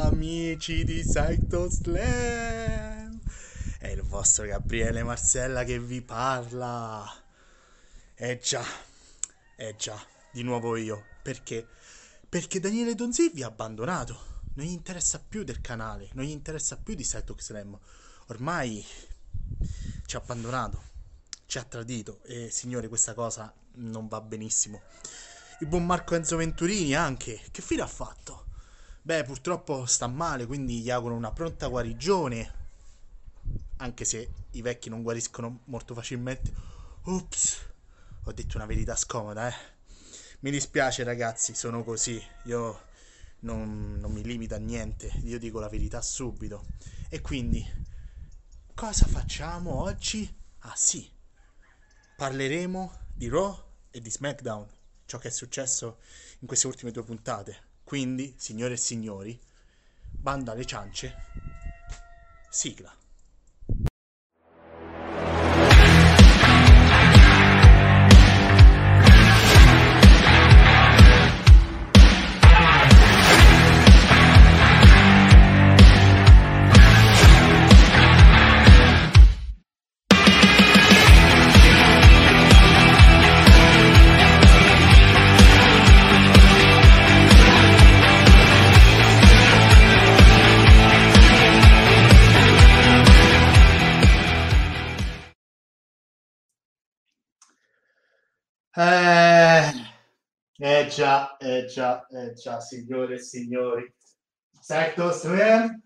amici di Saito Slam! È il vostro Gabriele Marcella che vi parla. Già, di nuovo io. Perché? Perché Daniele Donzi vi ha abbandonato. Non gli interessa più del canale, non gli interessa più di Saito Slam. Ormai ci ha abbandonato, ci ha tradito e signore questa cosa non va benissimo. Il buon Marco Enzo Venturini anche, che fine ha fatto? Beh, purtroppo sta male, quindi gli auguro una pronta guarigione, anche se i vecchi non guariscono molto facilmente. Ops, ho detto una verità scomoda, eh. Mi dispiace ragazzi, sono così, io non mi limito a niente, io dico la verità subito. E quindi, cosa facciamo oggi? Ah sì, parleremo di Raw e di SmackDown, ciò che è successo in queste ultime 2 puntate. Quindi, signore e signori, banda alle ciance, sigla. Signore e signori. Saito Slam,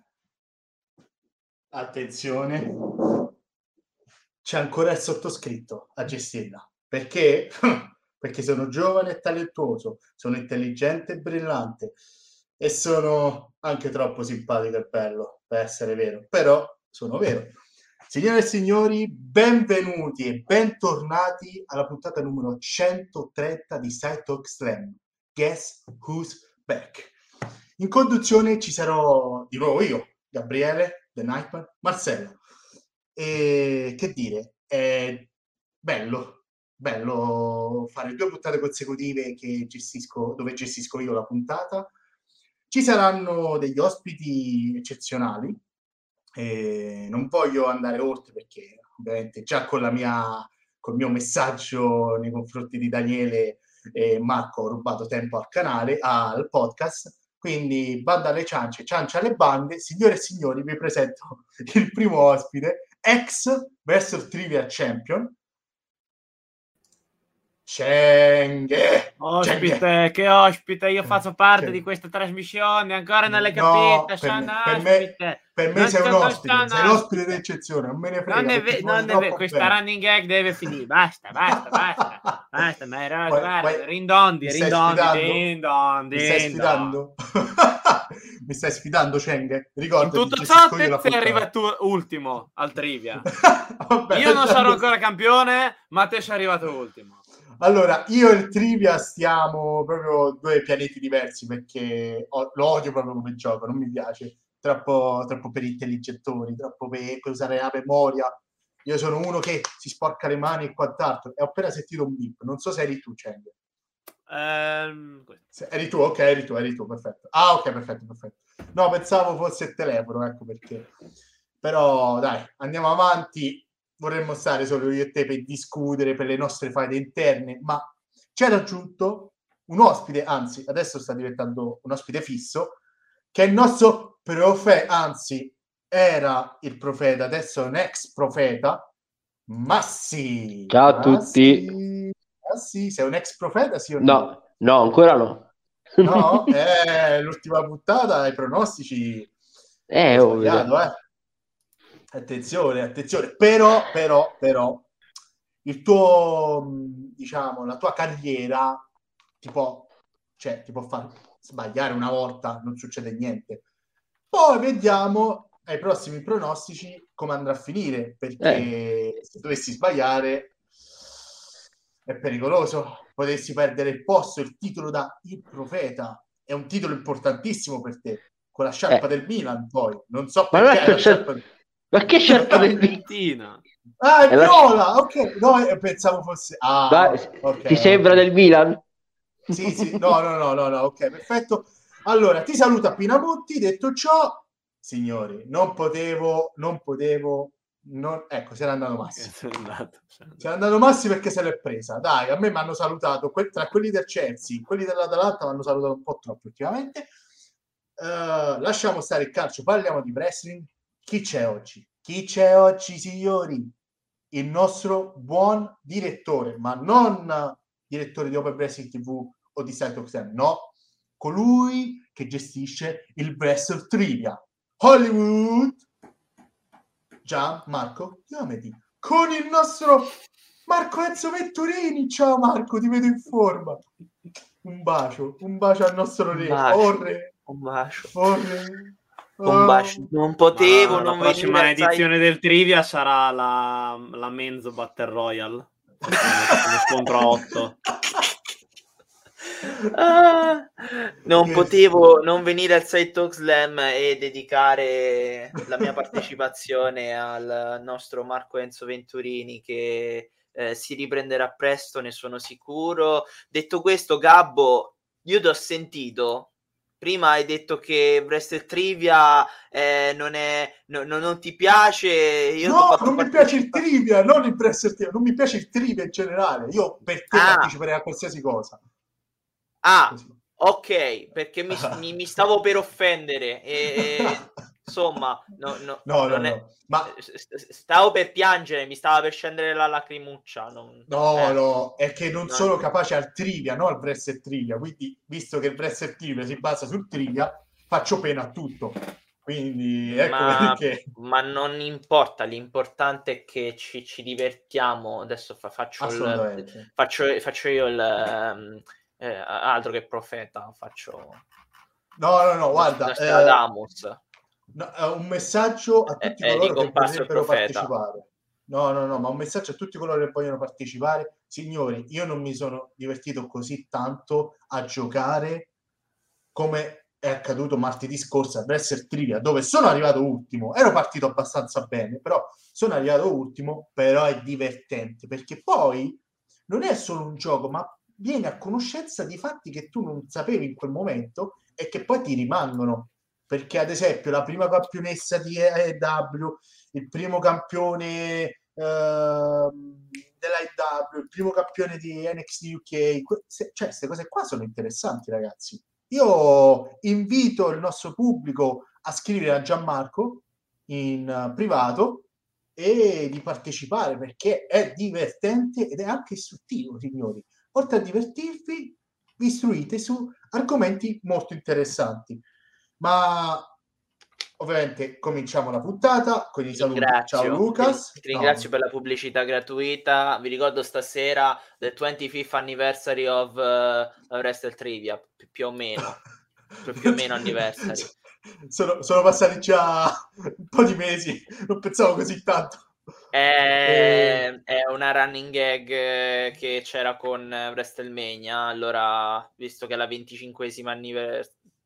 attenzione, c'è ancora il sottoscritto a gestirla. Perché? Perché sono giovane e talentuoso, sono intelligente e brillante e sono anche troppo simpatico e bello per essere vero, però sono vero. Signore e signori, benvenuti e bentornati alla puntata numero 130 di Saito Slam. Guess Who's Back? In conduzione ci sarò di nuovo io, Gabriele, The Nightmare, Marcello. E che dire, è bello fare 2 puntate consecutive dove gestisco io la puntata. Ci saranno degli ospiti eccezionali. Non voglio andare oltre perché ovviamente già col mio messaggio nei confronti di Daniele e Marco ho rubato tempo al canale, al podcast, quindi banda alle ciance, ciancia alle bande. Signore e signori, vi presento il primo ospite, ex Wrestle Trivia Champion, Cenghe. Ospite, che ospite, io faccio parte di questa trasmissione, ancora non l'hai capito, sono ospite. Per me sei un ospite, sei l'ospite d'eccezione, non me ne frega. Non è vero, questa running gag deve finire, basta, guarda, rindondi. Mi stai sfidando? Mi stai sfidando, Cenghe? Ricordati, in tutto ciò te sei arrivato ultimo al trivia. Vabbè, io non sarò ancora campione, ma te sei arrivato ultimo. Allora, io e il trivia stiamo proprio 2 pianeti diversi perché lo odio proprio come gioco, non mi piace. Troppo per intelligentori, troppo per usare la memoria. Io sono uno che si sporca le mani e quant'altro. E ho appena sentito un beep. Non so se eri tu, Cenghe. Eri tu, ok, eri tu, perfetto. Ah, ok, perfetto. No, pensavo fosse il telefono, ecco perché. Però, dai, andiamo avanti. Vorremmo stare solo io e te per discutere per le nostre faide interne, ma ci ha raggiunto un ospite, anzi, adesso sta diventando un ospite fisso, che è il nostro profeta, anzi, era il profeta, adesso è un ex profeta, Massi. Ciao a tutti. Massi, sei un ex profeta, sì o no? No, ancora no. No? L'ultima puntata, i pronostici... Sbagliato, Attenzione, però il tuo, diciamo, la tua carriera ti può far sbagliare una volta, non succede niente. Poi vediamo ai prossimi pronostici come andrà a finire, perché se dovessi sbagliare è pericoloso, potessi perdere il posto, il titolo da il profeta, è un titolo importantissimo per te, con la sciarpa del Milan, poi, non so perché... Ma che scelta del Milan? Ah, è Viola! Ok, no, pensavo fosse... Ti sembra del Milan? Sì, no, ok, perfetto. Allora, ti saluta Pinamonti, detto ciò, signori, ecco, se n'è andato Massi. Se n'è andato Massi perché se l'è presa. Dai, a me mi hanno salutato, tra quelli del Chelsea, quelli dell'Atalanta mi hanno salutato un po' troppo ultimamente. Lasciamo stare il calcio, parliamo di wrestling. Chi c'è oggi? Chi c'è oggi, signori? Il nostro buon direttore, ma non direttore di Open Wrestling TV o di Site of Ten, no, colui che gestisce il Wrestle Trivia Hollywood, Gian Marco Diomedi, con il nostro Marco Enzo Venturini. Ciao Marco, ti vedo in forma. Un bacio al nostro re. Un bacio. Un bacio. Non potevo non la prossima edizione del Trivia sarà la Men's Battle Royale. Uno scontro a 8. Non potevo non venire al Side Talk Slam e dedicare la mia partecipazione al nostro Marco Enzo Venturini, che si riprenderà presto, ne sono sicuro. Detto questo, Gabbo, io ti ho sentito. Prima hai detto che Wrestle Trivia non ti piace. Io non mi piace il trivia, non il Wrestle Trivia. Non mi piace il trivia in generale. Io per te parteciperei a qualsiasi cosa. Ok, perché mi stavo per offendere. Insomma, no. Ma stavo per piangere, mi stava per scendere la lacrimuccia. No, è che non sono capace al trivia, no al Wrestle Trivia. Quindi, visto che il Wrestle Trivia si basa sul trivia, faccio pena a tutto. Quindi ecco perché. Ma non importa, l'importante è che ci divertiamo. Adesso faccio io il altro che profeta, faccio. No, guarda. Un messaggio a tutti coloro che vorrebbero partecipare. No, ma un messaggio a tutti coloro che vogliono partecipare. Signori, io non mi sono divertito così tanto a giocare come è accaduto martedì scorso a Wrestle Trivia, dove sono arrivato ultimo. Ero partito abbastanza bene, però sono arrivato ultimo, però è divertente, perché poi non è solo un gioco, ma vieni a conoscenza di fatti che tu non sapevi in quel momento e che poi ti rimangono. Perché ad esempio la prima campionessa di AEW, il primo campione della AEW, il primo campione di NXT UK, cioè queste cose qua sono interessanti, ragazzi. Io invito il nostro pubblico a scrivere a Gianmarco in privato e di partecipare, perché è divertente ed è anche istruttivo, signori. Oltre a divertirvi, vi istruite su argomenti molto interessanti. Ma ovviamente cominciamo la puntata con i saluti. Ciao Lucas. Ti ringrazio per la pubblicità gratuita. Vi ricordo stasera the 25th anniversary of Wrestle Trivia, più o meno anniversary. Sono passati già un po' di mesi, non pensavo così tanto. È una running gag che c'era con WrestleMania. Allora, visto che è la 25esima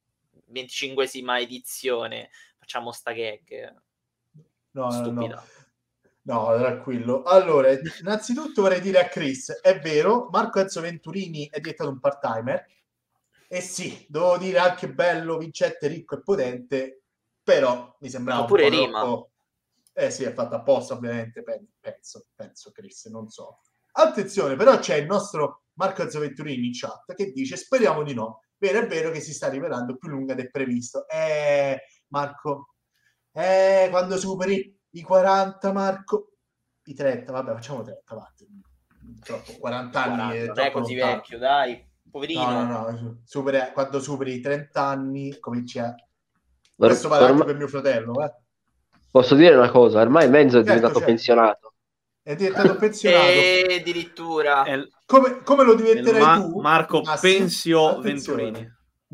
edizione, facciamo sta gag stupida. No, tranquillo. Allora, innanzitutto vorrei dire a Chris, è vero, Marco Enzo Venturini è diventato un part-timer, e sì, devo dire anche bello, vincente, ricco e potente, però mi sembrava pure un po' rima. troppo. Sì, è fatta apposta, ovviamente, penso Chris, non so. Attenzione, però c'è il nostro Marco Enzo Venturini in chat che dice, speriamo di no. È vero che si sta rivelando più lunga del previsto. Marco, quando superi i 40, Marco, i 30, vabbè, facciamo 30, avanti. Troppo, 40 anni è non troppo è così lontano. vecchio, dai, poverino. No, quando superi i 30 anni cominci a... Questo vale anche per mio fratello, Posso dire una cosa? Ormai Menzo è diventato pensionato. È diventato pensionato. Addirittura. Come lo diventerai tu? Marco Pensio Venturini.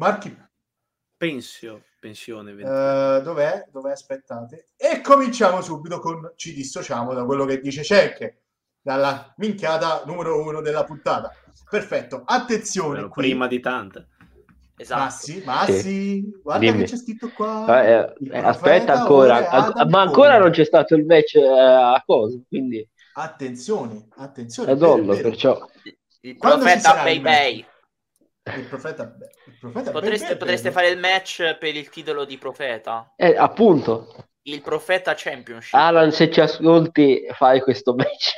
Pensione Venturini. Dov'è? Aspettate. E cominciamo subito con ci dissociamo da quello che dice Cenk, dalla minchiata numero 1 della puntata. Perfetto, attenzione qui. Prima di tante. Esatto. Massi, guarda Dimmi. che c'è scritto qua. Aspetta ancora, ma ancora non c'è stato il match a cosa, quindi attenzione. Madonna, perciò il profeta PayPay. Il profeta, Potreste fare il match per il titolo di profeta. Appunto. Il profeta championship. Alan, se ci ascolti, fai questo match.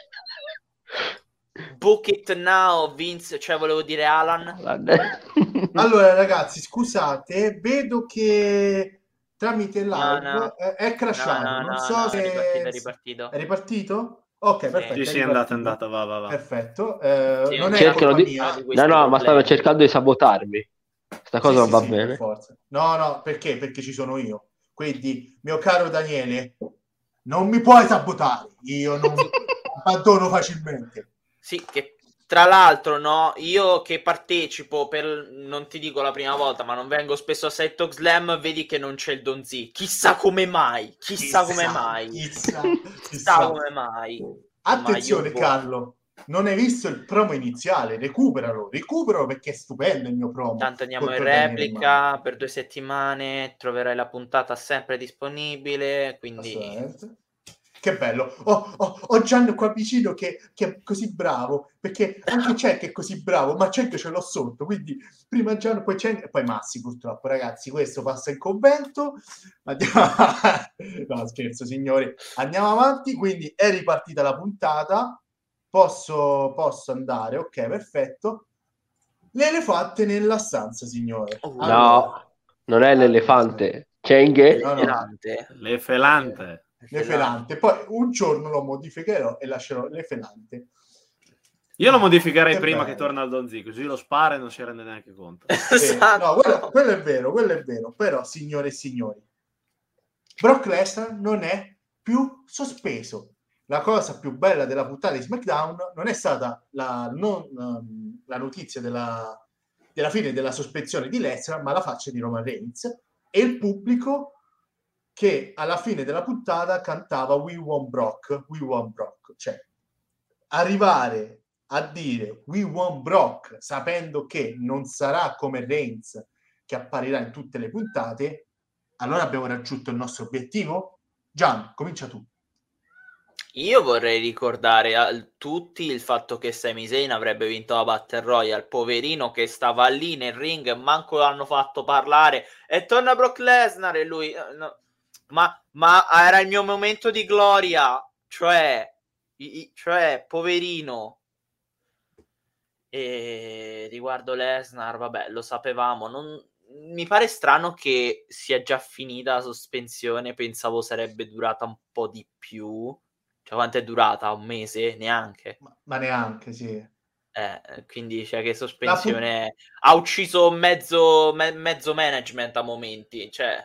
Book it now, Vince, cioè volevo dire Alan. Allora ragazzi, scusate, vedo che tramite live No. è crashato, non so se È ripartito. È ripartito? Ok, Sì. perfetto. Sì, è andata, va. Perfetto. Sì, non è cercano colpa di... mia. No, ma stanno cercando di sabotarmi. Sta cosa non va bene. Per forza. No, perché? Perché ci sono io. Quindi, mio caro Daniele, non mi puoi sabotare. Io non abbandono facilmente. Sì, che tra l'altro, no, io che partecipo non ti dico la prima volta, ma non vengo spesso a Side Slam, vedi che non c'è il Donzi. Chissà come mai. Chissà come mai. Attenzione, Carlo. Non hai visto il promo iniziale? Recuperalo perché è stupendo il mio promo. Tanto andiamo in replica per 2 settimane, troverai la puntata sempre disponibile, quindi... Che bello. Ho Gian qua vicino che è così bravo, perché anche Cenk è così bravo, ma Cenk ce l'ho sotto, quindi prima Gian, poi Cenk e poi Massi, purtroppo, ragazzi. Questo passa in convento. No, scherzo, signori. Andiamo avanti, quindi è ripartita la puntata. Posso andare, ok, perfetto. L'elefante nella stanza, signore. Allora, no, non è l'elefante. Cenghe? L'efelante. Poi un giorno lo modificherò e lascerò l'efelante. Io lo modificherei prima che torna al Donzi, così lo spara e non si rende neanche conto. No, quello è vero. Però, signore e signori, Brock Lesnar non è più sospeso. La cosa più bella della puntata di SmackDown non è stata la notizia della fine della sospensione di Lesnar, ma la faccia di Roman Reigns e il pubblico che alla fine della puntata cantava We want Brock, cioè arrivare a dire We want Brock sapendo che non sarà come Reigns che apparirà in tutte le puntate, allora abbiamo raggiunto il nostro obiettivo. Gian, comincia tu. Io vorrei ricordare a tutti il fatto che Sami Zayn avrebbe vinto la Battle Royale, poverino che stava lì nel ring, manco l'hanno fatto parlare e torna Brock Lesnar e lui no. Ma era il mio momento di gloria, cioè poverino. E riguardo Lesnar, vabbè, lo sapevamo, mi pare strano che sia già finita la sospensione, pensavo sarebbe durata un po' di più. Cioè, quanto è durata? Un mese? Neanche. Ma neanche, sì. Quindi, cioè, che sospensione ha ucciso mezzo management a momenti, cioè.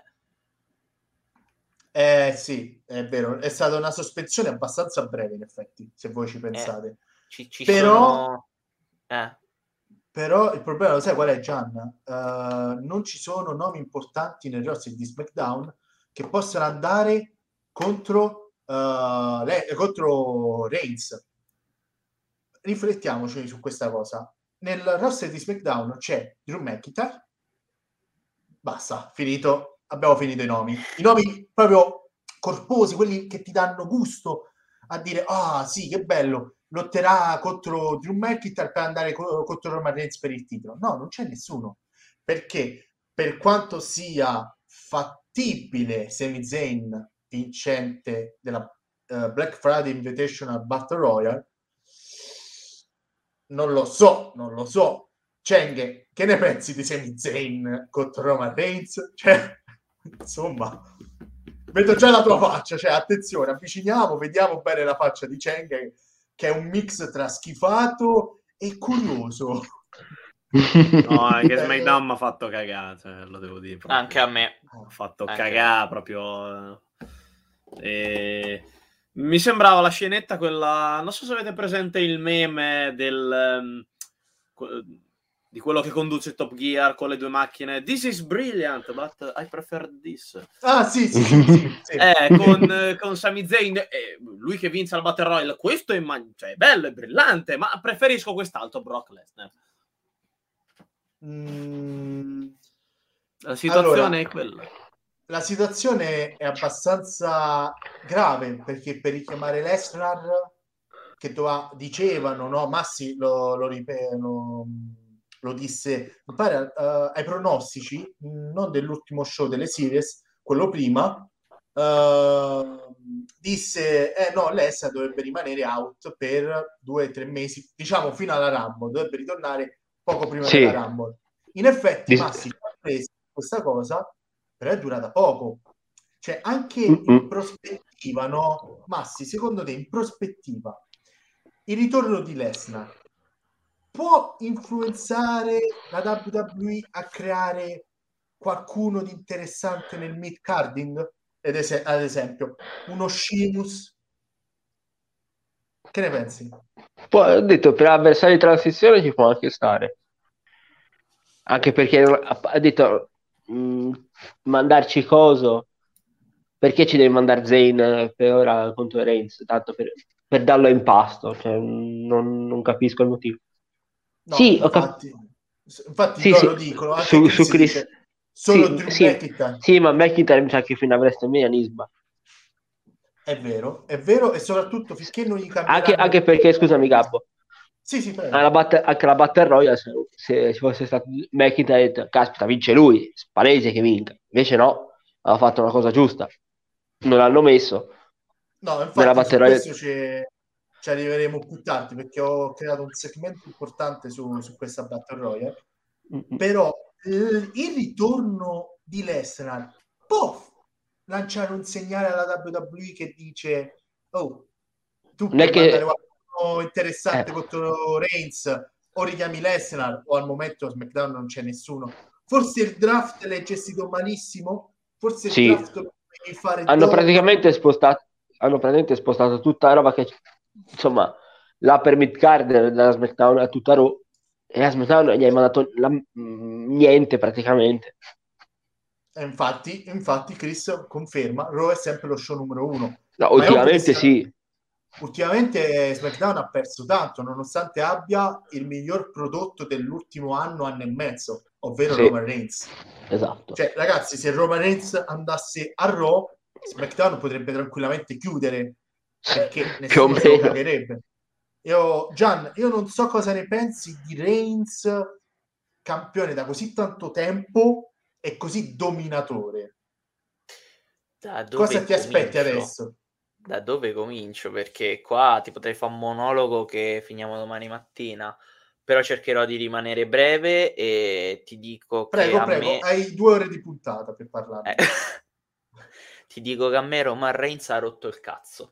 Sì, è vero, è stata una sospensione abbastanza breve, in effetti, se voi ci pensate. Però il problema, lo sai qual è, Gian? Non ci sono nomi importanti nel roster di SmackDown che possano andare contro Reigns. Riflettiamoci su questa cosa. Nel roster di SmackDown c'è Drew McIntyre. Basta, finito. Abbiamo finito i nomi proprio corposi, quelli che ti danno gusto a dire sì, che bello, lotterà contro Drew McIntyre per andare contro Roman Reigns per il titolo. No, non c'è nessuno, perché per quanto sia fattibile Sami Zayn vincente della Black Friday Invitational Battle Royale, non lo so. Cenghe, che ne pensi di Sami Zayn contro Roman Reigns? Cioè, insomma, vedo già la tua faccia, cioè attenzione, avviciniamo, vediamo bene la faccia di Cenghe, che è un mix tra schifato e curioso. No, anche SmackDown mi ha fatto cagare, cioè, lo devo dire proprio. Anche a me ha fatto cagare proprio. Mi sembrava la scenetta quella, non so se avete presente il meme di quello che conduce Top Gear con le due macchine. This is brilliant, but I prefer this. Sì. Con Sami Zayn, lui che vince la Battle Royale. Questo è, cioè, bello, è brillante, ma preferisco quest'altro Brock Lesnar. La situazione è quella. La situazione è abbastanza grave, perché per richiamare Lesnar, che dicevano, no? Massi lo lo disse, mi pare, ai pronostici, non dell'ultimo show delle series, quello prima, disse no, Lesnar dovrebbe rimanere out per 2 o 3 mesi, diciamo fino alla Rumble, dovrebbe ritornare poco prima della Rumble. In effetti Massi ha preso questa cosa, però è durata poco, cioè anche in prospettiva, no? Massi, secondo te in prospettiva il ritorno di Lesnar può influenzare la WWE a creare qualcuno di interessante nel mid-carding? Ad esempio, uno Sheamus? Che ne pensi? Poi ho detto, per avversari di transizione ci può anche stare. Anche perché ha detto mandarci coso, perché ci devi mandare Zayn per ora contro Reigns? Tanto per darlo in pasto, cioè, non capisco il motivo. No, sì, infatti sì, loro sì, dicono, anche Chris dice, solo Drew McIntyre. Sì, ma McIntyre mi sa che fino a WrestleMania Nisba. È vero, e soprattutto finché non gli cambieranno... Anche perché, scusami Gabbo, sì, prego. anche la Battle Royale, se ci fosse stato McIntyre, caspita, vince lui, palese che vinca. Invece no, ha fatto una cosa giusta. Non l'hanno messo. No, infatti su questo ci arriveremo più tardi, perché ho creato un segmento importante su questa Battle Royale. Però il ritorno di Lesnar può lanciare un segnale alla WWE che dice oh, tu puoi mandare qualcuno interessante contro Reigns, o richiami Lesnar, o al momento a SmackDown non c'è nessuno. Forse il draft l'hai gestito malissimo, forse il draft lo devi fare hanno praticamente spostato tutta la roba che, insomma, la per mid-card della SmackDown a tutta Raw, e a SmackDown gli hai mandato niente praticamente. Infatti Chris conferma, Raw è sempre lo show numero 1. No, ultimamente sì. Ultimamente SmackDown ha perso tanto, nonostante abbia il miglior prodotto dell'ultimo anno e mezzo, ovvero Roman Reigns. Esatto. Cioè, ragazzi, se Roman Reigns andasse a Raw, SmackDown potrebbe tranquillamente chiudere, perché nessuno se lo cagherebbe. Gian, io non so cosa ne pensi di Reigns campione da così tanto tempo e così dominatore. Cosa ti aspetti adesso? Da dove comincio? Perché qua ti potrei fare un monologo che finiamo domani mattina, però cercherò di rimanere breve e ti dico prego, che me... hai 2 ore di puntata per parlare. Ti dico che a me Roman Reigns ha rotto il cazzo.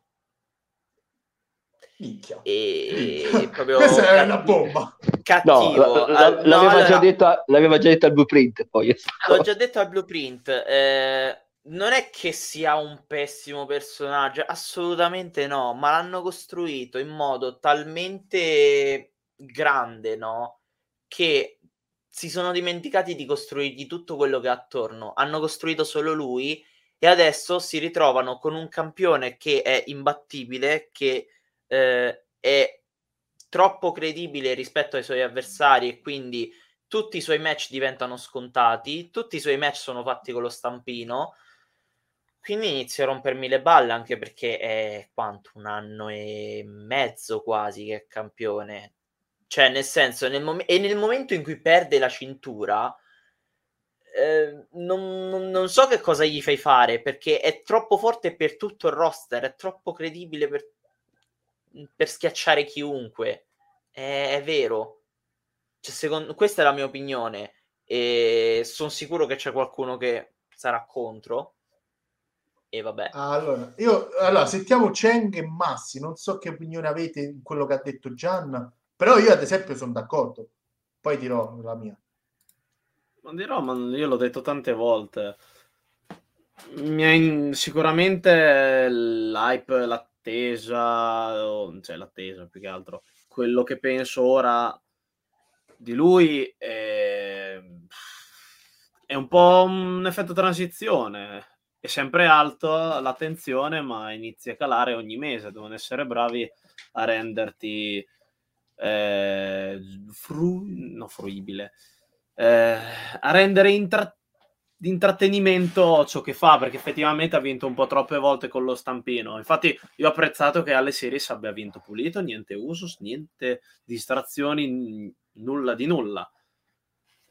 Minchia. E proprio questa è una bomba. Cattivo. L'aveva già detto al Blueprint, poi. L'ho già detto al Blueprint. Non è che sia un pessimo personaggio, assolutamente no, ma l'hanno costruito in modo talmente grande, no? Che si sono dimenticati di costruirgli tutto quello che ha attorno. Hanno costruito solo lui e adesso si ritrovano con un campione che è imbattibile, che è troppo credibile rispetto ai suoi avversari e quindi tutti i suoi match diventano scontati, tutti i suoi match sono fatti con lo stampino, quindi inizio a rompermi le balle, anche perché è quanto 1 anno e mezzo quasi che è campione, cioè nel senso nel momento in cui perde la cintura non so che cosa gli fai fare, perché è troppo forte per tutto il roster, è troppo credibile per schiacciare chiunque, è vero. Cioè, questa è la mia opinione e sono sicuro che c'è qualcuno che sarà contro e vabbè. Allora sentiamo Cheng e Massi, non so che opinione avete in quello che ha detto Gian, però io ad esempio sono d'accordo, poi dirò la mia. Non dirò, ma io l'ho detto tante volte. Sicuramente l'hype, l'attesa più che altro, quello che penso ora di lui è un po' un effetto transizione, è sempre alto l'attenzione ma inizia a calare ogni mese, devono essere bravi a renderti fruibile, a rendere di intrattenimento ciò che fa, perché effettivamente ha vinto un po' troppe volte con lo stampino. Infatti io ho apprezzato che alle series abbia vinto pulito, niente usus, niente distrazioni, nulla di nulla.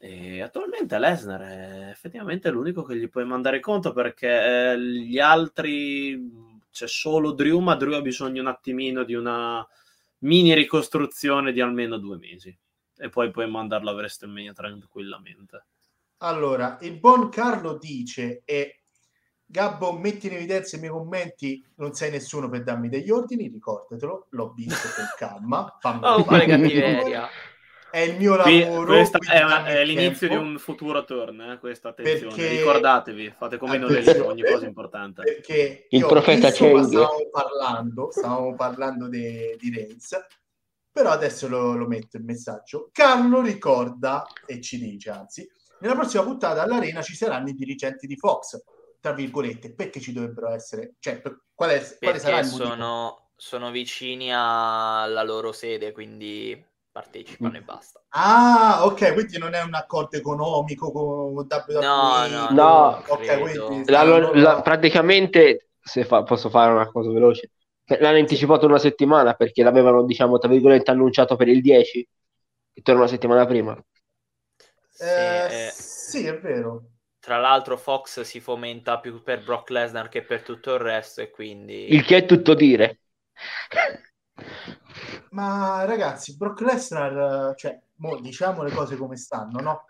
E attualmente Lesnar è effettivamente l'unico che gli puoi mandare conto, perché gli altri c'è solo Drew, ma Drew ha bisogno un attimino di una mini ricostruzione di almeno 2 mesi e poi puoi mandarlo a WrestleMania tranquillamente. Allora, il buon Carlo dice, e Gabbo, metti in evidenza i miei commenti, non sei nessuno per darmi degli ordini, ricordatelo, l'ho visto con calma, Oh, quale cattiveria. è il mio lavoro. Questa dammi è il l'inizio tempo, di un futuro turn, questa attenzione, perché ricordatevi, fate come in attenzione, ogni cosa importante. perché Il io ho profeta visto, ma Cheng. stavamo parlando di Reigns, però adesso lo metto il messaggio. Carlo ricorda e ci dice, anzi, nella prossima puntata all'Arena ci saranno i dirigenti di Fox, tra virgolette. Perché ci dovrebbero essere? Cioè, quale sarà Perché il motivo? sono vicini alla loro sede, quindi partecipano e basta. Ah, ok, quindi non è un accordo economico con WWE. No, No, non Ok, credo. quindi praticamente, se posso fare una cosa veloce, l'hanno anticipato una settimana perché l'avevano, diciamo, tra virgolette, annunciato per il 10, che torna una settimana prima. Sì, è vero. Tra l'altro Fox si fomenta più per Brock Lesnar che per tutto il resto, e quindi... Il che è tutto dire. Ma ragazzi, Brock Lesnar, cioè, diciamo le cose come stanno, no?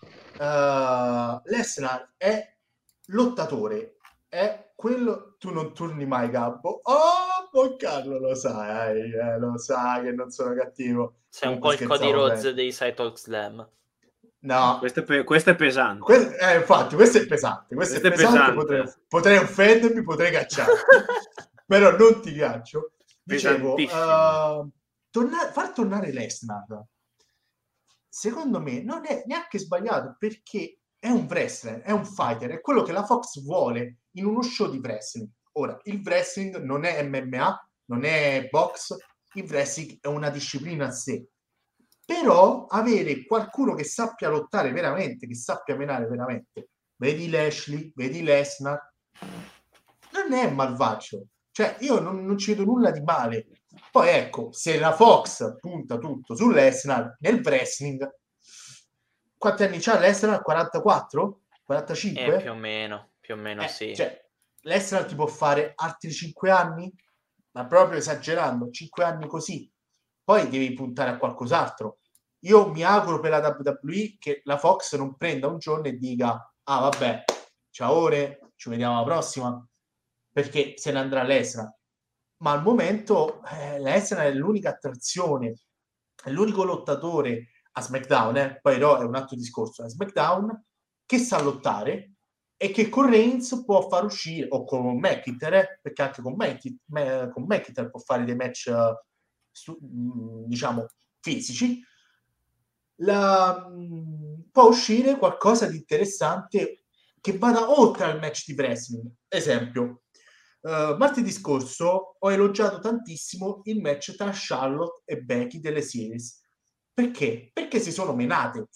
Lesnar è lottatore, è quello, tu non turni mai Gabbo. Oh, buon Carlo, lo sai che non sono cattivo. Sei un Comunque po' il Cody scherzavo Rhodes bene. dei Side Talk Slam. No, Questo è pesante. infatti, questo è pesante. Questo è pesante. Potrei offendermi, potrei cacciarti, però non ti caccio. Dicevo, far tornare Lesnar, secondo me, non è neanche sbagliato, perché è un wrestler, è un fighter, è quello che la Fox vuole in uno show di wrestling. Ora, il wrestling non è MMA, non è box, il wrestling è una disciplina a sé. Però avere qualcuno che sappia lottare veramente, che sappia menare veramente, vedi Lashley, vedi Lesnar, non è malvagio. Cioè, io non ci vedo nulla di male. Poi ecco, se la Fox punta tutto su Lesnar nel wrestling, quanti anni c'ha Lesnar? 44? 45? Più o meno sì. Cioè, Lesnar ti può fare altri 5 anni? Ma proprio esagerando, 5 anni così. Poi devi puntare a qualcos'altro. Io mi auguro per la WWE che la Fox non prenda un giorno e dica: ah vabbè, ciao ore, ci vediamo alla prossima, perché se ne andrà Lesnar. Ma al momento Lesnar è l'unica attrazione, è l'unico lottatore a SmackDown, poi Raw è un altro discorso, a SmackDown, che sa lottare e che con Reigns può far uscire, o con McIntyre, perché anche con McIntyre può fare dei match diciamo fisici, può uscire qualcosa di interessante che vada oltre al match di wrestling. Esempio, martedì scorso ho elogiato tantissimo il match tra Charlotte e Becky delle series. Perché? Perché si sono menate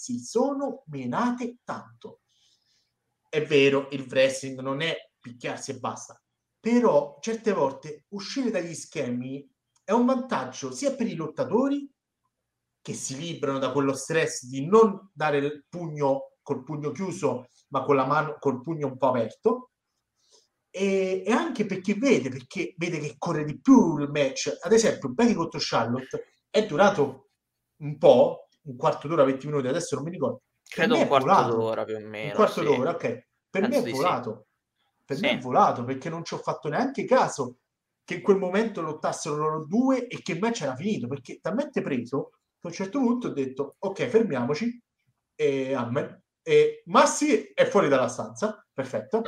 tanto. È vero, il wrestling non è picchiarsi e basta, però certe volte uscire dagli schemi è un vantaggio sia per i lottatori, che si librano da quello stress di non dare il pugno col pugno chiuso, ma con la mano, col pugno un po' aperto, e anche perché vede che corre di più il match. Ad esempio, Becky contro Charlotte è durato un po', un quarto d'ora, 20 minuti, adesso non mi ricordo. Credo un quarto d'ora più o meno. Un quarto d'ora, ok. Per me è volato. Per me è volato, perché non ci ho fatto neanche caso che in quel momento lottassero loro due e che il match era finito, perché talmente preso che a un certo punto ho detto ok, fermiamoci, e amen. E Massi è fuori dalla stanza, perfetto.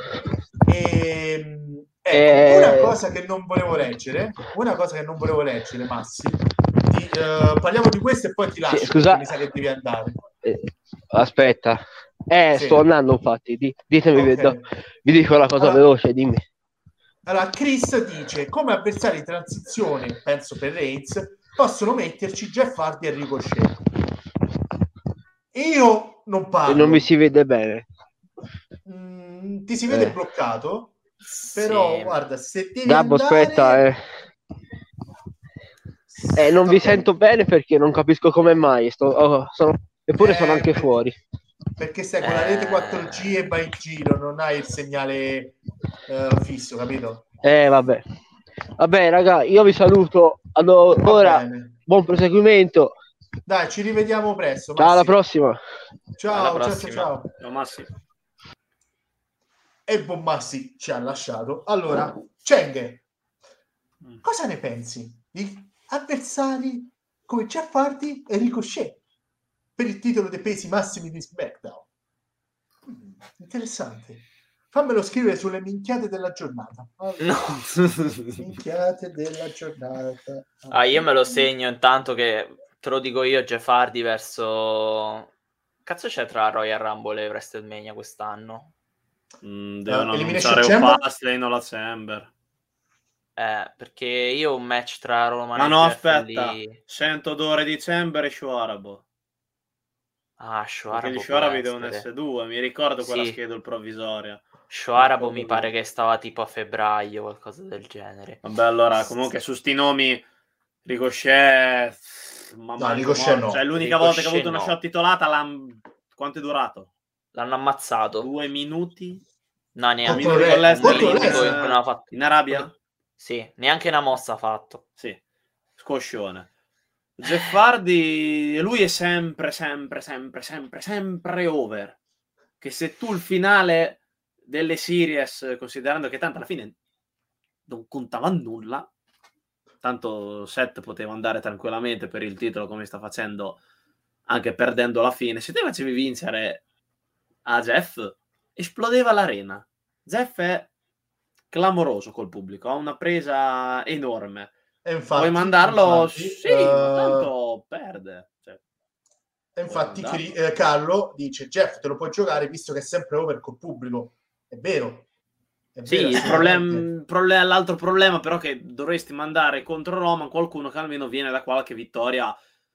Ecco, una cosa che non volevo leggere, Massi, parliamo di questo e poi ti lascio, scusa, mi sa che devi andare. Aspetta, sì. Sto andando, infatti, ditemi, okay. Vi dico la cosa veloce, dimmi. Allora, Chris dice: come avversari di transizione, penso per Reigns, possono metterci Jeff Hardy e Ricochet. Io non parlo. Non mi si vede bene. Ti si vede bloccato, però sì. Guarda, se devi Gabbo, andare... aspetta, non vi sento bene perché non capisco come mai. Eppure sono anche fuori. perché stai con la rete 4G e vai in giro, non hai il segnale fisso, capito? Vabbè. Vabbè, raga, io vi saluto. Va Ora, bene. buon proseguimento. Dai, ci rivediamo presto. Ciao, alla Massi. prossima. Alla Ciao, prossima. ciao. Ciao Massi. E il buon Massi ci ha lasciato. Allora, Cheng, cosa ne pensi di avversari come Jeff Hardy e Ricochet per il titolo dei pesi massimi di SmackDown? Interessante. Fammelo scrivere sulle minchiate della giornata. No. Minchiate della giornata. Io me lo segno intanto che te lo dico io, Jeff Hardy verso... Cazzo c'è tra Royal Rumble e WrestleMania quest'anno? Devono Elimination annunciare Chamber? o Fastlane o la Chamber. Perché io un match tra Roman Ma e no, Jeff aspetta. lì... Sento d'ore di Chamber e Shuarabo. Ah, Perché Shuarabo gli può Shuarabi devono essere. essere due. Mi ricordo quella Sì. schedule provvisoria. Shuarabo Ricordo mi pare bene. che stava tipo a febbraio, qualcosa del genere. Vabbè, allora, comunque su sti nomi Ricochet... Ma No, manco Ricochet morto. no. Cioè, l'unica volta che ha avuto Ricochet una no. shot titolata, quanto è durato? L'hanno ammazzato. 2 minuti? No, neanche. Contro Minuti con Lesnar contro Olimpico in cui Lesnar. non ha fatto. in Arabia? Sì, neanche una mossa ha fatto. Sì, scoscione. Jeff Hardy, lui è sempre over. Che se tu il finale delle series, considerando che tanto alla fine non contava nulla, tanto Seth poteva andare tranquillamente per il titolo come sta facendo, anche perdendo la fine. Se te facevi vincere a Jeff, esplodeva l'arena. Jeff è clamoroso col pubblico, ha una presa enorme. E infatti, Vuoi mandarlo? infatti, Sì, ma tanto perde. Cioè, e infatti puoi mandarlo. Carlo dice: Jeff, te lo puoi giocare visto che è sempre over col pubblico. È vero. È Sì, vero, il assolutamente. l'altro problema però è che dovresti mandare contro Roman qualcuno che almeno viene da qualche vittoria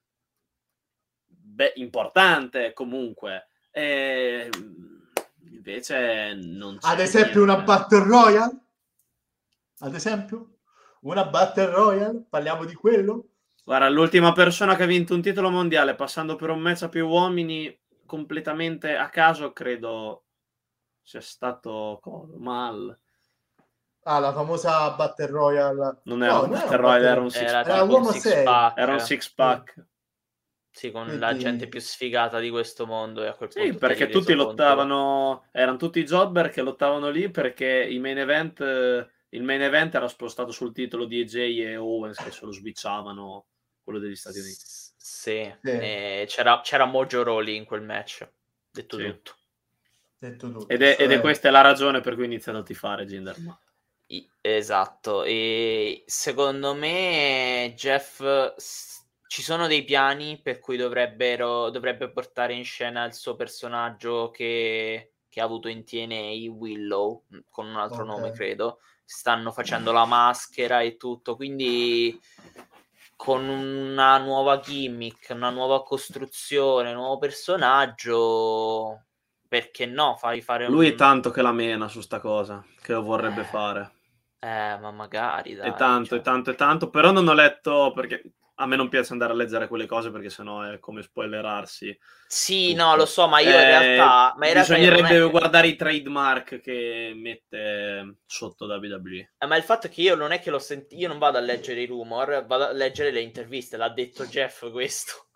importante comunque. E invece non c'è Ad esempio niente. una Battle Royale? Ad esempio? Una Battle Royale? Parliamo di quello? Guarda, l'ultima persona che ha vinto un titolo mondiale passando per un match a più uomini completamente a caso credo sia stato Mal. Ah, la famosa Battle Royale. Non era un non Battle Royale, era un six Era pack. Era tipo un uomo a six 6. pack. Era un six pack. Sì, con Quindi... la gente più sfigata di questo mondo e a quel Sì, punto perché ti eri tutti reso conto. lottavano, erano tutti jobber che lottavano lì perché il main event era spostato sul titolo di AJ e Owens che se lo switchavano, quello degli Stati Uniti. Sì. C'era Mojo Rawley in quel match. Detto Sì. tutto. Detto tutto. Ed è questa la ragione per cui ho iniziato a tifare Jinder Mahal. Esatto, e secondo me Jeff ci sono dei piani per cui dovrebbe portare in scena il suo personaggio che ha avuto in TNA, Willow, con un altro nome credo. Stanno facendo la maschera e tutto, quindi con una nuova gimmick, una nuova costruzione, un nuovo personaggio, perché no? Fai fare Lui è tanto che la mena su sta cosa, che lo vorrebbe fare. Ma magari, dai. È tanto, però non ho letto, perché a me non piace andare a leggere quelle cose perché sennò è come spoilerarsi. Sì, tutto. no, lo so, ma io in realtà... bisognerebbe guardare i trademark che mette sotto WWE. Ma il fatto è che io non è che l'ho sentito, io non vado a leggere i rumor, vado a leggere le interviste, l'ha detto Jeff questo.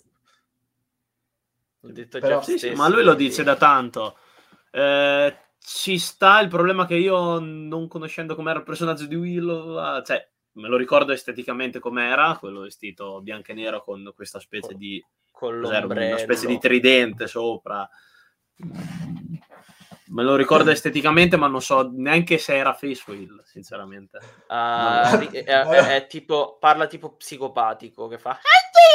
L'ha detto Però, Jeff stesso. Sì, ma lui lo dice da tanto. Ci sta il problema che io, non conoscendo com'era il personaggio di Willow, cioè me lo ricordo esteticamente com'era, quello vestito bianco e nero con questa specie di con una specie di l'ombrello. tridente sopra. Me lo ricordo esteticamente, ma non so neanche se era Facewheel, sinceramente. È tipo, parla tipo psicopatico che fa...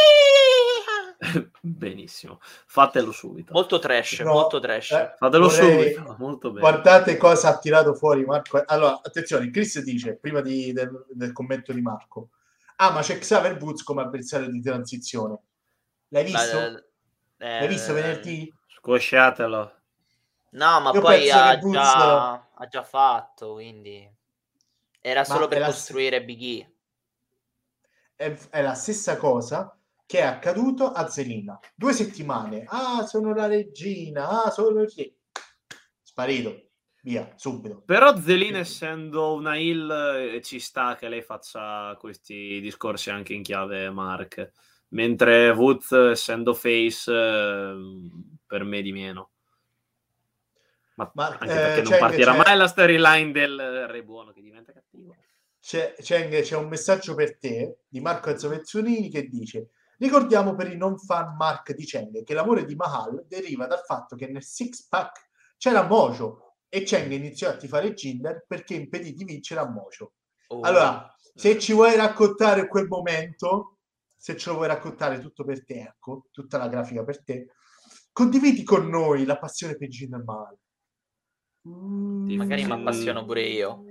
Benissimo, fatelo subito. Molto trash, No, molto trash. Fatelo subito, molto bene. Guardate cosa ha tirato fuori Marco. Allora, attenzione, Chris dice, prima del commento di Marco, ma c'è Xavier Woods come avversario di transizione. L'hai visto? L'hai visto venerdì? Scosciatelo. No, ma Io poi penso che Woods... ha già fatto, quindi... Era solo per costruire Big E. È la stessa cosa che è accaduto a Zelina. 2 settimane. Ah, sono la regina. Ah, sono... Sparito. Via, subito. Però Zelina, essendo una heel, ci sta che lei faccia questi discorsi anche in chiave Mark, mentre Woods, essendo face, per me di meno. Ma anche perché non partirà mai la storyline del re buono che diventa cattivo. C'è un messaggio per te di Marco Azzovezzolini che dice: ricordiamo per i non fan Mark di Cheng che l'amore di Mahal deriva dal fatto che nel six pack c'era Mojo e Cheng iniziò a tifare Jinder perché impedì di vincere a Mojo. Allora, se ci vuoi raccontare quel momento, se ce lo vuoi raccontare tutto per te, ecco, tutta la grafica per te, condividi con noi la passione per Jinder Mahal. Magari mi appassiono pure io.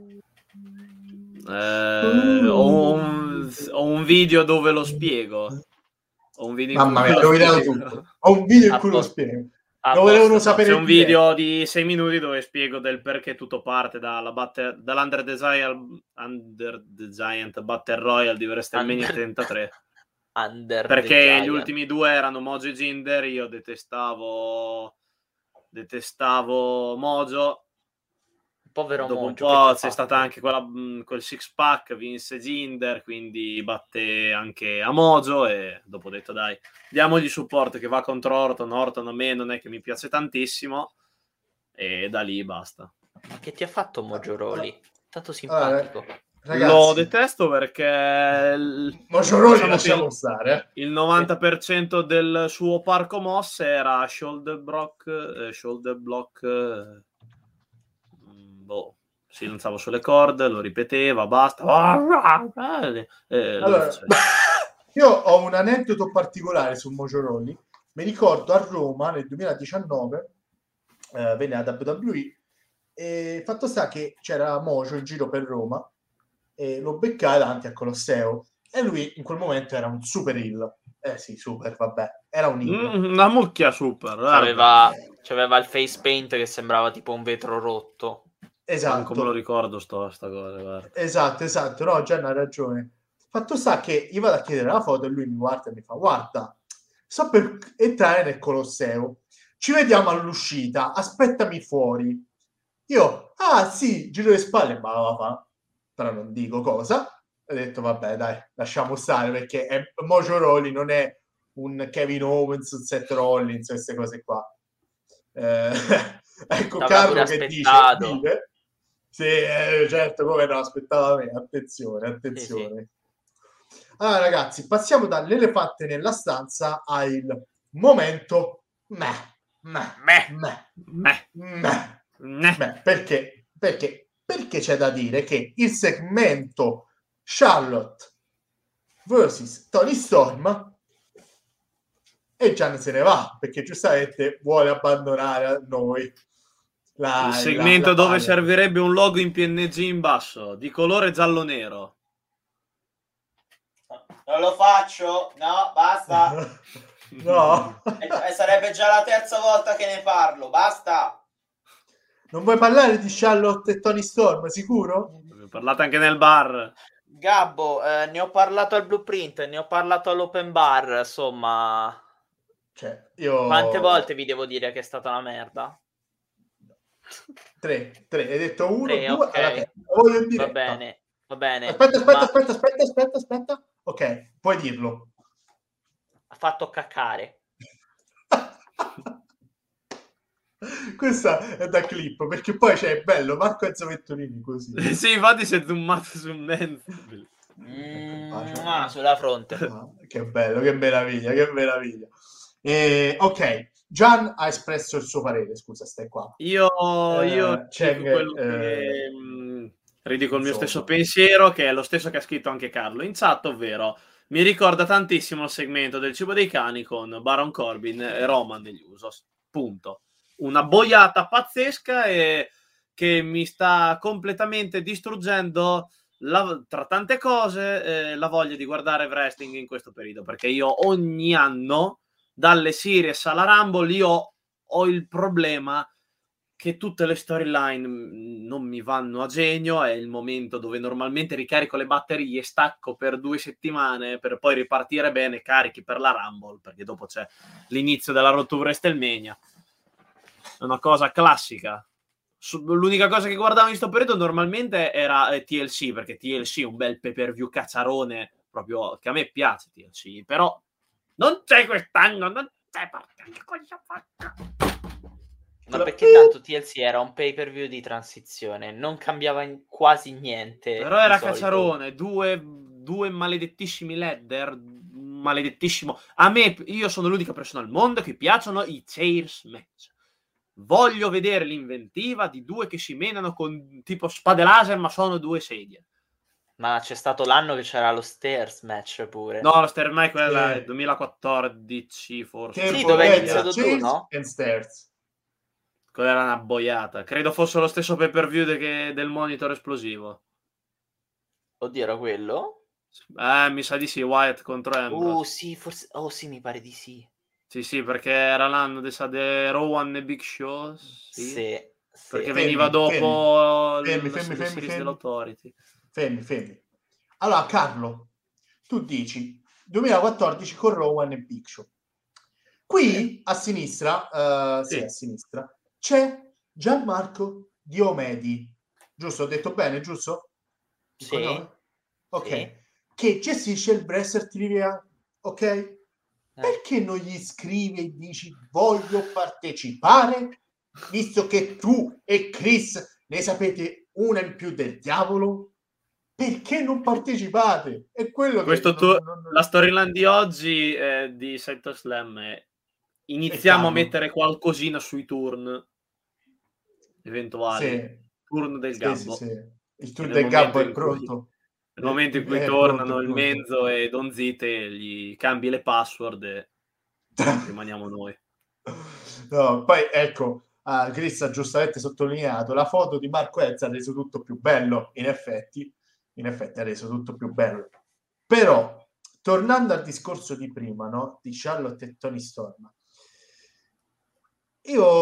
Ho un video dove lo spiego. Ho un video Mamma mia, tutto. Ho un video in cui lo spiego. Lo volevano sapere. C'è un video di 6 minuti dove spiego del perché tutto parte dall'Under the Giant Battle Royale di WrestleMania 33. Perché gli ultimi 2 erano Mojo e Jinder. Io detestavo Mojo. Povero dopo Mojo, un po' c'è stata anche quel six pack, vinse Jinder, quindi batte anche a Mojo e dopo ho detto dai, diamogli supporto che va contro Orton a me non è che mi piace tantissimo e da lì basta. Ma che ti ha fatto Mojo Rawley? È stato simpatico. Ragazzi, lo detesto perché Mojo Rawley lasciamo stare. Il 90% del suo parco mosse era shoulder block si lanciava sulle corde, lo ripeteva, basta. Allora, io ho un aneddoto particolare su Mojo Rawley. Mi ricordo a Roma nel 2019 venne a WWE e fatto sta che c'era Mojo in giro per Roma e lo beccai davanti al Colosseo e lui in quel momento era un super heel. Sì, super, vabbè, era un heel. Una mucchia super. C'aveva il face paint che sembrava tipo un vetro rotto. Esatto. Come lo ricordo sta cosa, guarda. Esatto, no, Gian ha ragione. Fatto sta che io vado a chiedere la foto e lui mi guarda e mi fa: guarda, sto per entrare nel Colosseo, ci vediamo all'uscita, aspettami fuori. Io, sì, giro le spalle, ma va fa. Però non dico cosa. Ho detto vabbè dai, lasciamo stare perché Mojo Rawley non è un Kevin Owens, un Seth Rollins, queste cose qua. Ecco Carlo che dice sì, certo, come no, aspettava me, attenzione. Sì. Allora ragazzi, passiamo dall'elefante nella stanza al momento perché c'è da dire che il segmento Charlotte vs Toni Storm e Gian se ne va perché giustamente vuole abbandonare a noi il segmento dove servirebbe un logo in PNG in basso di colore giallo-nero. Non lo faccio, no, basta. No, sarebbe già la terza volta che ne parlo, basta. Non vuoi parlare di Charlotte e Toni Storm, sicuro? Parlate anche nel bar. Gabbo, ne ho parlato al Blueprint, ne ho parlato all'Open Bar, insomma. Cioè, io... Quante volte vi devo dire che è stata una merda? 3. Hai detto 1, 2, okay. Voglio dire. Va bene. Aspetta. Ok, puoi dirlo. Ha fatto caccare. Questa è da clip, perché poi c'è bello Marco Azzovettolini così. Sì, infatti si è zoomato sul mento. Sulla fronte. Che bello, che meraviglia. Ok, Gian ha espresso il suo parere, scusa, stai qua. Io ridico il mio stesso pensiero, che è lo stesso che ha scritto anche Carlo in chat, ovvero mi ricorda tantissimo il segmento del cibo dei cani con Baron Corbin e Roman degli Usos. Punto. Una boiata pazzesca e che mi sta completamente distruggendo tra tante cose la voglia di guardare wrestling in questo periodo, perché io ogni anno dalle Series alla Rumble io ho il problema che tutte le storyline non mi vanno a genio, è il momento dove normalmente ricarico le batterie, stacco per 2 settimane per poi ripartire bene, carichi per la Rumble, perché dopo c'è l'inizio della Road to WrestleMania. È una cosa classica. L'unica cosa che guardavo in sto periodo normalmente era TLC, perché TLC è un bel pay-per-view cacciarone, proprio che a me piace TLC, però non c'è quest'anno, non c'è, che cosa faccio? Ma perché tanto TLC era un pay-per-view di transizione, non cambiava quasi niente. Però era di solito. cacciarone, due maledettissimi ladder, maledettissimo. A me, io sono l'unica persona al mondo che piacciono i chairs match. Voglio vedere l'inventiva di due che si menano con tipo spade laser, ma sono 2 sedie. Ma c'è stato l'anno che c'era lo stairs match pure. No, lo Stair Match quella è 2014 forse. Sì, dove hai iniziato tu, no? And Stairs. Quella era una boiata. Credo fosse lo stesso pay-per-view del monitor esplosivo. Oddio, era quello? Mi sa di sì, Wyatt contro Ambrose. Sì, forse... Oh, sì, mi pare di sì. Sì, perché era l'anno di Rowan e Big Show. Sì. Perché veniva dopo fermi, la series dell'Authority. Fermi. Allora, Carlo, tu dici 2014 con Rowan e Big Show. Qui a sinistra, a sinistra, c'è Gianmarco Diomedi. Giusto? Ho detto bene, giusto? Sì. Ok. Sì. Che gestisce il Wrestler Trivia, ok? Perché non gli scrivi e dici voglio partecipare, visto che tu e Chris ne sapete una in più del diavolo? Perché non partecipate? È quello Questo che la storyline di oggi di Saito Slam è iniziamo a mettere qualcosina sui turn eventuali. Sì. Turn del Gabbo. Sì. Il turn del Gabbo è pronto. Nel momento in cui tornano il Menzo e Don Zite, gli cambi le password e rimaniamo noi. No, poi ecco, Chris ha giustamente sottolineato la foto di Marco Ezza ha reso tutto più bello. In effetti ha reso tutto più bello. Però, tornando al discorso di prima, no? Di Charlotte e Tony Storm, io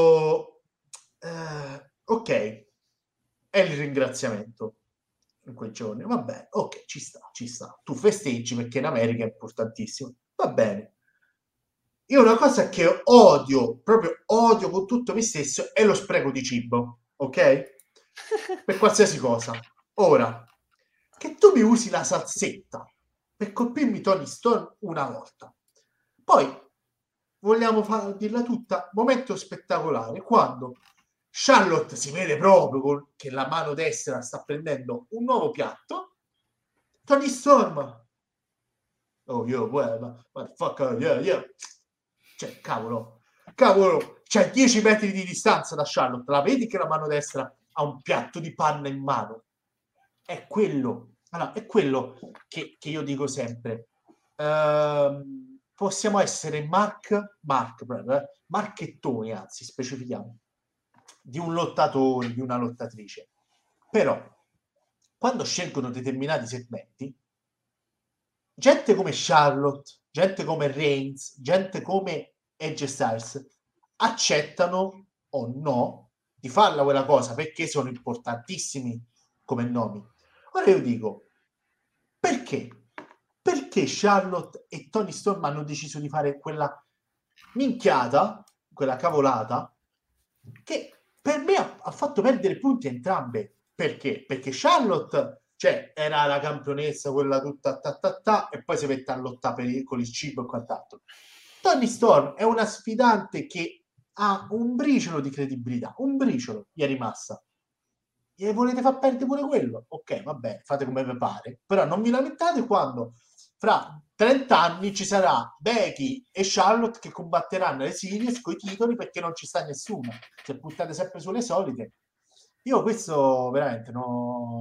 ok, è il ringraziamento in quei giorni, va bene, ok, ci sta, tu festeggi perché in America è importantissimo, va bene. Io una cosa che proprio odio con tutto me stesso è lo spreco di cibo, ok? Per qualsiasi cosa. Ora, che tu mi usi la salsetta per colpirmi Tony Storm una volta, poi vogliamo dirla tutta, momento spettacolare, quando Charlotte si vede proprio che la mano destra sta prendendo un nuovo piatto, Tony Storm, oh yo, motherfucker, yeah. Cioè, cavolo, c'è 10 metri di distanza da Charlotte, la vedi che la mano destra ha un piatto di panna in mano? È quello, allora, è quello che io dico sempre. Possiamo essere marchettoni, anzi, specifichiamo, di un lottatore, di una lottatrice. Però, quando scelgono determinati segmenti, gente come Charlotte, gente come Reigns, gente come AJ Styles accettano o no di farla quella cosa perché sono importantissimi come nomi. Ora io dico, perché Charlotte e Tony Storm hanno deciso di fare quella minchiata, quella cavolata che per me ha fatto perdere punti a entrambe? Perché Charlotte, cioè, era la campionessa, quella tutta e poi si mette a lottare con il cibo e quant'altro. Tony Storm è una sfidante che ha un briciolo di credibilità, un briciolo gli è rimasta. E volete far perdere pure quello? Ok, vabbè, fate come vi pare, però non vi lamentate quando fra 30 anni ci sarà Becky e Charlotte che combatteranno le series con i titoli perché non ci sta nessuno, se buttate sempre sulle solite. Io questo veramente non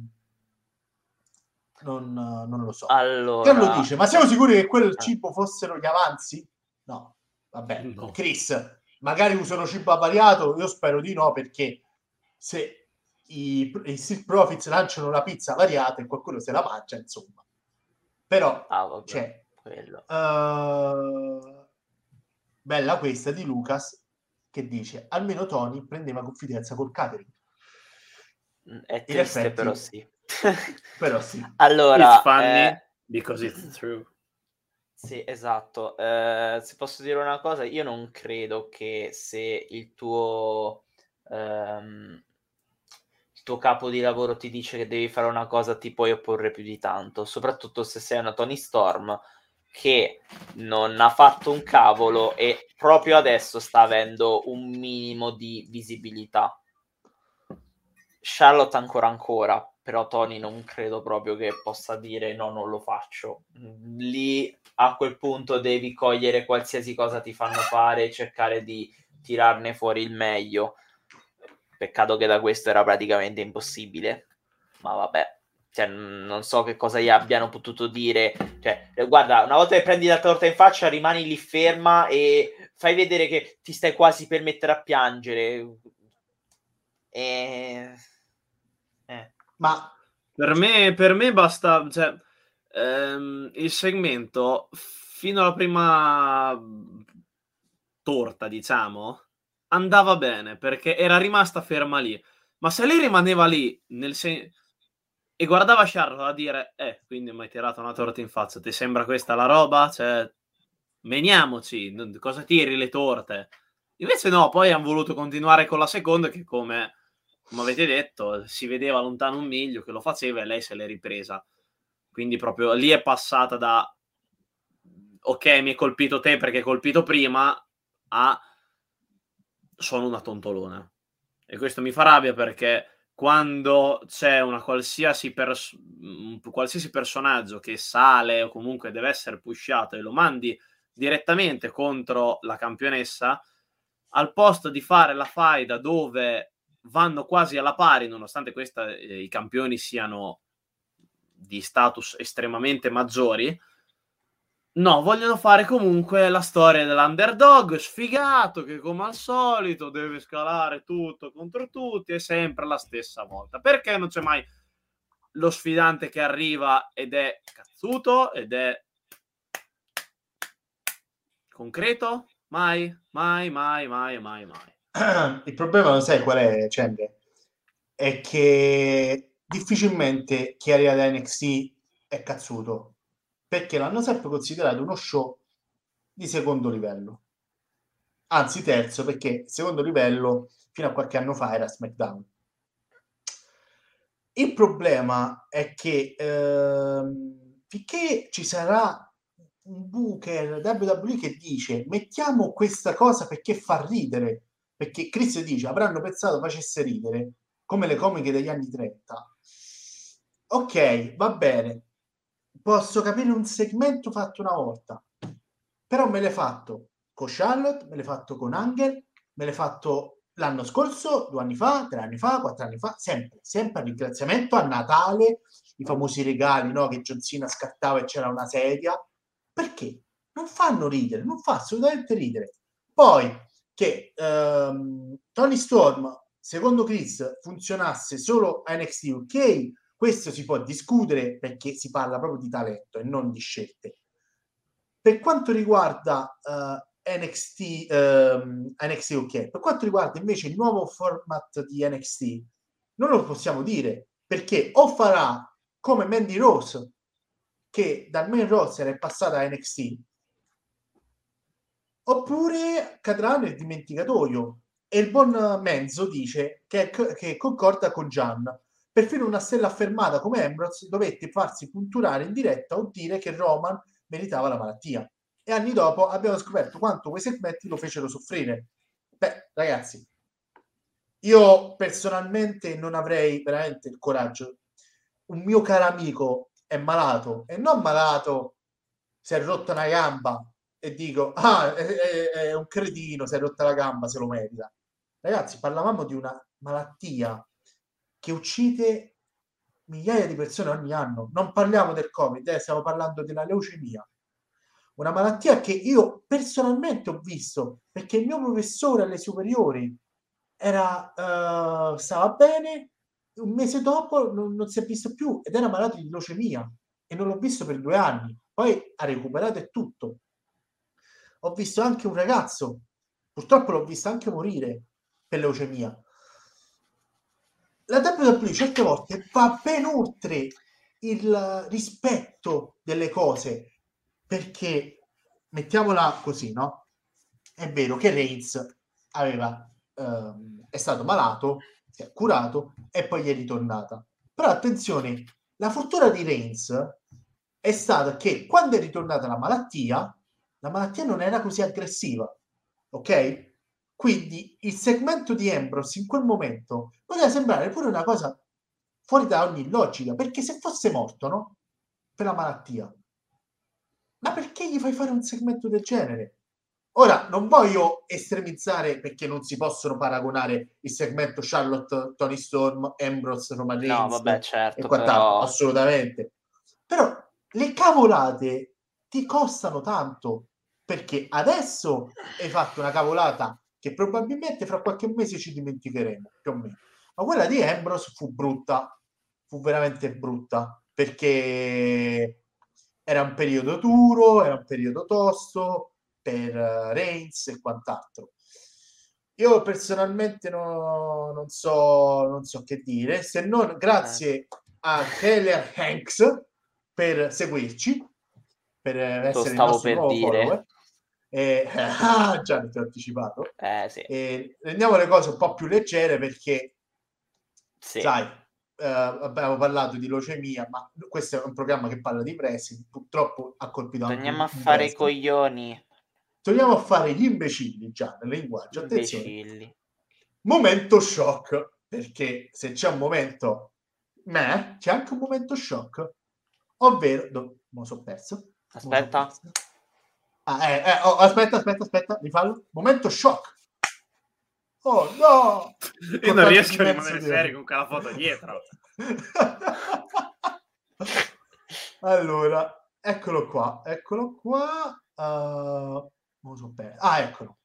lo so. Allora, Carlo dice, ma siamo sicuri che quel cibo fossero gli avanzi? No, vabbè, No. Chris, magari usano cibo avariato, io spero di no, perché se i Street Profits lanciano la pizza variata e qualcuno se la mangia, insomma. Però quello. bella questa di Lucas che dice almeno Tony prendeva confidenza col catering. È triste, effetti- però sì. Però sì. Allora, It's funny because it's true. sì, esatto. Se posso dire una cosa, io non credo che se il tuo capo di lavoro ti dice che devi fare una cosa, ti puoi opporre più di tanto, soprattutto se sei una Tony Storm che non ha fatto un cavolo e proprio adesso sta avendo un minimo di visibilità. Charlotte ancora, però Tony non credo proprio che possa dire no, non lo faccio. Lì a quel punto devi cogliere qualsiasi cosa ti fanno fare e cercare di tirarne fuori il meglio. Peccato che da questo era praticamente impossibile, ma vabbè, cioè, non so che cosa gli abbiano potuto dire. Cioè, guarda, una volta che prendi la torta in faccia rimani lì ferma e fai vedere che ti stai quasi per mettere a piangere. Ma Per me basta, cioè, il segmento fino alla prima torta, diciamo, andava bene perché era rimasta ferma lì. Ma se lei rimaneva lì e guardava Charlotte a dire quindi mi hai tirato una torta in faccia, ti sembra questa la roba? Cioè, meniamoci, cosa tiri le torte? Invece no, poi hanno voluto continuare con la seconda che come avete detto, si vedeva lontano un miglio che lo faceva e lei se l'è ripresa. Quindi proprio lì è passata da ok, mi hai colpito te perché hai colpito prima a sono una tontolona. E questo mi fa rabbia perché quando c'è una qualsiasi personaggio che sale o comunque deve essere pushato e lo mandi direttamente contro la campionessa, al posto di fare la faida dove vanno quasi alla pari, nonostante i campioni siano di status estremamente maggiori, no, vogliono fare comunque la storia dell'underdog sfigato che come al solito deve scalare tutto contro tutti, è sempre la stessa volta. Perché non c'è mai lo sfidante che arriva ed è cazzuto, ed è concreto? Mai. il problema lo sai qual è, Cende? È che difficilmente chi arriva da NXT è cazzuto, perché l'hanno sempre considerato uno show di secondo livello. Anzi terzo, perché secondo livello fino a qualche anno fa era SmackDown. Il problema è che finché ci sarà un booker WWE che dice mettiamo questa cosa perché fa ridere, perché Chris dice avranno pensato facesse ridere, come le comiche degli anni 30. Ok, va bene, posso capire un segmento fatto una volta, però me l'hai fatto con Charlotte, me l'hai fatto con Angel, me l'hai fatto l'anno scorso, 2 anni fa, 3 anni fa, 4 anni fa, sempre a ringraziamento a Natale, i famosi regali, no? Che John Cena scattava e c'era una sedia. Perché? Non fanno ridere, non fa assolutamente ridere. Poi che Tony Storm, secondo Chris, funzionasse solo a NXT UK, questo si può discutere perché si parla proprio di talento e non di scelte. Per quanto riguarda NXT UK, per quanto riguarda invece il nuovo format di NXT, non lo possiamo dire perché o farà come Mandy Rose che dal main roster è passata a NXT, oppure cadrà nel dimenticatoio. E il buon Menzo dice che concorda con Gian. Perfino una stella affermata come Ambrose dovette farsi punturare in diretta o dire che Roman meritava la malattia. E anni dopo abbiamo scoperto quanto quei segmenti lo fecero soffrire. Beh, ragazzi, io personalmente non avrei veramente il coraggio. Un mio caro amico è malato e non malato, si è rotta una gamba e dico, è un cretino, si è rotta la gamba, se lo merita. Ragazzi, parlavamo di una malattia che uccide migliaia di persone ogni anno. Non parliamo del Covid, stiamo parlando della leucemia. Una malattia che io personalmente ho visto, perché il mio professore alle superiori stava bene, un mese dopo non si è visto più ed era malato di leucemia e non l'ho visto per 2 anni. Poi ha recuperato e tutto. Ho visto anche un ragazzo Purtroppo l'ho vista anche morire per leucemia. La WWE certe volte va ben oltre il rispetto delle cose, perché mettiamola così, no? È vero che Reigns è stato malato, si è curato e poi gli è ritornata. Però attenzione, la fortuna di Reigns è stata che quando è ritornata la malattia non era così aggressiva, ok? Quindi il segmento di Ambrose in quel momento poteva sembrare pure una cosa fuori da ogni logica, perché se fosse morto, no? Per la malattia, ma perché gli fai fare un segmento del genere? Ora, non voglio estremizzare perché non si possono paragonare il segmento Charlotte, Tony Storm, Ambrose, Roman No, Reigns vabbè, e certo, quant'altro, però... assolutamente. Però le cavolate ti costano tanto, perché adesso hai fatto una cavolata che probabilmente fra qualche mese ci dimenticheremo, più o meno. Ma quella di Ambrose fu brutta, fu veramente brutta, perché era un periodo duro, era un periodo tosto per Reigns e quant'altro. Io personalmente non so che dire, se non grazie a Keller Hanks per seguirci, per Lo essere il stavo nostro per nuovo dire. follower. Già ti ho anticipato. Sì. E rendiamo le cose un po' più leggere perché, Sì. sai, abbiamo parlato di leucemia, ma questo è un programma che parla di wrestling, purtroppo ha colpito Torniamo a anche un fare i wrestling. coglioni. Torniamo a fare gli imbecilli già nel linguaggio. Attenzione, Imbecilli. momento shock, perché se c'è un momento c'è anche un momento shock, ovvero mo sono perso. Aspetta. Aspetta, rifallo. Momento shock. Oh no! Io non riesco a rimanere serio con quella foto dietro. Allora, eccolo qua. Eccolo.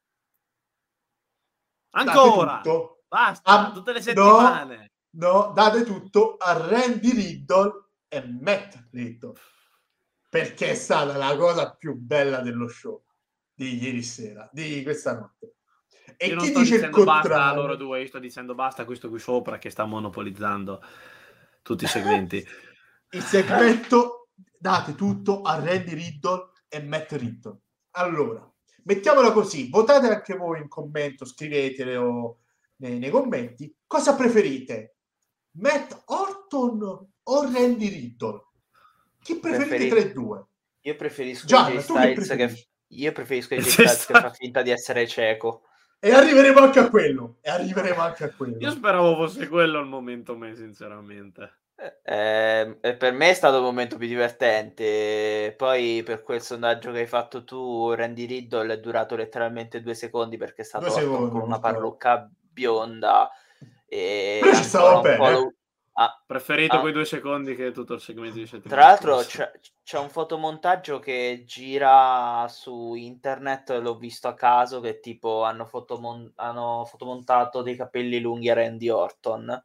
Ancora! Date tutto. Basta, tutte le settimane. No, date tutto a Randy Riddle e Matt Riddle, perché è stata la cosa più bella dello show di ieri sera, di questa notte. E io non chi sto dice il dicendo basta a contrario? loro due, io sto dicendo basta a questo qui sopra che sta monopolizzando tutti i segmenti. Il segmento date tutto a Randy Riddle e Matt Riddle. Allora, mettiamola così, votate anche voi in commento, scrivetelo nei commenti, cosa preferite? Matt Orton o Randy Riddle? Chi preferite tra i due? Io preferisco Gian, AJ tu che Styles preferisci? Io preferisco AJ Styles che fa finta di essere cieco. E arriveremo anche a quello. Io speravo fosse quello il momento me, sinceramente. Per me è stato il momento più divertente. Poi per quel sondaggio che hai fatto tu, Randy Riddle è durato letteralmente 2 secondi perché è stato Orton con una parrucca bionda e però ci stava bene. Preferito quei 2 secondi che tutto il segmento di settimana. Tra l'altro c'è un fotomontaggio che gira su internet, l'ho visto a caso, che tipo hanno fotomontato dei capelli lunghi a Randy Orton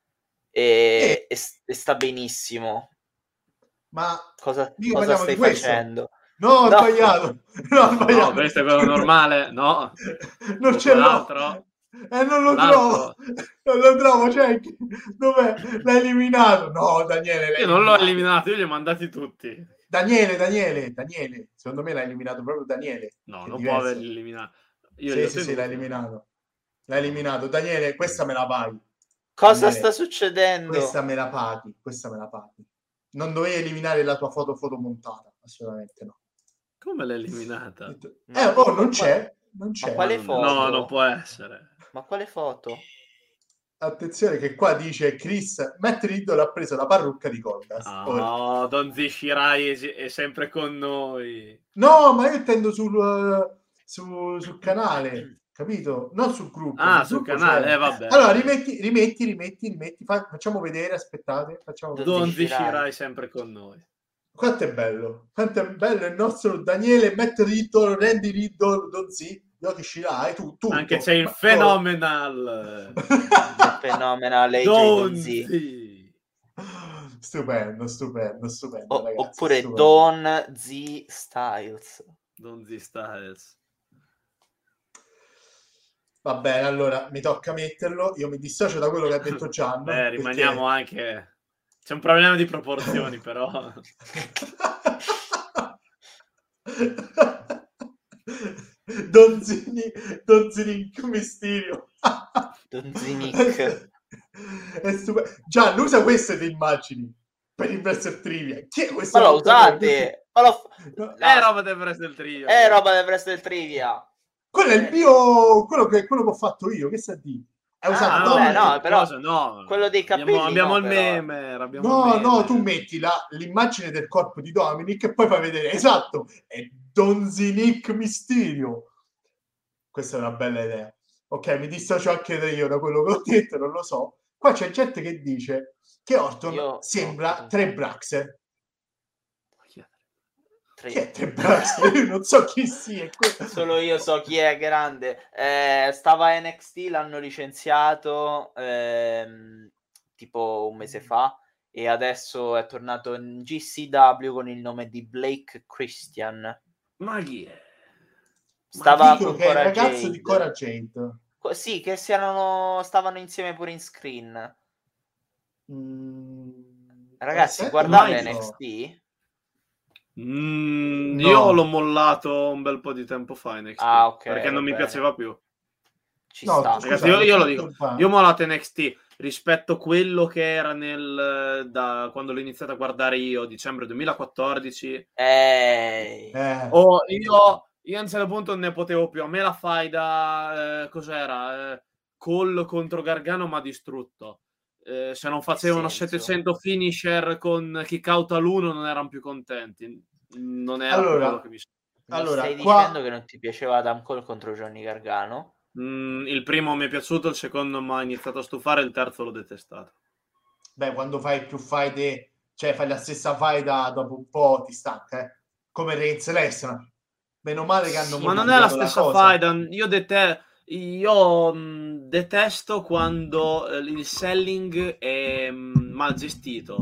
e sta benissimo. Ma cosa di stai facendo? No, ho sbagliato. No, questo è quello normale. No, non ce l'ho. Non lo trovo. Cioè, dov'è? L'hai eliminato? No, Daniele. Io non l'ho eliminato, io li ho mandati tutti. Daniele. Secondo me l'ha eliminato proprio Daniele. No, non può averli eliminato. Sì, l'ha eliminato. L'ha eliminato. Daniele, questa me la paghi. Cosa sta succedendo? Questa me la paghi. Non dovevi eliminare la tua foto montata, assolutamente no. Come l'hai eliminata? Non c'è. Ma quale foto? No, non può essere. Ma quale foto? Attenzione che qua dice Chris, Matt Riddle ha preso la parrucca di Goldust. Oh, Don Z Shirai è sempre con noi. No, ma io intendo sul canale, capito? Non sul gruppo. Sul canale, vabbè. Allora, rimetti. Facciamo vedere, aspettate. Don Z Shirai sempre con noi. Quanto è bello il nostro Daniele, Matt Riddle, Randy Riddle, Don Z. Yoki Shirai, tutto. Anche c'è il Phenomenal Don Z. Stupendo, ragazzi, oppure stupendo. Don Z Styles. Va bene, allora mi tocca metterlo. Io mi dissocio da quello che ha detto Gian. Rimaniamo anche... C'è un problema di proporzioni, però. Donzinic Mysterio. Donzinic. È stupendo. Gian, usa queste le immagini per il Wrestler Trivia. Chi è questo? Ma lo lottatore? usate? Ma lo... No. È roba del Wrestle Trivia. È roba del Wrestler Trivia. Quello è il mio... quello che ho fatto io. Che sta di? È usato vabbè, Dominic. no, però no. quello dei capelli abbiamo no, il però. meme. Abbiamo No, il meme. no, tu metti l'immagine del corpo di Dominic e poi fai vedere, esatto, è Donzinic Mysterio. Questa è una bella idea. Ok, mi dissocio anche io da quello che ho detto, non lo so. Qua c'è gente che dice che Orton sembra Trey Braxer. Chi è Trey Braxer? Io non so chi sia. Solo io so chi è, grande. Stava a NXT, l'hanno licenziato tipo un mese fa e adesso è tornato in GCW con il nome di Blake Christian. Ma chi è? Stava con che è il ragazzo di Cora Jade. Sì, che stavano insieme pure in screen. Ragazzi, guardate NXT? No. Io l'ho mollato un bel po' di tempo fa NXT, ok, perché non mi piaceva più. Ci sta. Ragazzi, io lo dico, io ho mollato NXT rispetto a quello che era da quando l'ho iniziato a guardare io, dicembre 2014. Io a un certo punto non ne potevo più. A me la faida, cos'era? Cole contro Gargano mi ha distrutto. Se non facevano 700 finisher con kick out all'1 non erano più contenti. Non era più quello che mi stai dicendo che non ti piaceva Adam Cole contro Johnny Gargano? Il primo mi è piaciuto, il secondo mi ha iniziato a stufare, il terzo l'ho detestato. Beh, quando fai più faide, cioè fai la stessa faida, dopo un po' ti stanca, come Reigns Lesnar. Meno male che hanno ma non è la stessa faida. Io detesto quando il selling è mal gestito.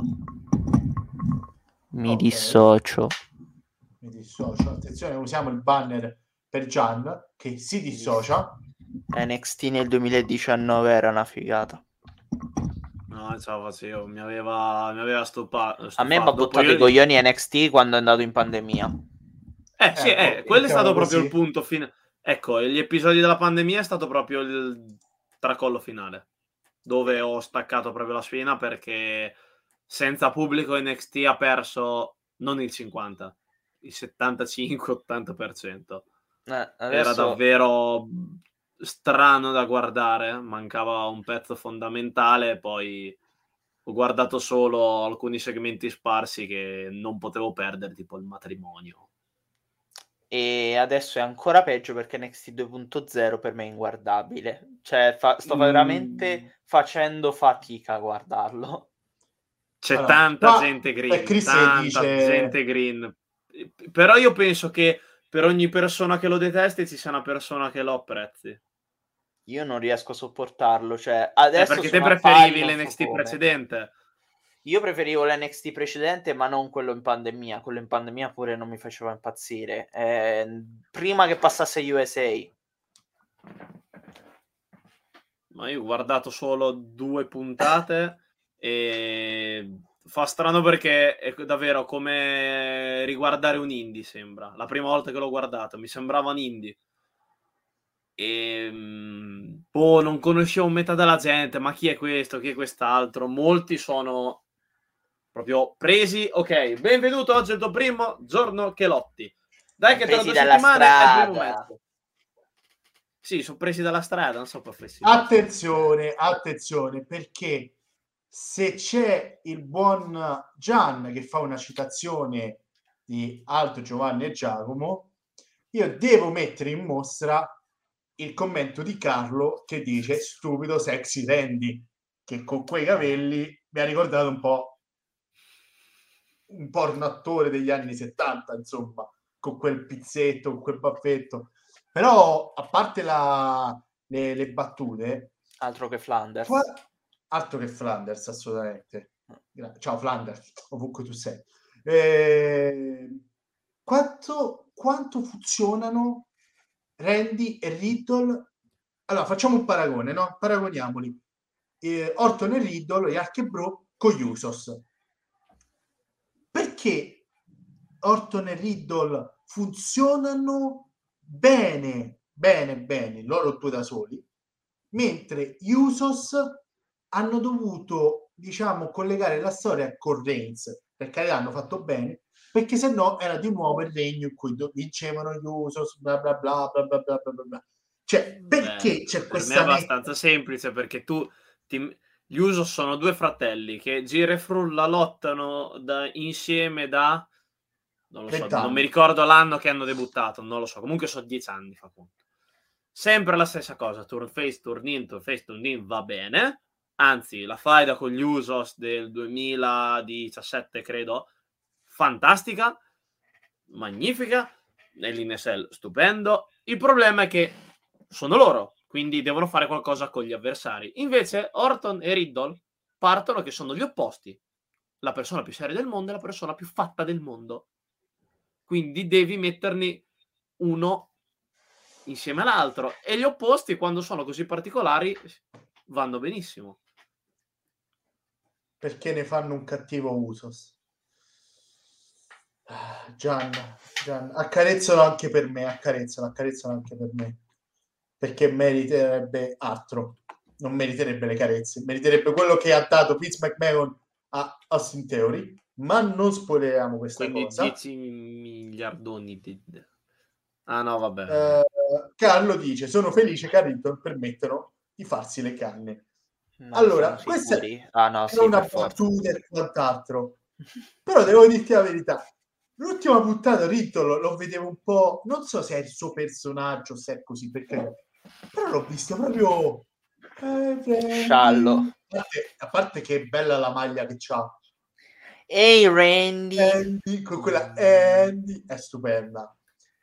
Mi dissocio. Attenzione, usiamo il banner per Gian che si dissocia. NXT nel 2019 era una figata. No, ce la facevo, mi aveva stufato. A me mi ha buttato i coglioni NXT quando è andato in pandemia. Quello è stato proprio il punto finale. Ecco, gli episodi della pandemia è stato proprio il tracollo finale, dove ho staccato proprio la spina perché senza pubblico NXT ha perso non il 50, il 75-80%. Era davvero strano da guardare, mancava un pezzo fondamentale, poi ho guardato solo alcuni segmenti sparsi che non potevo perdere, tipo il matrimonio. E adesso è ancora peggio perché NXT 2.0 per me è inguardabile. Cioè, sto veramente facendo fatica a guardarlo. C'è tanta gente green, gente green. Però io penso che per ogni persona che lo detesti ci sia una persona che lo apprezzi. Io non riesco a sopportarlo. Cioè, adesso perché te preferivi l'NXT precedente? Io preferivo l'NXT precedente, ma non quello in pandemia. Quello in pandemia pure non mi faceva impazzire. Prima che passasse USA. Ma io ho guardato solo 2 puntate e fa strano perché è davvero come riguardare un indie, sembra. La prima volta che l'ho guardato mi sembrava un indie. E non conoscevo metà della gente, ma chi è questo, chi è quest'altro? Molti sono proprio presi. Ok, benvenuto, oggi è il tuo primo giorno che lotti. Dai che tra 2 settimane è il primo match. Sì, sono presi dalla strada, non so professionisti. Attenzione, perché se c'è il buon Gian che fa una citazione di Alto Giovanni e Giacomo, io devo mettere in mostra il commento di Carlo che dice stupido sexy Randy, che con quei capelli mi ha ricordato un po' un porno attore degli anni 70, insomma, con quel pizzetto, con quel baffetto. Però, a parte le battute... Altro che Flanders. Assolutamente. Ciao Flanders, ovunque tu sei. Quanto funzionano Randy e Riddle Allora, facciamo un paragone, no? Paragoniamoli. Orton e Riddle, gli Archebro, con gli Usos. Perché Orton e Riddle funzionano bene, loro due da soli, mentre gli Usos hanno dovuto, diciamo, collegare la storia con Reigns, perché l'hanno fatto bene, perché se no era di nuovo il regno in cui vincevano gli Usos, bla bla bla bla bla bla bla bla. Cioè, perché c'è Per questa me è abbastanza semplice, perché gli Usos sono due fratelli che gira e frulla lottano insieme da, non lo so, 20 non mi anni. ricordo l'anno che hanno debuttato, non lo so, comunque sono 10 anni, fa conto. Sempre la stessa cosa, turn face, turn in, va bene. Anzi, la faida con gli Usos del 2017, credo, fantastica, magnifica, nell'INSL stupendo. Il problema è che sono loro, quindi devono fare qualcosa con gli avversari. Invece Orton e Riddle partono che sono gli opposti. La persona più seria del mondo e la persona più fatta del mondo. Quindi devi metterne uno insieme all'altro. E gli opposti, quando sono così particolari, vanno benissimo. Perché ne fanno un cattivo Usos. Gian, accarezzalo anche per me, accarezzalo anche per me, perché meriterebbe altro, non meriterebbe le carezze, meriterebbe quello che ha dato Vince McMahon a Austin Theory, ma non spoileriamo questa Quindi cosa. 10 miliardoni di... Ah no, vabbè. Carlo dice, sono felice che a Riddle permettono di farsi le canne. Ma Allora, siamo questa sicuri? Ah no, è sì, una per forza. battuta e quant'altro, però devo dirti la verità. L'ultima puntata Riddle lo vedevo un po', non so se è il suo personaggio, se è così, perché però l'ho visto proprio Sciallo. a parte che è bella la maglia che c'ha. Ehi Randy. Andy, con quella Andy è stupenda,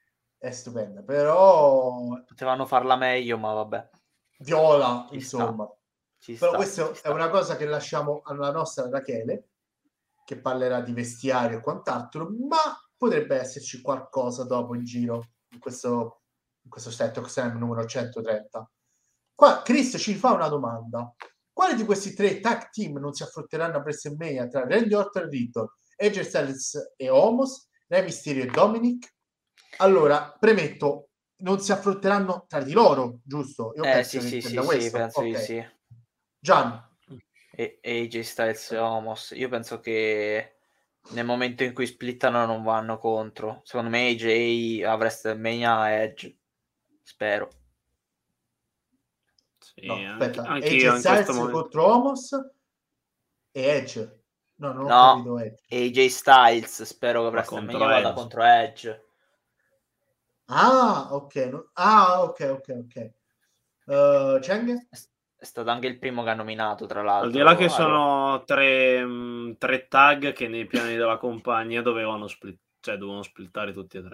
però Potevano farla meglio, ma vabbè. viola, Ci insomma. sta. Ci Però sta, questa ci è sta. una cosa che lasciamo alla nostra Rachele, che parlerà di vestiario e quant'altro, ma potrebbe esserci qualcosa dopo in giro, in questo set Oxfam numero 130. Qua Chris ci fa una domanda. Quali di questi tre tag team non si affronteranno a WrestleMania tra Randy Orton e Riddle, AJ Styles e Omos, Rey Mysterio e Dominic? Allora, premetto, non si affronteranno tra di loro, giusto? Io penso che intenda questo. penso di Ok. sì. Gian. E AJ Styles e Omos. Io penso che nel momento in cui splittano non vanno contro. Secondo me AJ a WrestleMania Edge. Spero. Sì, No, aspetta, anche AJ io in questo Styles momento. contro Omos e Edge. No, non ho No, capito Edge. AJ Styles spero che Va WrestleMania contro vada Edge. contro Edge. Ah, ok. Ok. Cheng? È stato anche il primo che ha nominato, tra l'altro. Al di là che Allora, sono tre tag che nei piani della compagnia dovevano splittare tutti e tre.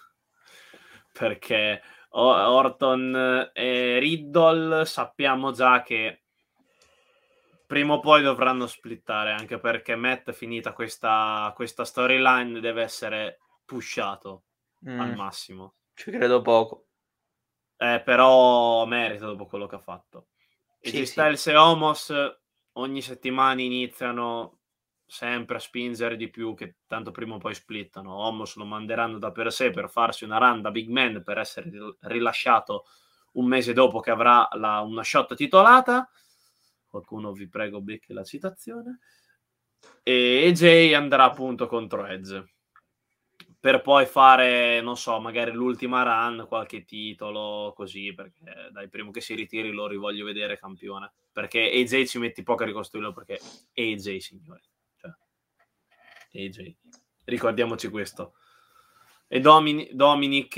Perché Orton e Riddle sappiamo già che prima o poi dovranno splittare, anche perché Matt, finita questa storyline, deve essere pushato al massimo. ci credo poco. Però merita dopo quello che ha fatto. E Sì, Styles e Omos ogni settimana iniziano sempre a spingere di più, che tanto prima o poi splittano. Omos lo manderanno da per sé per farsi una run da big man, per essere rilasciato un mese dopo che avrà una shot titolata. Qualcuno, vi prego, becchi la citazione. E Jay andrà appunto contro Edge, per poi fare, non so, magari l'ultima run, qualche titolo, così, perché dai, primo che si ritiri lo rivoglio vedere campione, perché AJ ci metti poco a ricostruirlo, perché AJ, signori, cioè, AJ, ricordiamoci questo. E Dominic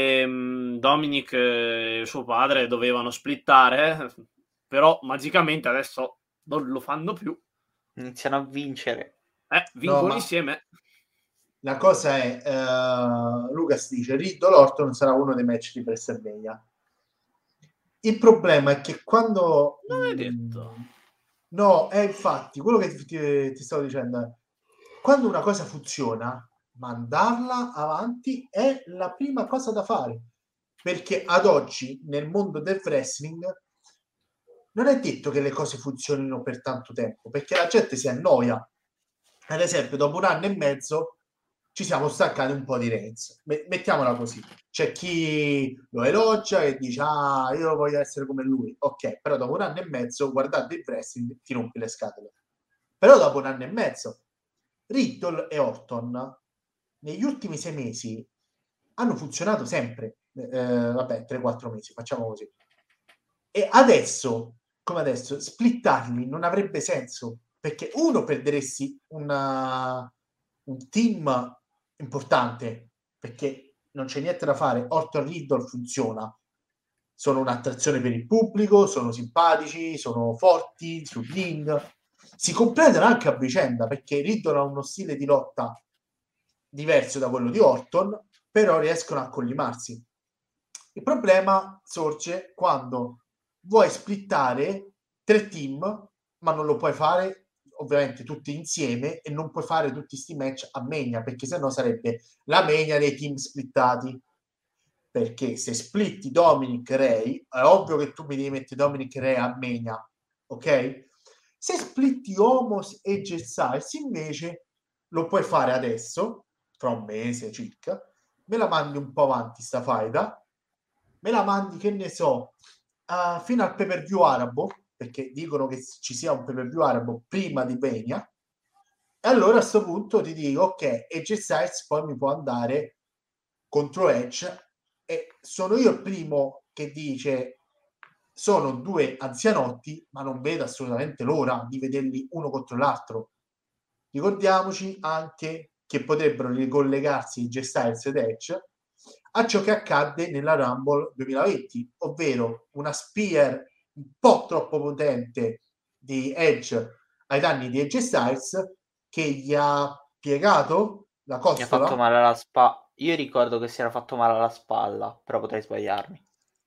e suo padre dovevano splittare, però magicamente adesso non lo fanno più. Iniziano a vincere. Vincono insieme. La cosa è, Lucas dice, Riddle Orton sarà uno dei match di WrestleMania. Il problema è che quando... Non è detto. No, è infatti, quello che ti stavo dicendo è, quando una cosa funziona, mandarla avanti è la prima cosa da fare. perché ad oggi nel mondo del wrestling non è detto che le cose funzionino per tanto tempo, perché la gente si annoia. Ad esempio, dopo 1 anno e mezzo ci siamo staccati un po' di Reigns. Mettiamola così. C'è chi lo elogia e dice io voglio essere come lui. Ok, però dopo 1 anno e mezzo guardando il wrestling ti rompi le scatole. Però dopo 1 anno e mezzo Riddle e Orton negli ultimi 6 mesi hanno funzionato sempre. Vabbè, 3-4 mesi, facciamo così. E adesso, come adesso, splittarli non avrebbe senso, perché uno perderesti un team importante, perché non c'è niente da fare. Orton Riddle funziona, sono un'attrazione per il pubblico, sono simpatici, sono forti sul ring, si completano anche a vicenda, perché Riddle ha uno stile di lotta diverso da quello di Orton, però riescono a collimarsi. Il problema sorge quando vuoi splittare 3 team, ma non lo puoi fare ovviamente tutti insieme e non puoi fare tutti sti match a Mania, perché sennò sarebbe la Mania dei team splittati. Perché se splitti Dominic Rey, è ovvio che tu mi devi mettere Dominic Rey a Mania, ok? Se splitti Omos e Jet Styles invece lo puoi fare adesso, fra un mese circa, me la mandi un po' avanti sta faida, me la mandi, che ne so, fino al pay-per-view arabo, perché dicono che ci sia un pay-per-view arabo prima di Mania, e allora a questo punto ti dico, ok, AJ Styles poi mi può andare contro Edge, e sono io il primo che dice sono 2 anzianotti, ma non vedo assolutamente l'ora di vederli uno contro l'altro. Ricordiamoci anche che potrebbero ricollegarsi AJ Styles ed Edge a ciò che accadde nella Rumble 2020, ovvero una spear un po' troppo potente di Edge ai danni di AJ Styles, che gli ha piegato la Mi ha costola. fatto male alla spalla. Io ricordo che si era fatto male alla spalla, però potrei sbagliarmi.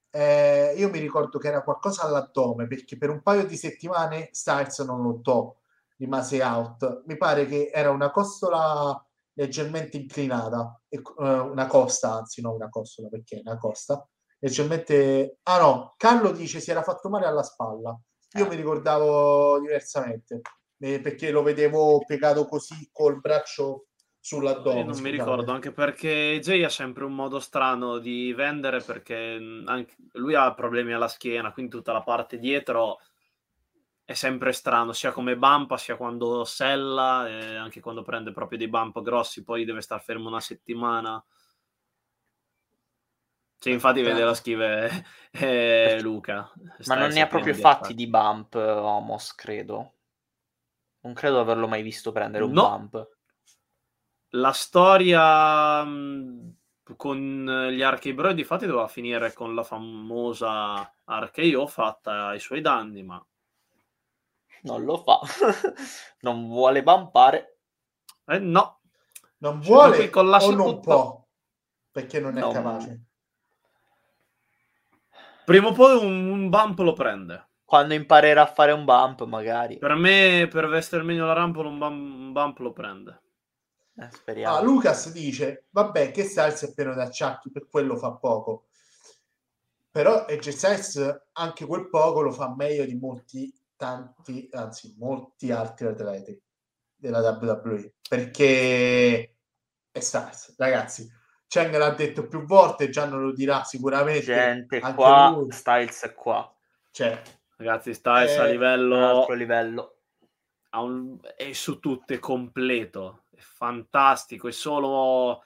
Io mi ricordo che era qualcosa all'addome, perché per un paio di settimane Styles non lottò, rimase out. Mi pare che era una costola leggermente inclinata, una costa, anzi no, una costola, perché è una costa, leggermente... Ah no, Carlo dice si era fatto male alla spalla. Io mi ricordavo diversamente, perché lo vedevo piegato così col braccio sull'addome. Io non mi ricordo, anche perché Jay ha sempre un modo strano di vendere, perché anche lui ha problemi alla schiena, quindi tutta la parte dietro è sempre strano, sia come bumpa, sia quando sella, e anche quando prende proprio dei bump grossi, poi deve star fermo una settimana. Cioè, infatti vede la scrive Luca. Ma non ne ha proprio fatti di bump Omos, credo. Non credo di averlo mai visto prendere un bump. La storia con gli RK Bro di fatti doveva finire con la famosa RKO fatta ai suoi danni, ma non lo fa. Non vuole bumpare. No. Non vuole o non tutto. può, perché non è capace. Prima o poi un bump lo prende. Quando imparerà a fare un bump, magari. Per me, per WrestleMania la Rumble, un bump lo prende. Speriamo. Lucas dice, vabbè, che Styles è pieno di acciacchi, per quello fa poco. Però AJ Styles anche quel poco lo fa meglio di molti altri atleti della WWE, perché è Styles, ragazzi. Cheng l'ha detto più volte, già non lo dirà sicuramente. Gente, anche qua lui. Styles è qua. Cioè, ragazzi, Styles a livello... Un altro livello. È su tutto, è completo, è fantastico, è solo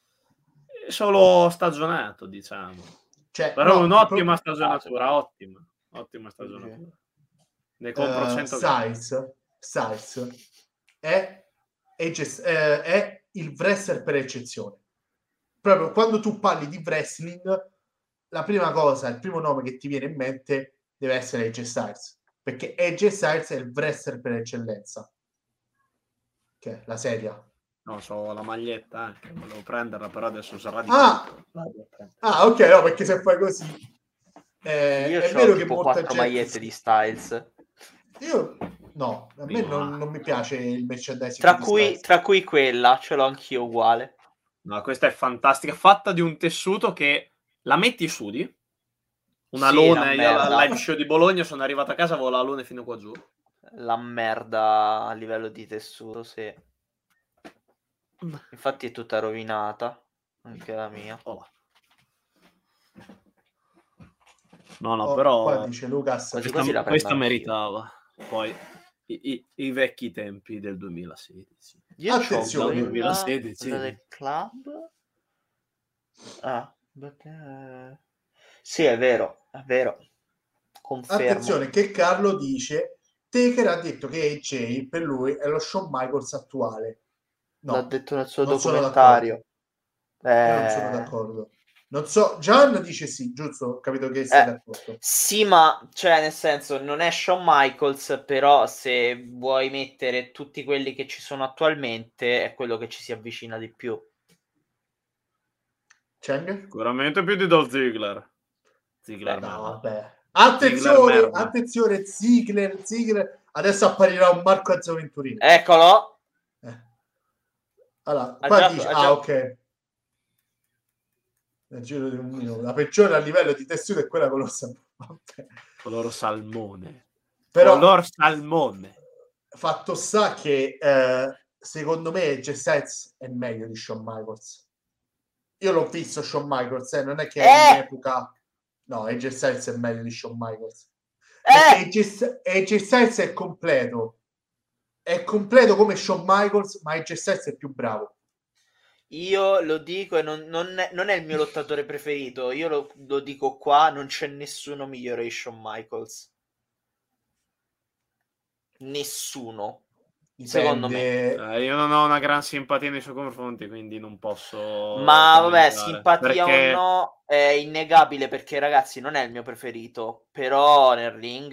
stagionato, diciamo. Cioè, però un'ottima stagionatura, ottima stagionatura. Ne compro 100. Styles è il wrestler per eccezione. Proprio quando tu parli di wrestling, la prima cosa, il primo nome che ti viene in mente deve essere AJ Styles, perché AJ Styles è il wrestler per eccellenza, che è la sedia. No, so la maglietta anche, volevo prenderla, però adesso sarà di ok, no, perché se fai così io è ho vero tipo che 4 magliette di Styles. Io no, a me non mi piace il merchandising tra cui quella ce l'ho anch'io uguale. No, questa è fantastica, fatta di un tessuto che La metti su di? Un Sì, alone, una io alla merda. live show di Bologna sono arrivato a casa, avevo l'alone fino qua giù. La merda a livello di tessuto, sì. Infatti è tutta rovinata, anche la mia. Oh. No, Qua però dice Lucas, Quasi quasi la prendo questa anch'io. meritava. Poi i vecchi tempi del 2016. Io Attenzione. c'ho quella 2016. del club. Ah, perché... Sì, è vero, confermo. attenzione che Carlo dice Taker ha detto che AJ per lui è lo Shawn Michaels attuale. L'ha No, detto nel suo non sono documentario. io non sono d'accordo. Non so, Gian dice sì, giusto? Ho capito che sei d'accordo. Sì, ma cioè nel senso non è Shawn Michaels, però se vuoi mettere tutti quelli che ci sono attualmente è quello che ci si avvicina di più. Cheng? Sicuramente più di Dolph Ziggler. Ziggler No, merda. vabbè. Ziggler Attenzione, Ziggler. Adesso apparirà un Marco Enzo Venturini. Eccolo. Allora, Ha qua già- dice, ha già- ok. Nel giro di un minuto. La peggiore a livello di tessuto è quella con lo Color salmone. Però, Color salmone. fatto sta che secondo me AJ Styles è meglio di Shawn Michaels. Io l'ho visto Shawn Michaels, non è che in epoca... No, AJ Styles è meglio di Shawn Michaels. Perché AJ Styles è completo. È completo come Shawn Michaels, ma AJ Styles è più bravo. Io lo dico e non è il mio lottatore preferito. Io lo dico qua, non c'è nessuno migliore di Shawn Michaels. Nessuno. Secondo me. Io non ho una gran simpatia nei suoi confronti, quindi non posso Ma vabbè, commentare. simpatia Perché... o no, è innegabile perché ragazzi non è il mio preferito, però nel ring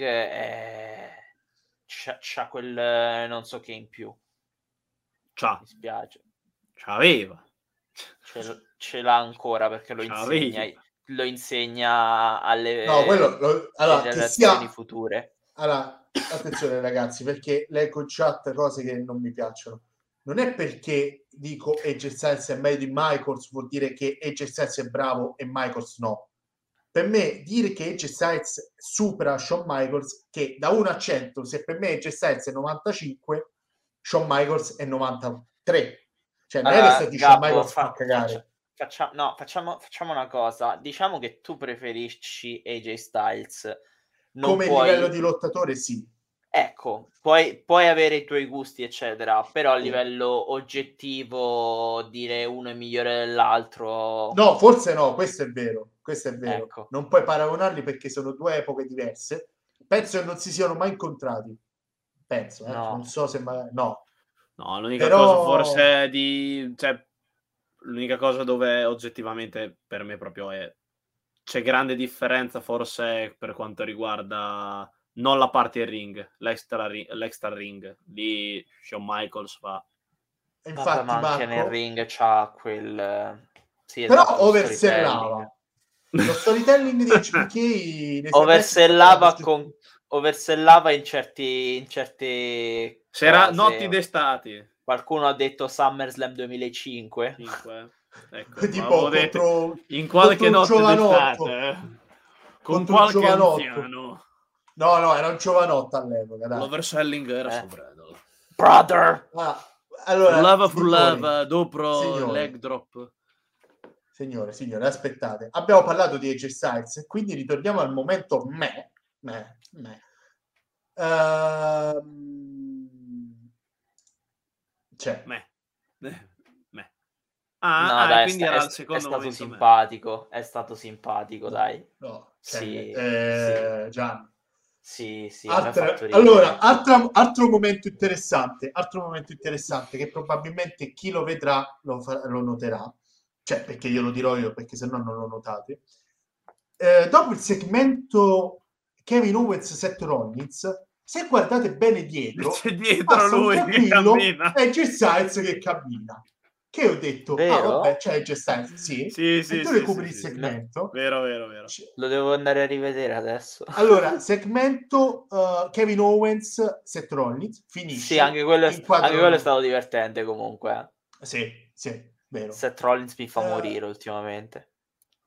c'ha quel non so che in più. Mi spiace. C'aveva. Ce l'ha ancora perché lo insegna alle generazioni future. Allora, attenzione ragazzi, perché leggo in chat cose che non mi piacciono. Non è perché dico AJ Styles è meglio di Michaels vuol dire che AJ Styles è bravo e Michaels no. Per me dire che AJ Styles supera Shawn Michaels, che da 1 a 100, se per me AJ Styles è 95, Shawn Michaels è 93. Cioè non è che stai dicendo Gabbo, Michaels fa cagare. facciamo una cosa. Diciamo che tu preferisci AJ Styles. Non come puoi... livello di lottatore sì. Ecco, puoi avere i tuoi gusti, eccetera, però a livello oggettivo dire uno è migliore dell'altro... No, forse no, questo è vero. Ecco. Non puoi paragonarli perché sono due epoche diverse. Penso che non si siano mai incontrati. Penso, No. non so se mai... No. No, l'unica cosa forse l'unica cosa dove oggettivamente per me proprio c'è grande differenza forse per quanto riguarda non la parte in ring, l'extra ring. Lì Shawn Michaels fa. Infatti, ma anche Marco, nel ring c'ha quel... Sì, però esatto, oversellava. Lo storytelling di HBK oversellava in certe c'era cose. notti d'estati. Qualcuno ha detto SummerSlam 2005. Ecco, tipo detto, in qualche notte d'estate con qualche anziano. No, era un giovanotto all'epoca, dai. L'overselling era sovrano. Brother! Allora, frullava dopo leg drop. Signore, aspettate. Abbiamo parlato di AJ Styles, quindi ritorniamo al momento dai, quindi era il secondo stato momento simpatico. È stato simpatico, dai. No, sì. Gian. Sì, allora, altro momento interessante che probabilmente chi lo vedrà lo noterà, cioè perché glielo dirò io, perché se no non lo notate. Dopo il segmento Kevin Owens Seth Rollins, se guardate bene dietro, c'è dietro lui che cammina, è AJ Styles che cammina. Che ho detto, vabbè, c'è AJ Styles, sì. Se tu recuperi il segmento, vero. Lo devo andare a rivedere adesso. Allora, segmento Kevin Owens Seth Rollins finisce. Sì, anche quello è stato divertente comunque. Sì, vero. Seth Rollins mi fa morire ultimamente.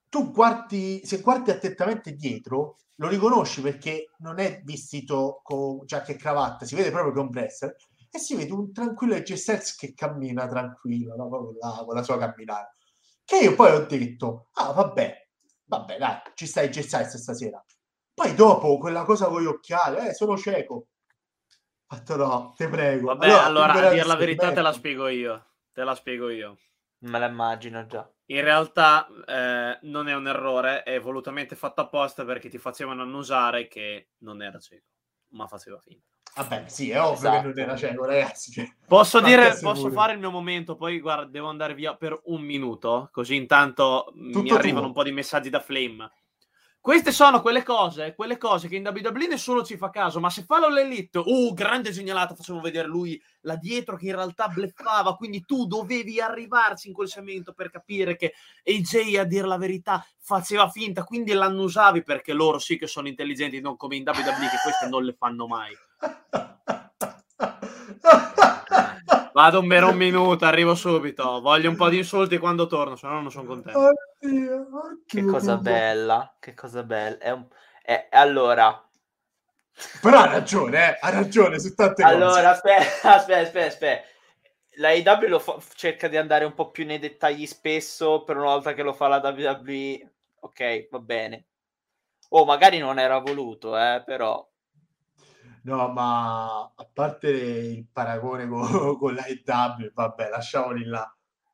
tu guardi, se guardi attentamente dietro, lo riconosci perché non è vestito con giacca e cravatta, si vede proprio che è un wrestler e si vede un tranquillo AJ Styles che cammina tranquillo, no? Proprio là, con la sua camminata. Che io poi ho detto, ah vabbè, dai, ci sta AJ Styles stasera. Poi dopo quella cosa con gli occhiali, sono cieco. Ho fatto no, te prego. Vabbè, allora, a dire la ignoranza verità te la metto. spiego io. Te la spiego io. Me la immagino già. In realtà non è un errore, è volutamente fatto apposta perché ti facevano annusare che non era cieco, ma faceva finta. Vabbè, sì, è ovvio Esatto. che non era cieco, ragazzi. Cioè, Posso pure. fare il mio momento, poi guarda, devo andare via per un minuto, così intanto mi Tutto arrivano tuo. un po' di messaggi da Flame. Queste sono quelle cose che in WWE nessuno ci fa caso, ma se fa l'Elite, grande segnalata, facciamo vedere lui là dietro che in realtà bluffava, quindi tu dovevi arrivarci in quel segmento per capire che AJ, a dire la verità, faceva finta, quindi l'annusavi perché loro sì che sono intelligenti, non come in WWE che queste non le fanno mai. Vado un vero minuto, arrivo subito. Voglio un po' di insulti quando torno, se no non sono contento. Oddio. Che cosa bella, che cosa bella. Allora... Però ha ragione su tante Allora, cose. aspetta. La AEW cerca di andare un po' più nei dettagli spesso, per una volta che lo fa la WWE, ok, va bene. Magari non era voluto, però... No, ma a parte il paragone con l'AEW, vabbè, lasciamoli là.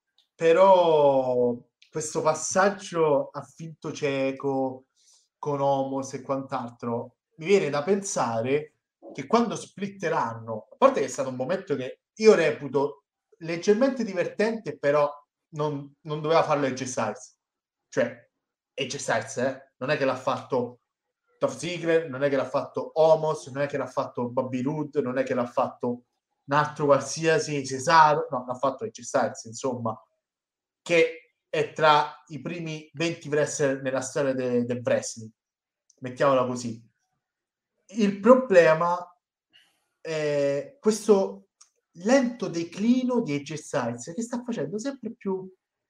Però questo passaggio a finto cieco con Homos e quant'altro mi viene da pensare che quando splitteranno, a parte che è stato un momento che io reputo leggermente divertente, però non doveva farlo AJ Styles. Cioè, AJ Styles, non è che l'ha fatto Dolph Ziggler, non è che l'ha fatto Homos, non è che l'ha fatto Bobby Roode, non è che l'ha fatto un altro qualsiasi Cesaro, no, l'ha fatto AJ Styles, insomma, che è tra i primi 20 wrestler nella storia del wrestling, mettiamola così. Il problema è questo lento declino di AJ Styles che sta facendo sempre più,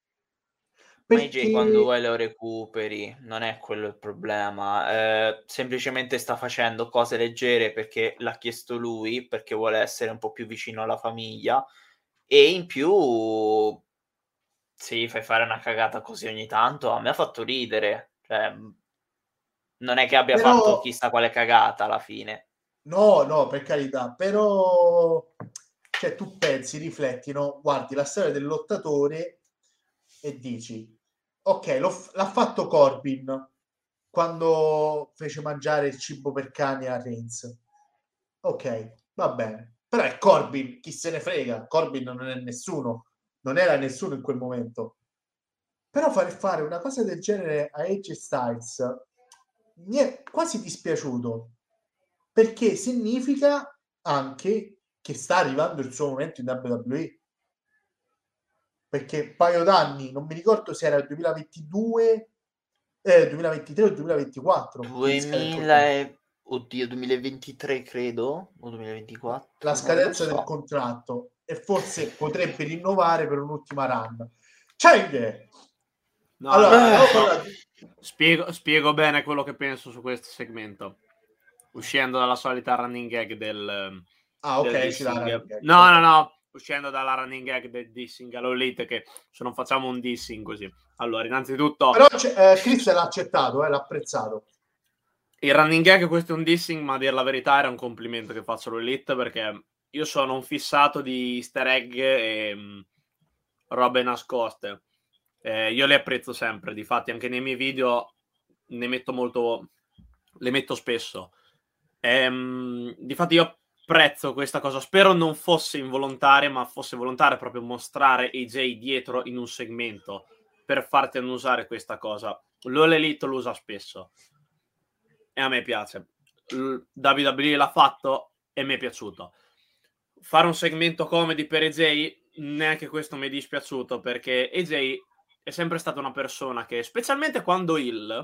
Ma AJ quando perché vuoi lo recuperi, non è quello il problema. Semplicemente sta facendo cose leggere perché l'ha chiesto lui, perché vuole essere un po' più vicino alla famiglia, e in più sì, fai fare una cagata così ogni tanto, a me ha fatto ridere. Cioè, non è che abbia fatto però chissà quale cagata alla fine. no, per carità, però cioè, tu pensi, rifletti, no? Guardi la storia del lottatore e dici, ok, l'ha fatto Corbin quando fece mangiare il cibo per cani a Reigns. Ok, va bene. Però è Corbin, chi se ne frega? Corbin non è nessuno, non era nessuno in quel momento. Però fare una cosa del genere a AJ Styles mi è quasi dispiaciuto, perché significa anche che sta arrivando il suo momento in WWE. Perché un paio d'anni, non mi ricordo se era il 2022, 2023 o 2024. 2023 credo, o 2024, La non lo scadenza del so. contratto e forse potrebbe rinnovare per un'ultima run. C'è No, allora, spiego bene quello che penso su questo segmento, uscendo dalla solita running gag del ok, dissing. No, uscendo dalla running gag del dissing all'Elite, che se non facciamo un dissing così. Allora, innanzitutto... Però Chris l'ha accettato, l'ha apprezzato. Il running gag, questo è un dissing, ma a dire la verità era un complimento che faccio all'Elite, perché io sono un fissato di easter egg e robe nascoste. Io le apprezzo sempre, difatti anche nei miei video le metto spesso. Difatti io apprezzo questa cosa, spero non fosse involontaria, ma fosse volontaria, proprio mostrare AJ dietro in un segmento per farti annusare questa cosa. L'Elite lo usa spesso e a me piace. WWE l'ha fatto e mi è piaciuto. Fare un segmento comedy per AJ, neanche questo mi è dispiaciuto, perché AJ è sempre stata una persona che, specialmente quando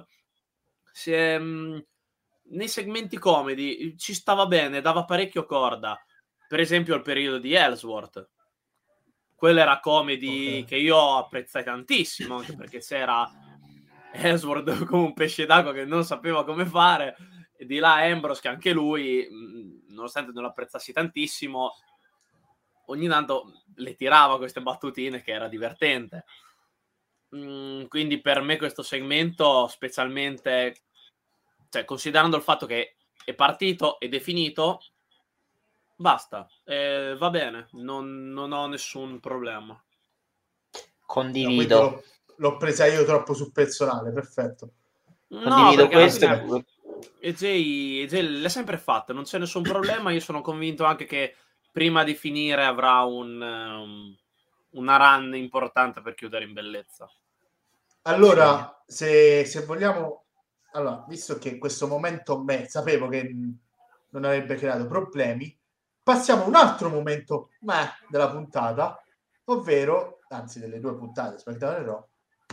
nei segmenti comedy ci stava bene, dava parecchio corda. Per esempio il periodo di Ellsworth. Quella era comedy che io apprezzai tantissimo, anche perché c'era Ellsworth come un pesce d'acqua che non sapeva come fare, e di là Ambrose che anche lui, nonostante non l'apprezzassi tantissimo, ogni tanto le tirava queste battutine che era divertente. Quindi per me questo segmento, specialmente, cioè, considerando il fatto che è partito ed è finito, basta, va bene, non ho nessun problema. Condivido. No, l'ho presa io troppo sul personale, perfetto. Condivido questo. EJ l'ha sempre fatta, non c'è nessun problema. Io sono convinto anche che prima di finire avrà una run importante per chiudere in bellezza. Allora, se vogliamo, allora, visto che questo momento sapevo che non avrebbe creato problemi, passiamo a un altro momento della puntata, ovvero, anzi delle 2 puntate, SmackDown e Raw.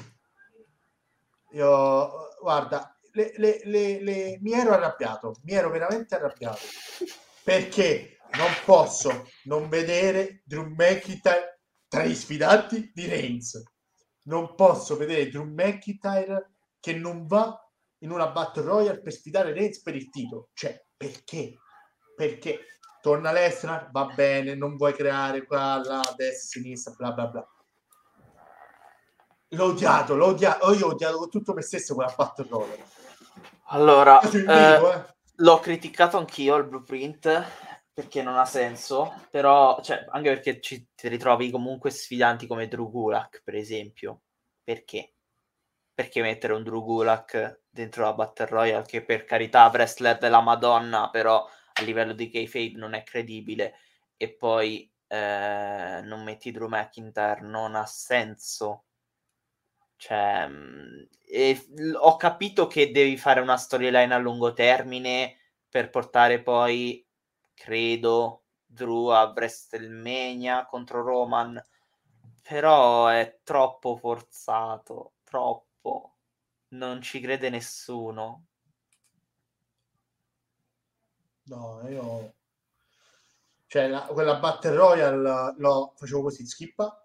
Io, guarda, mi ero arrabbiato, mi ero veramente arrabbiato, perché non posso non vedere Drew McIntyre tra gli sfidanti di Reigns. Non posso vedere Drew McIntyre che non va in una Battle Royale per sfidare Reigns per il titolo. Cioè, perché? Perché torna Lesnar, va bene, non vuoi creare qua, là, destra, sinistra, bla bla bla. L'ho odiato, io ho odiato con tutto me stesso quella Battle Royale. Allora, l'ho criticato anch'io il Blueprint, perché non ha senso, però, cioè, anche perché ti ritrovi comunque sfidanti come Drew Gulak, per esempio. Perché? Perché mettere un Drew Gulak dentro la Battle Royale, che per carità wrestler della Madonna, però a livello di kayfabe non è credibile, e poi non metti Drew McIntyre, non ha senso. Cioè, ho capito che devi fare una storyline a lungo termine per portare poi, credo, Drew a WrestleMania contro Roman, però è troppo forzato, troppo, non ci crede nessuno. No, io, cioè, quella Battle Royale lo facevo così, schippa.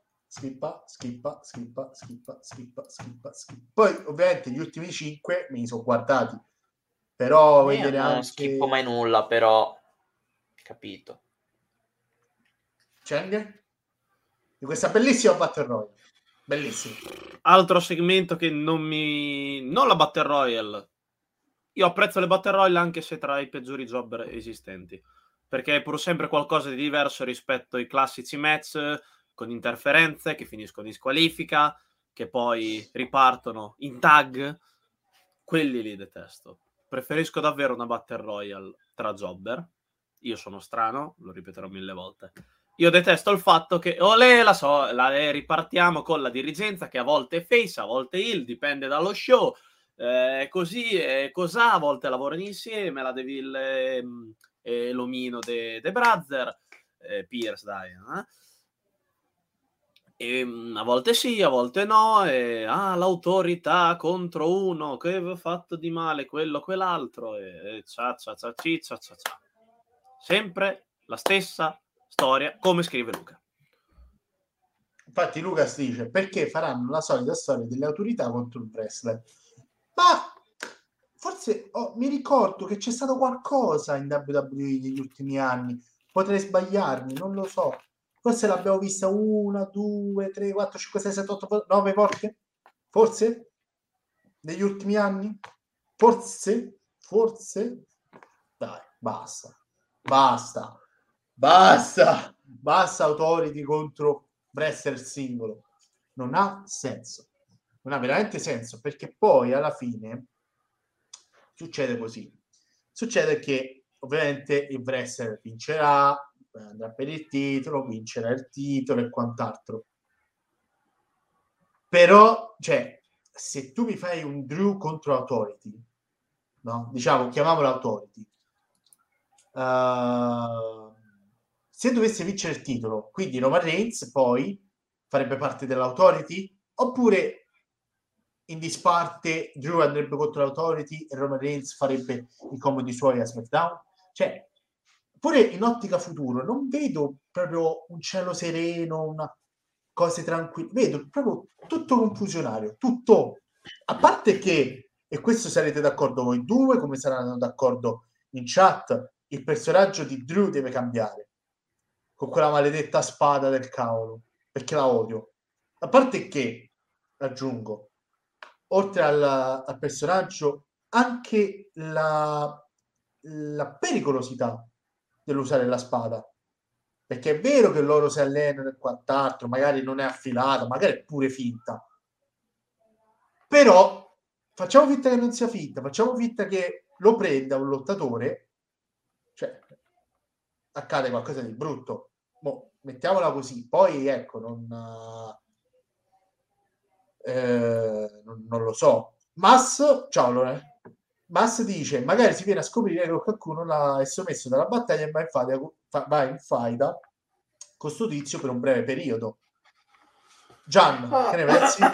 Poi ovviamente gli ultimi 5 me li sono guardati, però vedere non anche... schippo mai nulla, però capito. Cheng? Di questa bellissima Battle Royale, bellissima. Altro segmento che non la Battle Royale. Io apprezzo le Battle Royale anche se tra i peggiori jobber esistenti, perché è pur sempre qualcosa di diverso rispetto ai classici match con interferenze che finiscono in squalifica, che poi ripartono in tag. Quelli li detesto. Preferisco davvero una Battle Royale tra jobber. Io sono strano, lo ripeterò 1000 volte. Io detesto il fatto che ripartiamo con la dirigenza che a volte è face, a volte heel, dipende dallo show. Così e cos'ha, a volte lavorano insieme, la Deville e l'omino de Brother, Pierce, dai. E a volte sì, a volte no, e l'autorità contro uno che aveva fatto di male quello, quell'altro, e cia. Sempre la stessa storia, come scrive Luca. Infatti Lucas dice, perché faranno la solita storia delle autorità contro il wrestler? Ma forse mi ricordo che c'è stato qualcosa in WWE negli ultimi anni, potrei sbagliarmi, non lo so. Forse l'abbiamo vista 1, 2, 3, 4, 5, 6, 7, 8, 9 volte? Forse? Negli ultimi anni? Forse? Dai, basta Authority contro wrestler singolo. Non ha senso. Non ha veramente senso, perché poi alla fine succede così. Succede che ovviamente il wrestler vincerà, andrà per il titolo, vincerà il titolo e quant'altro. Però, cioè, se tu mi fai un Drew contro Authority, no? Diciamo, chiamiamolo Authority, se dovesse vincere il titolo, quindi Roman Reigns poi farebbe parte dell'Authority, oppure in disparte Drew andrebbe contro l'Authority e Roman Reigns farebbe i comodi suoi a SmackDown. Cioè, pure in ottica futuro non vedo proprio un cielo sereno, una cose tranquille, vedo proprio tutto confusionario, tutto. a parte che, e questo sarete d'accordo voi due, come saranno d'accordo in chat, il personaggio di Drew deve cambiare con quella maledetta spada del cavolo, perché la odio. A parte che, aggiungo, oltre al personaggio, anche la pericolosità dell'usare la spada. Perché è vero che loro si allenano e quant'altro, magari non è affilata, magari è pure finta. Però facciamo finta che non sia finta, facciamo finta che lo prenda un lottatore, cioè accade qualcosa di brutto. Boh, mettiamola così. Poi ecco, non lo so. Ciao Lore. Mass dice, magari si viene a scoprire che qualcuno l'ha sommesso dalla battaglia e va in faida con sto tizio per un breve periodo. Gian, che ne pensi?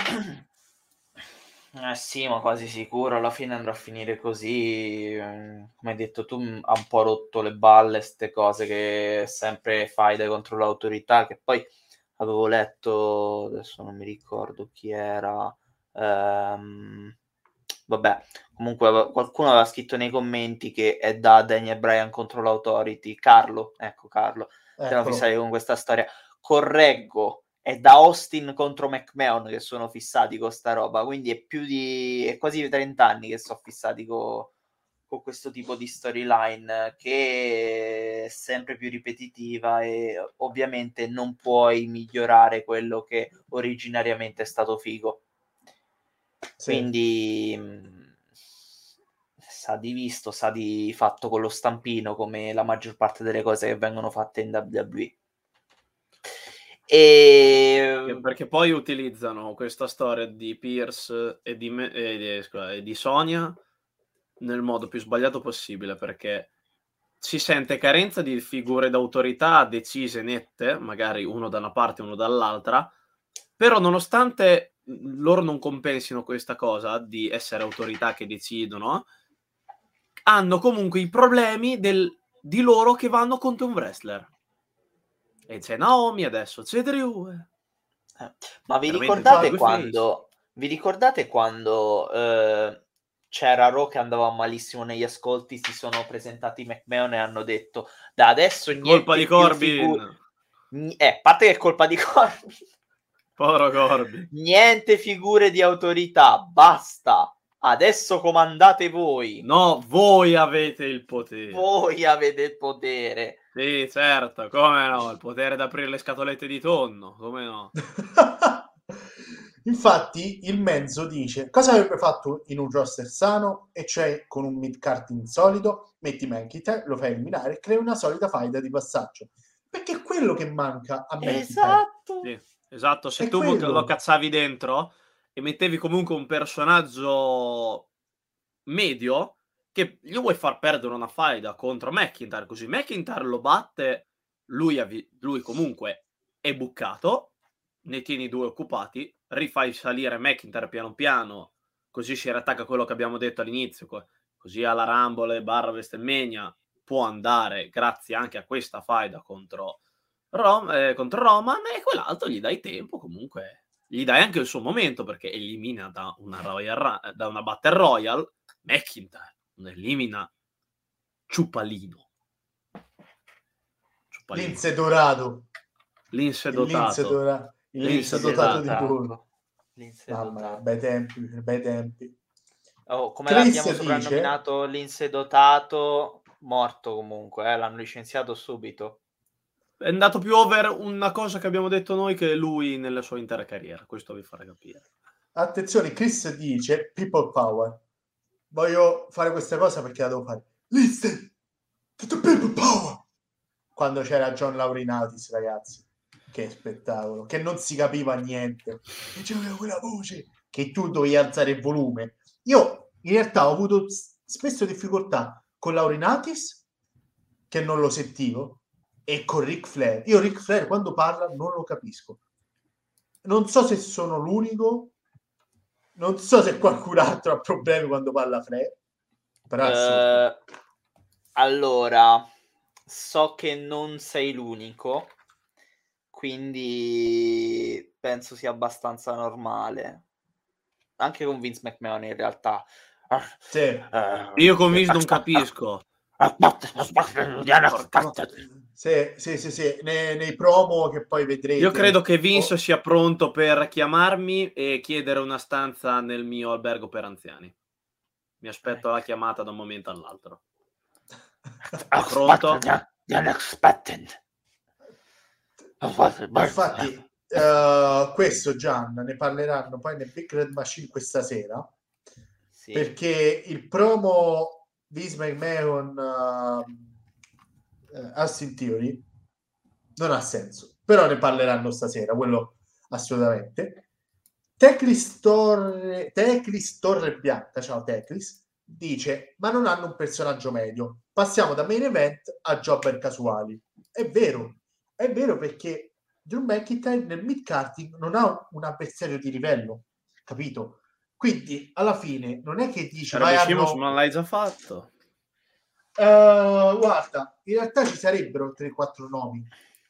Sì, ma quasi sicuro alla fine andrà a finire così. Come hai detto tu, ha un po' rotto le balle ste cose che sempre faide contro l'autorità, che poi avevo letto, adesso non mi ricordo chi era, vabbè, comunque qualcuno aveva scritto nei commenti che è da Daniel Bryan contro l'Authority, Carlo, siamo fissati con questa storia. Correggo, è da Austin contro McMahon che sono fissati con sta roba, quindi è quasi 30 anni che sono fissati con questo tipo di storyline che è sempre più ripetitiva e ovviamente non puoi migliorare quello che originariamente è stato figo. Sì. Quindi sa di visto, sa di fatto con lo stampino, come la maggior parte delle cose che vengono fatte in WWE. Perché poi utilizzano questa storia di Pierce e di Sonia nel modo più sbagliato possibile, perché si sente carenza di figure d'autorità decise, nette, magari uno da una parte e uno dall'altra, però nonostante loro non compensino questa cosa di essere autorità che decidono, hanno comunque i problemi di loro che vanno contro un wrestler. E c'è Naomi adesso, c'è Drew. Ma vi Veramente ricordate quando c'era Raw che andava malissimo negli ascolti, si sono presentati McMahon e hanno detto da adesso colpa niente di più Corbin. a parte che è colpa di Corbin. Povero Corbin. Niente figure di autorità, basta. Adesso comandate voi. No, voi avete il potere. Voi avete il potere. Sì, certo, come no, il potere di aprire le scatolette di tonno, come no. Infatti il mezzo dice cosa avrebbe fatto in un roster sano, e cioè con un mid-card insolito, metti McIntyre, lo fai eliminare e crei una solida faida di passaggio, perché è quello che manca a McIntyre. Esatto. Sì, esatto, se È tu quello. lo cazzavi dentro e mettevi comunque un personaggio medio, che gli vuoi far perdere una faida contro McIntyre, così McIntyre lo batte, lui comunque è buccato, ne tieni due occupati, rifai salire McIntyre piano piano, così si rattacca quello che abbiamo detto all'inizio, così alla Rumble / WrestleMania può andare grazie anche a questa faida contro Roman, e quell'altro gli dai tempo, comunque gli dai anche il suo momento, perché elimina da una Battle Royale McIntyre, non elimina Ciuppalino. Lince dorato. Lince Il dotato. lince dotato di dotato. burro. Lince Mamma mia, dotato. bei tempi. Oh, come Chris l'abbiamo soprannominato Lince dotato, morto comunque, l'hanno licenziato subito. È andato più over una cosa che abbiamo detto noi che lui nella sua intera carriera, questo vi farà capire. Attenzione, Chris dice people power. Voglio fare questa cosa perché la devo fare. Listen to the people power. Quando c'era John Laurinatis, ragazzi, che spettacolo, che non si capiva niente, e c'era quella voce che tu dovevi alzare il volume. Io in realtà ho avuto spesso difficoltà con Laurinatis, che non lo sentivo, e con Ric Flair. Io Ric Flair quando parla non lo capisco. Non so se sono l'unico, non so se qualcun altro ha problemi quando parla Flair, però allora, so che non sei l'unico, quindi penso sia abbastanza normale. anche con Vince McMahon in realtà. Sì. Io con Vince non capisco. Sì. Nei promo che poi vedrete. Io credo che Vince sia pronto per chiamarmi e chiedere una stanza nel mio albergo per anziani. Mi aspetto la chiamata da un momento all'altro. Pronto? Infatti, questo Gian ne parleranno poi nel Big Red Machine questa sera, Sì. perché il promo Vince McMahon Austin Theory non ha senso, però ne parleranno stasera, quello assolutamente. Teclis Torrebianca, ciao Teclis, dice: ma non hanno un personaggio medio, passiamo da main event a jobber casuali. È vero perché Drew McIntyre nel mid-carting non ha un avversario di livello, capito? Quindi alla fine non è che dici vai a ma l'hai già fatto. guarda, in realtà ci sarebbero 3-4 nomi.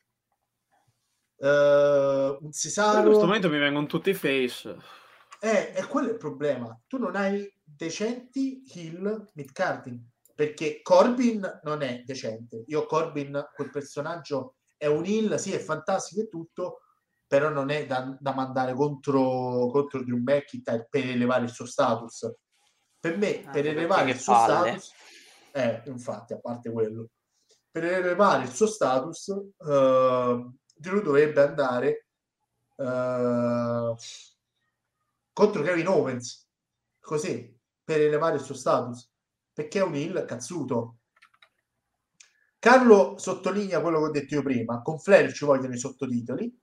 Un Cesaro. In questo momento mi vengono tutti face. E quello è il problema. Tu non hai decenti heel mid-carding, perché Corbin non è decente. Io Corbin, quel personaggio è un heel, sì, è fantastico e tutto, però non è da mandare contro Drew McIntyre per elevare il suo status. Per me, per elevare il suo status, infatti, a parte quello, per elevare il suo status, Drew dovrebbe andare contro Kevin Owens, così, per elevare il suo status, perché è un heel cazzuto. Carlo sottolinea quello che ho detto io prima: con Flair ci vogliono i sottotitoli.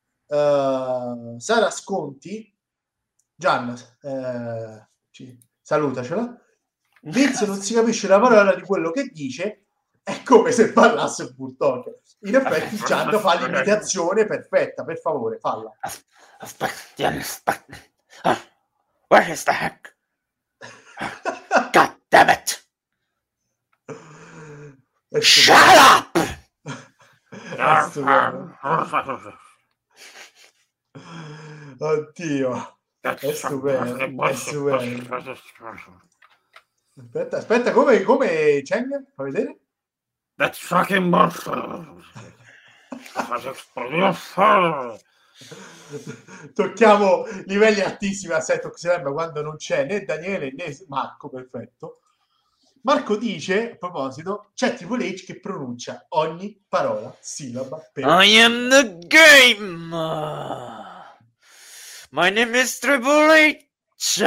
Sara Sconti, Gian, salutacela. Vince non si capisce la parola di quello che dice, è come se parlasse un bulldog. In effetti Gian fa l'imitazione perfetta, per favore, falla. Aspetta. Where is the heck? God damn it! Shut up! Oddio, è stupendo. Aspetta, come Cheng? Fa vedere? That's fucking Tocchiamo livelli altissimi a Setox Slam quando non c'è né Daniele né Marco. Perfetto. Marco dice, a proposito, c'è Triple H che pronuncia ogni parola, sillaba per I am the game. My name is Triple H.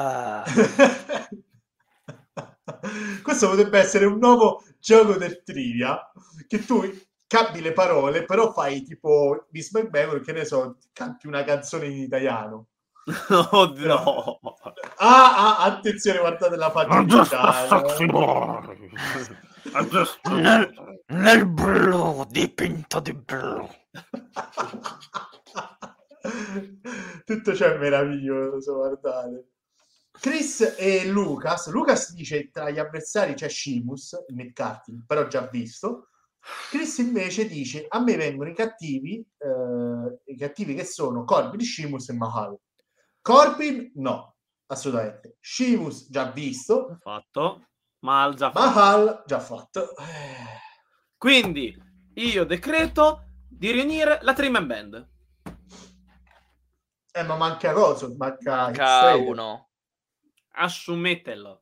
Questo potrebbe essere un nuovo gioco del trivia, che tu cambi le parole, però fai tipo Vince McMahon, che ne so, canti una canzone in italiano. Oh no! Attenzione, guardate la facilità. Nel blu, dipinto di blu. Tutto c'è meraviglioso, guardate. Chris e Lucas dice tra gli avversari c'è Sheamus, il mid-carting, però già visto. Chris invece dice a me vengono i cattivi che sono Corbin, Sheamus e Mahal. Corbin no, assolutamente. Sheamus già visto, fatto. Mahal già fatto. Mahal già fatto. Quindi io decreto di riunire la Trim Band. Ma manca cosa? Manca uno. Assumetelo.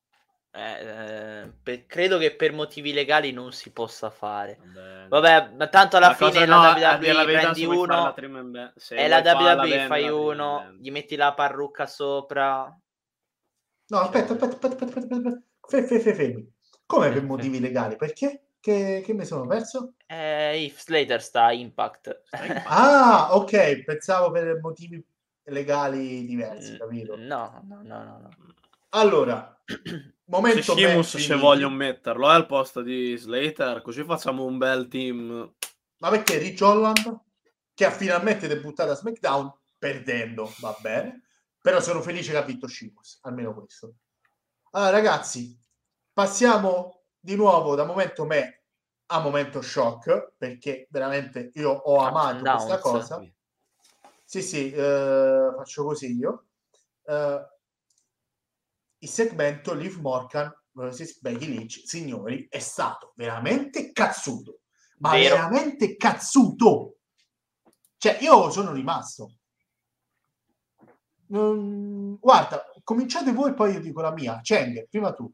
Credo che per motivi legali non si possa fare. Vabbè, ma tanto alla fine la WWE prendi uno e la WWE fai uno, gli metti la parrucca sopra. No, aspetta. Fermi. Come per motivi legali? Perché? Che mi sono perso? If Slater sta a Impact. Ah, ok, pensavo per motivi legali diversi, capito? No. Allora, momento se Sheamus se voglio metterlo al posto di Slater, così facciamo un bel team. Ma perché Rich Holland, che ha finalmente debuttato a SmackDown perdendo, va bene, però sono felice che ha vinto Sheamus, almeno questo. Allora ragazzi, passiamo di nuovo da momento me a momento shock, perché veramente io ho amato questa cosa. Sì, faccio così io. il segmento Liv Morgan vs Becky Lynch, signori, è stato veramente cazzuto, ma Vero. veramente cazzuto. Cioè, io sono rimasto. Guarda, cominciate voi, poi io dico la mia. Cenghe, prima tu.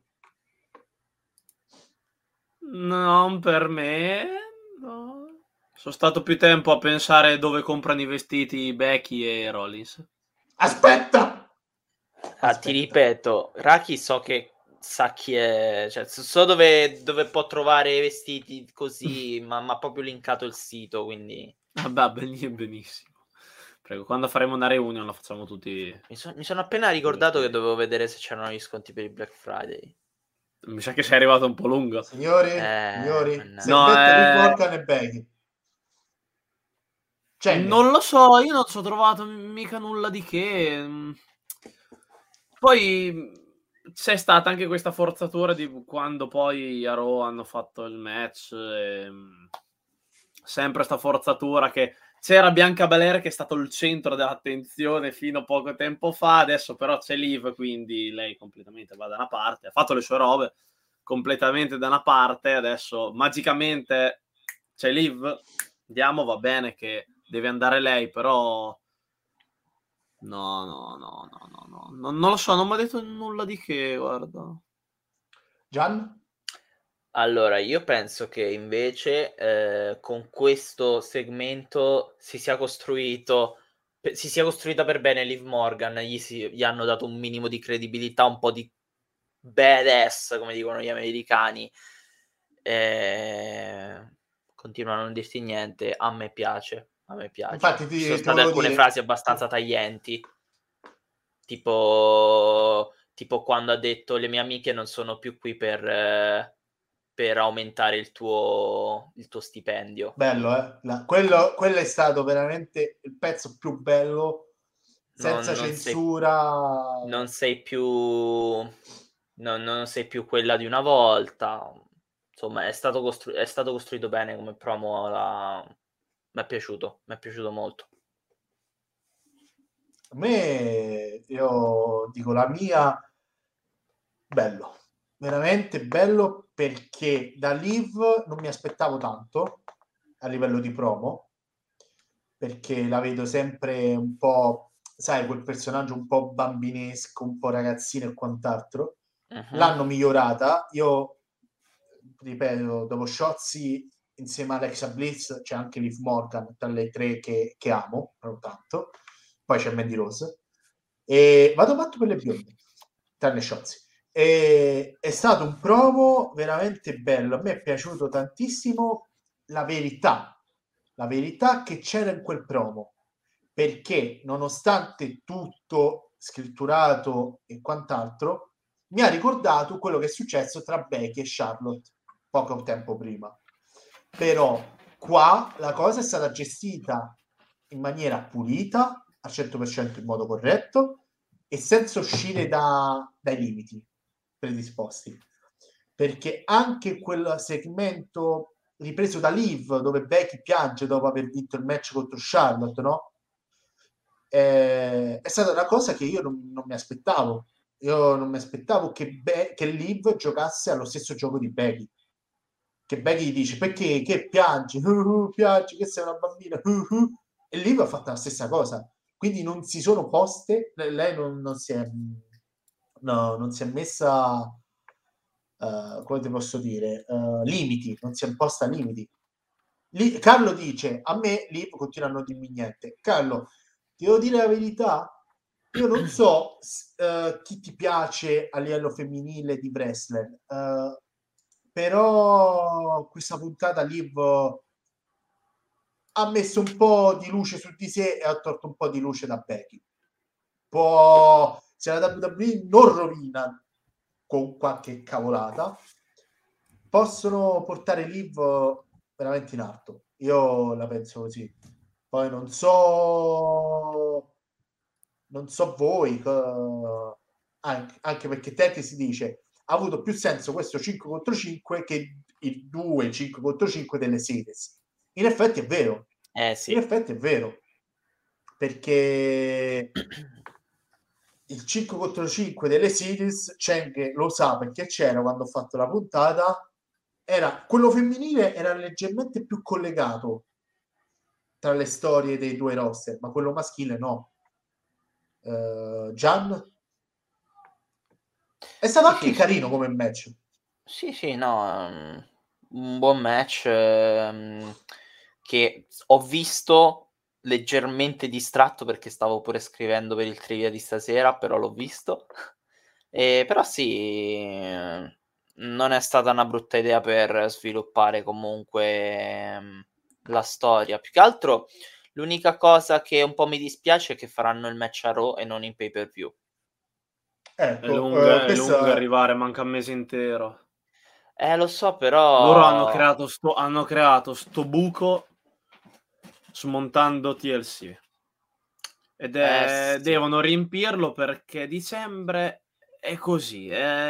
Non per me, no. Sono stato più tempo a pensare dove comprano i vestiti Becky e Rollins. Aspetta! Ti ripeto, Raki so che sa chi è, cioè so dove può trovare i vestiti così, ma proprio linkato il sito, quindi Vabbè, benissimo. Prego, quando faremo una reunion la facciamo tutti. mi sono appena ricordato che dovevo vedere se c'erano gli sconti per il Black Friday. Mi sa che sei arrivato un po' lungo. Signori, mannaggia. segmento Liv Morgan e Becky. Cenghe. Non lo so, io non ci ho trovato mica nulla di che. Poi c'è stata anche questa forzatura di quando poi a Raw hanno fatto il match. Sempre sta forzatura che c'era Bianca Belair che è stato il centro dell'attenzione fino a poco tempo fa, adesso però c'è Liv, quindi lei completamente va da una parte, ha fatto le sue robe completamente da una parte, adesso magicamente c'è Liv, andiamo, va bene che deve andare lei, però no, non lo so, non mi ha detto nulla di che, guarda. Gian? Allora, io penso che invece con questo segmento si sia costruita per bene Liv Morgan, gli hanno dato un minimo di credibilità, un po' di badass, come dicono gli americani. Continuano a non dirti niente, a me piace. Infatti ci sono state alcune frasi abbastanza taglienti, tipo quando ha detto le mie amiche non sono più qui per aumentare il tuo stipendio. Bello, quello è stato veramente il pezzo più bello, senza censura. Non sei più quella di una volta. Insomma, è stato costruito bene come promo. Mi è piaciuto molto. A me, io dico la mia, bello, veramente bello, perché da Liv non mi aspettavo tanto a livello di promo, perché la vedo sempre un po', sai, quel personaggio un po' bambinesco, un po' ragazzino e quant'altro. L'hanno migliorata. Io ripeto, dopo Shotzi insieme a Alexa Bliss c'è anche Liv Morgan tra le tre che amo non tanto, poi c'è Mandy Rose e vado matto per le bionde tranne Shotzi. È stato un promo veramente bello, a me è piaciuto tantissimo la verità che c'era in quel promo, perché nonostante tutto scritturato e quant'altro mi ha ricordato quello che è successo tra Becky e Charlotte poco tempo prima. Però qua la cosa è stata gestita in maniera pulita, al 100% in modo corretto e senza uscire dai limiti predisposti. Perché anche quel segmento ripreso da Liv, dove Becky piange dopo aver vinto il match contro Charlotte, no? È stata una cosa che io non mi aspettavo. Io non mi aspettavo che Liv giocasse allo stesso gioco di Becky. Che Becky gli dice perché che piangi? Piangi che sei una bambina. E Liv ha fatto la stessa cosa. Quindi non si sono poste, lei non si è messa come ti posso dire limiti, non si è imposta limiti. Carlo dice a me Liv continua a non dirmi niente. Carlo, ti devo dire la verità, io non so chi ti piace a livello femminile di wrestler, però questa puntata Liv ha messo un po' di luce su di sé e ha tolto un po' di luce da Becky. Poi se la WWE non rovina con qualche cavolata, possono portare Liv veramente in alto. Io la penso così. Poi non so voi, anche perché Tete si dice ha avuto più senso questo 5 contro 5 che il 2 5 contro 5 delle series. In effetti è vero. Sì. In effetti è vero. Perché il 5 contro 5 delle series, Cheng lo sa perché c'era quando ho fatto la puntata, era quello femminile era leggermente più collegato tra le storie dei due roster, ma quello maschile no. Gian è stato Sì, anche sì, carino come match. sì, no, un buon match che ho visto leggermente distratto perché stavo pure scrivendo per il trivia di stasera, però l'ho visto. Però sì, non è stata una brutta idea per sviluppare comunque la storia. Più che altro l'unica cosa che un po' mi dispiace è che faranno il match a Raw e non in pay-per-view. Ecco, È questo lunga è... arrivare, manca un mese intero. Lo so, Loro però hanno creato sto buco smontando TLC. Ed sì. devono riempirlo perché dicembre è così.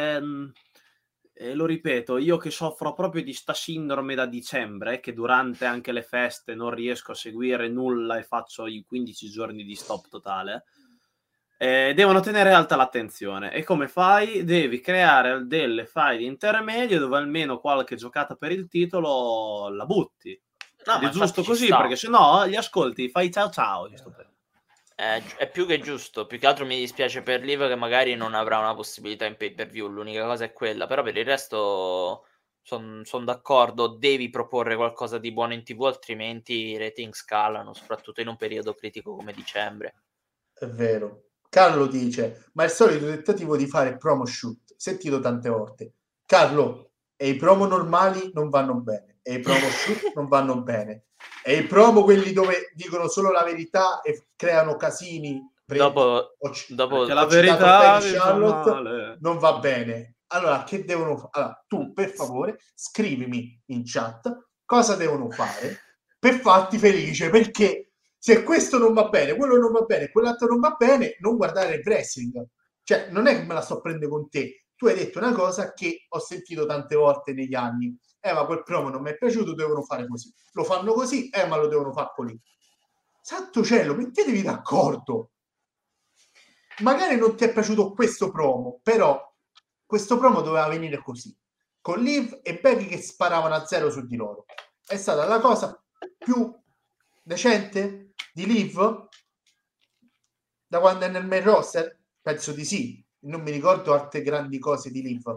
E lo ripeto, io che soffro proprio di sta sindrome da dicembre, che durante anche le feste non riesco a seguire nulla e faccio i 15 giorni di stop totale, devono tenere alta l'attenzione. E come fai? Devi creare delle file intermedie dove almeno qualche giocata per il titolo la butti. No, Ed ma è giusto infatti ci così, sta. perché se no gli ascolti, fai ciao ciao. È più che giusto. Più che altro mi dispiace per Liv che magari non avrà una possibilità in pay-per-view. L'unica cosa è quella. Però per il resto sono d'accordo. Devi proporre qualcosa di buono in TV, altrimenti i rating scalano, soprattutto in un periodo critico come dicembre. È vero. Carlo dice, ma è il solito tentativo di fare promo shoot. Sentito tante volte. Carlo, e i promo normali non vanno bene. E i promo shoot non vanno bene. E i promo, quelli dove dicono solo la verità e creano casini. Dopo Perché la ho citato verità Baby vi fa Charlotte, male. non va bene. Allora, che devono fare? Allora, tu, per favore, scrivimi in chat cosa devono fare per farti felice, perché se questo non va bene, quello non va bene, quell'altro non va bene, non guardare il wrestling. Cioè, non è che me la sto prendendo con te. Tu hai detto una cosa che ho sentito tante volte negli anni. Ma quel promo non mi è piaciuto, devono fare così. Lo fanno così, ma lo devono fare così. Santo cielo, mettetevi d'accordo. Magari non ti è piaciuto questo promo, però questo promo doveva venire così, con Liv e Becky che sparavano a zero su di loro. È stata la cosa più decente di Liv da quando è nel main roster? Penso di sì. Non mi ricordo altre grandi cose di Liv.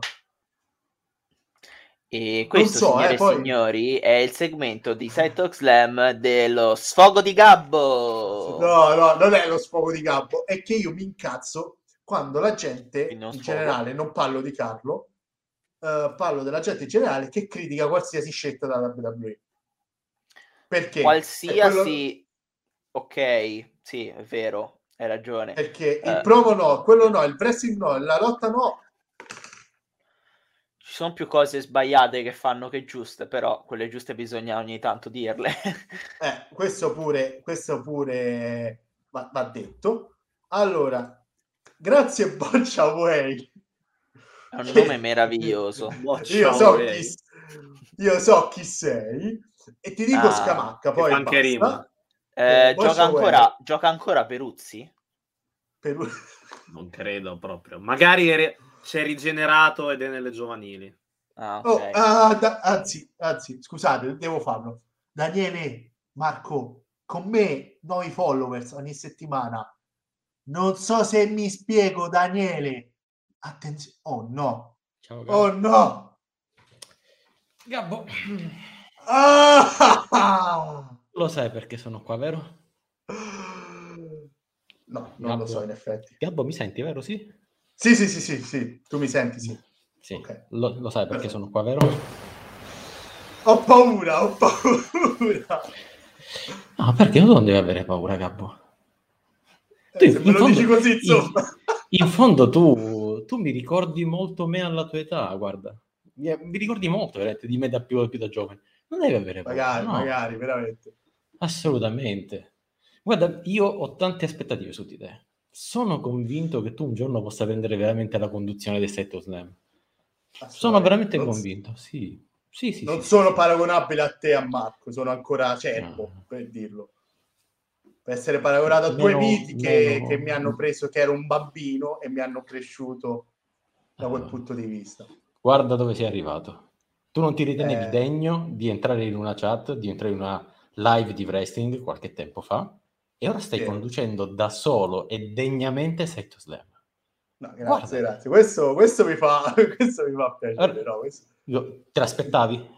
E questo, so, signore e poi... signori, è il segmento di Side Talk Slam dello sfogo di Gabbo. No, non è lo sfogo di Gabbo, è che io mi incazzo quando la gente, Quindi non in sfogo. generale, non parlo di Carlo, parlo della gente in generale che critica qualsiasi scelta da WWE. Perché? Qualsiasi... Ok, sì, è vero, hai ragione. Perché il promo no, quello no, il wrestling no, la lotta no. Ci sono più cose sbagliate che fanno che giuste, però quelle giuste bisogna ogni tanto dirle. Questo pure va detto. Allora, grazie Boccia Way. È un nome meraviglioso. Io so chi sei e ti dico Scamacca, Che poi fa anche rima. Gioca ancora Peruzzi? Non credo proprio. Magari si è rigenerato ed è nelle giovanili. Okay. Anzi, scusate, devo farlo. Daniele, Marco, con me, nuovi followers ogni settimana. Non so se mi spiego, Daniele. Attenzione. Oh no. Ciao, Gabbo. Oh no. Gabbo. Ah! Lo sai perché sono qua, vero? No, non Gabbo. lo so in effetti. Gabbo, mi senti, vero? Sì? Sì. Tu mi senti, sì. Sì. Okay. Lo sai perché sono qua, vero? Ho paura. No, perché tu non devi avere paura, Gabbo. Se me lo dici così, insomma. In fondo tu mi ricordi molto me alla tua età, guarda. Mi ricordi molto, veramente, di me da più da giovane. Non devi avere paura. Magari, veramente. Assolutamente. Guarda, io ho tante aspettative su di te. Sono convinto che tu un giorno possa prendere veramente la conduzione del Side Talk Slam. Sono veramente convinto, sì. Non sono paragonabile a te e a Marco, sono ancora acerbo, per dirlo. Per essere paragonato a due miti che no. mi hanno preso, che ero un bambino e mi hanno cresciuto da quel punto di vista. Guarda dove sei arrivato. Tu non ti ritenevi degno di entrare in una chat, di entrare in una live di wrestling qualche tempo fa, e ora stai conducendo da solo e degnamente Saito Slam. No, grazie. Questo mi fa piacere. Allora, no? te l'aspettavi?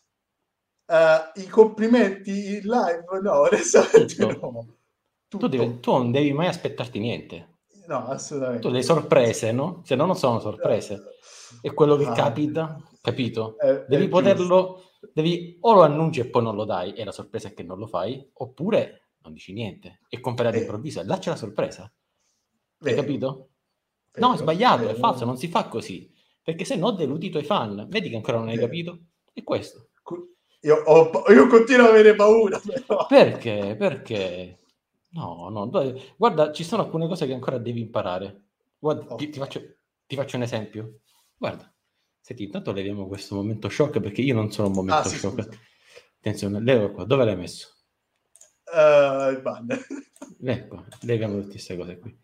I complimenti in live? No, onestamente no. Tu non devi mai aspettarti niente. No, assolutamente. Tu le sorprese, no? Se no, non sono sorprese. È quello che capita, capito? Devi poterlo, o lo annunci e poi non lo dai, e la sorpresa è che non lo fai, oppure non dici niente e compari all'improvviso, e là c'è la sorpresa. Hai capito? No, è sbagliato, è falso, non si fa così. Perché se no deludi i tuoi fan. Vedi che ancora non hai capito? È questo. Io continuo a avere paura. Però. Perché? No, guarda, ci sono alcune cose che ancora devi imparare. Guarda, ti faccio un esempio. Guarda, senti, intanto leviamo questo momento shock, perché io non sono un momento shock. Scusa. Attenzione, levo qua. Dove l'hai messo? Il banner. Ecco, leviamo tutte queste cose qui.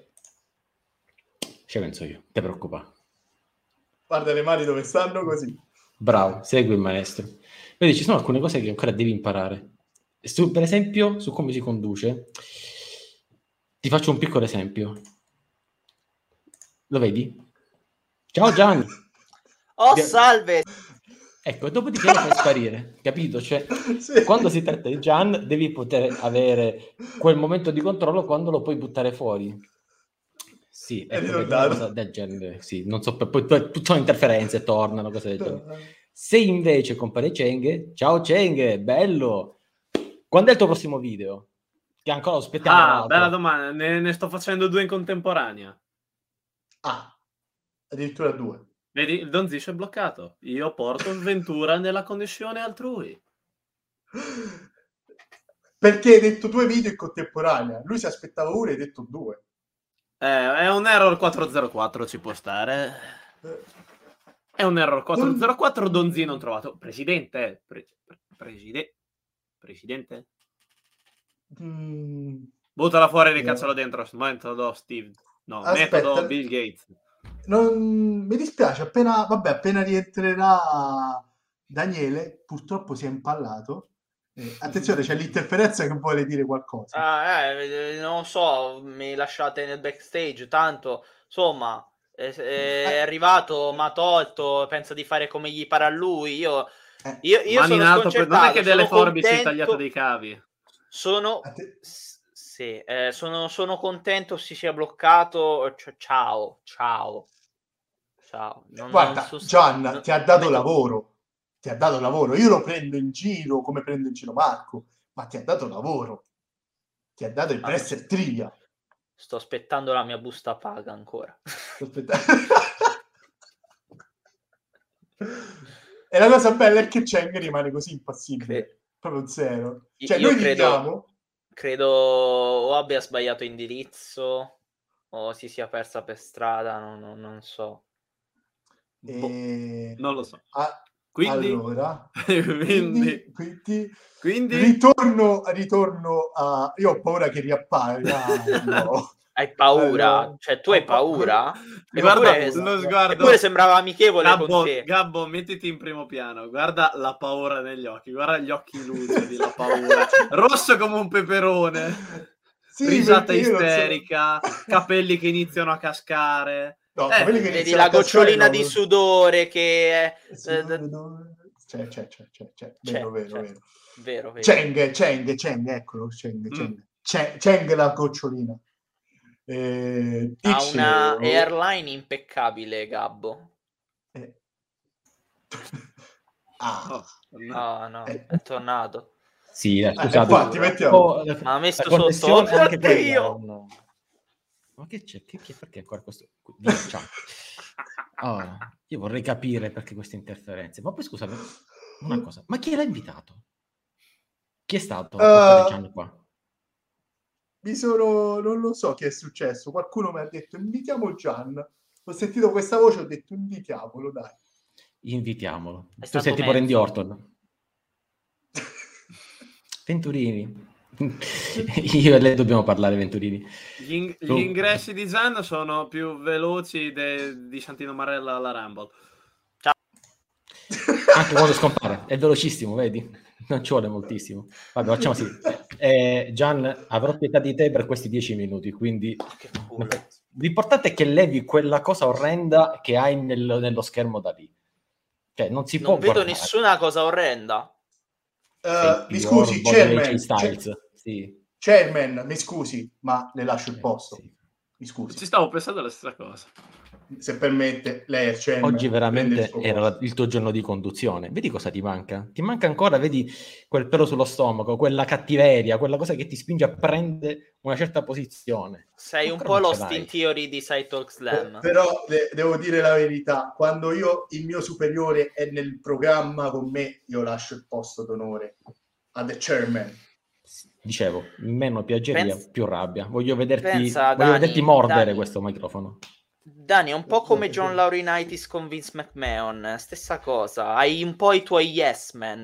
Ci penso io, te preoccupare. Guarda le mani dove stanno così. Bravo, segui il maestro. Vedi, ci sono alcune cose che ancora devi imparare. Per esempio, su come si conduce, ti faccio un piccolo esempio. Lo vedi? Ciao Gian! Salve! Ecco, dopodiché lo fai sparire, capito? Cioè, quando si tratta di Gian, devi poter avere quel momento di controllo quando lo puoi buttare fuori. Sì, ecco, una cosa del genere. Sì, non so, poi sono interferenze, tornano, cose del genere. Se invece compare Cheng, ciao Cheng, bello! Quando è il tuo prossimo video? Che ancora lo aspettiamo. Bella domanda, ne sto facendo 2 in contemporanea. Addirittura 2. Vedi, il Don Ziscio è bloccato. Io porto sventura nella connessione altrui. Perché hai detto 2 video in contemporanea? Lui si aspettava 1 e hai detto 2. È un error 404, ci può stare. È un error 404, Donzi non trovato. Presidente? Presidente? Buttala fuori e ricaccialo dentro. Metodo Steve. No, aspetta. Metodo Bill Gates. Mi dispiace, appena rientrerà Daniele, purtroppo si è impallato. Attenzione, c'è l'interferenza che vuole dire qualcosa. Non so, mi lasciate nel backstage, tanto, insomma, è arrivato, mi ha tolto, pensa di fare come gli pare a lui, io sono sconcertato. Non è che delle forbici tagliate dei cavi. Sono contento si sia bloccato. Ciao. Guarda, Gian ti ha dato lavoro. Ti ha dato lavoro. Io lo prendo in giro come prendo in giro Marco, ma ti ha dato lavoro. Ti ha dato il presser tria. Sto aspettando la mia busta paga ancora. E la cosa bella è che Cheng rimane così impassibile. Proprio zero. Cioè, io noi credo o abbia sbagliato indirizzo o si sia persa per strada, non so. Non lo so. Quindi ritorno a... Io ho paura che riappaia. No. Hai paura? Cioè, tu hai paura? Guarda lo sguardo. Eppure sembrava amichevole con te. Gabbo, mettiti in primo piano. Guarda la paura negli occhi. Guarda gli occhi lucidi, la paura. Rosso come un peperone. Risata isterica. Capelli che iniziano a cascare. No, vedi la gocciolina di sudore che c'è. Vero. Cheng, eccolo, Cheng la gocciolina. Ha una airline impeccabile, Gabbo. No, è tornato. Sì, scusate. Infatti, mettiamo. Ha messo sotto anche quella, no. Ma che c'è? Perché ancora questo? Io vorrei capire perché queste interferenze. Ma poi scusate, una cosa, ma chi l'ha invitato? Chi è stato a portare Gian qua? Non lo so che è successo. Qualcuno mi ha detto invitiamo Gian. Ho sentito questa voce, ho detto invitiamolo, dai. Invitiamolo. Tu sei tipo Randy Orton. Venturini, Io e lei dobbiamo parlare, Venturini. Gli ingressi di Zan sono più veloci di Santino Marella alla Rumble. Anche quando scompare, è velocissimo, vedi? Non ci vuole moltissimo. Vabbè, facciamo così. Gian, avrò pietà di te per questi 10 minuti, quindi l'importante è che levi quella cosa orrenda che hai nello schermo da lì. Cioè, non si può Non vedo guardare. nessuna cosa orrenda. Mi scusi, Chairman, sì. Chairman, mi scusi, ma le lascio il posto. Sì. Mi scusi. Ci stavo pensando la stessa cosa. Se permette, lei è Chairman. Oggi veramente era il tuo giorno di conduzione. Vedi cosa ti manca? Ti manca ancora, vedi, quel pelo sullo stomaco, quella cattiveria, quella cosa che ti spinge a prendere una certa posizione. Sei ancora un po' non ce Lost l'hai. in Theory di Side Talk Slam. Però devo dire la verità, quando il mio superiore è nel programma con me, io lascio il posto d'onore a The Chairman. Dicevo, meno piaggeria, più rabbia. Voglio vederti Dani, mordere questo microfono. Dani, è un po' come John Laurinaitis con Vince McMahon, stessa cosa. Hai un po' i tuoi yes man.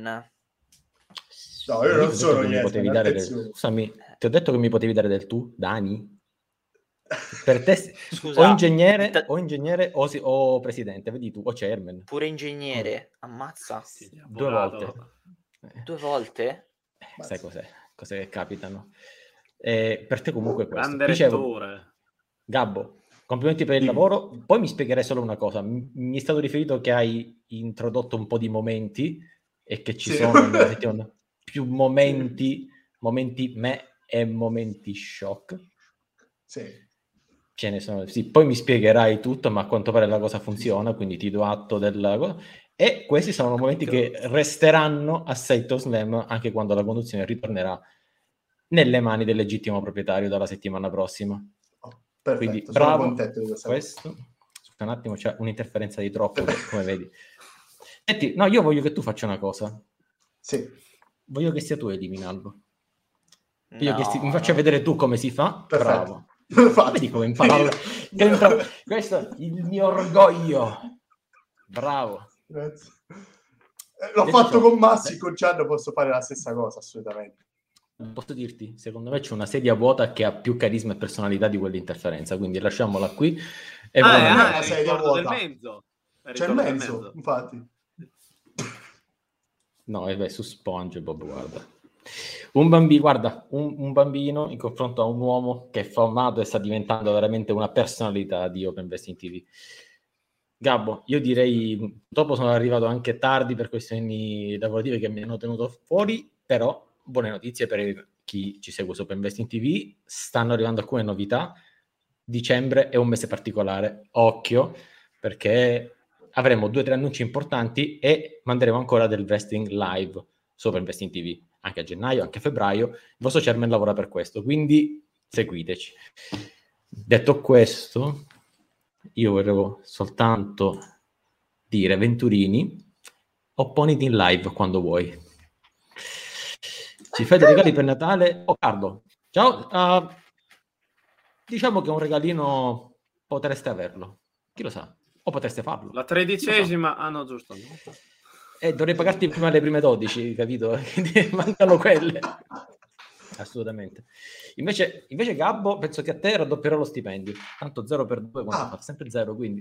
No, io non sono yes man, Scusami, ti ho detto che mi potevi dare del tu, Dani? Per te Scusa, o ingegnere o presidente, vedi tu, o chairman. Pure ingegnere, ammazza. Sì, 2 volte. 2 volte? Sai cos'è? Cose che capitano. Per te comunque questo. Grande rettore. Gabbo, complimenti per il lavoro. Poi mi spiegherai solo una cosa. Mi è stato riferito che hai introdotto un po' di momenti e che ci sono nella settimana più momenti me e momenti shock. Sì. Ce ne sono, sì, poi mi spiegherai tutto, ma a quanto pare la cosa funziona, quindi ti do atto della cosa. E questi sono momenti che resteranno a Side Talk Slam anche quando la conduzione ritornerà nelle mani del legittimo proprietario dalla settimana prossima. Perfetto, quindi sono bravo. Contento di Questo. Un attimo, c'è un'interferenza di troppo, come vedi. Senti, no, io voglio che tu faccia una cosa. Sì. Voglio che sia tu a eliminarlo. Voglio che mi faccia vedere tu come si fa. Perfetto. Bravo. Vedi come imparo. Questo è il mio orgoglio. Bravo. Grazie. L'ho fatto con Massi, con Gianno posso fare la stessa cosa, assolutamente. Posso dirti, secondo me c'è una sedia vuota che ha più carisma e personalità di quell'interferenza, quindi lasciamola qui. E la sedia vuota. Del mezzo. C'è il mezzo, infatti. No, beh, su SpongeBob, guarda. Un bambino in confronto a un uomo che è formato e sta diventando veramente una personalità di Open Wrestling TV. Gabbo, io direi, dopo sono arrivato anche tardi per questioni lavorative che mi hanno tenuto fuori, però buone notizie per chi ci segue su Open Wrestling TV, stanno arrivando alcune novità. Dicembre è un mese particolare, occhio, perché avremo 2 o 3 annunci importanti e manderemo ancora del wrestling live su Open Wrestling TV, anche a gennaio, anche a febbraio. Il vostro chairman lavora per questo, quindi seguiteci. Detto questo, io volevo soltanto dire, Venturini, opponiti in live quando vuoi. Ci fai dei regali per Natale? Carlo, ciao. Diciamo che un regalino potreste averlo, chi lo sa, o potreste farlo. La 13ª, no, giusto. Dovrei pagarti prima le prime 12, capito? Quindi mancano quelle. Assolutamente. Invece Gabbo, penso che a te raddoppierò lo stipendio. Tanto 0 per 2 quanto fa? Sempre 0, quindi.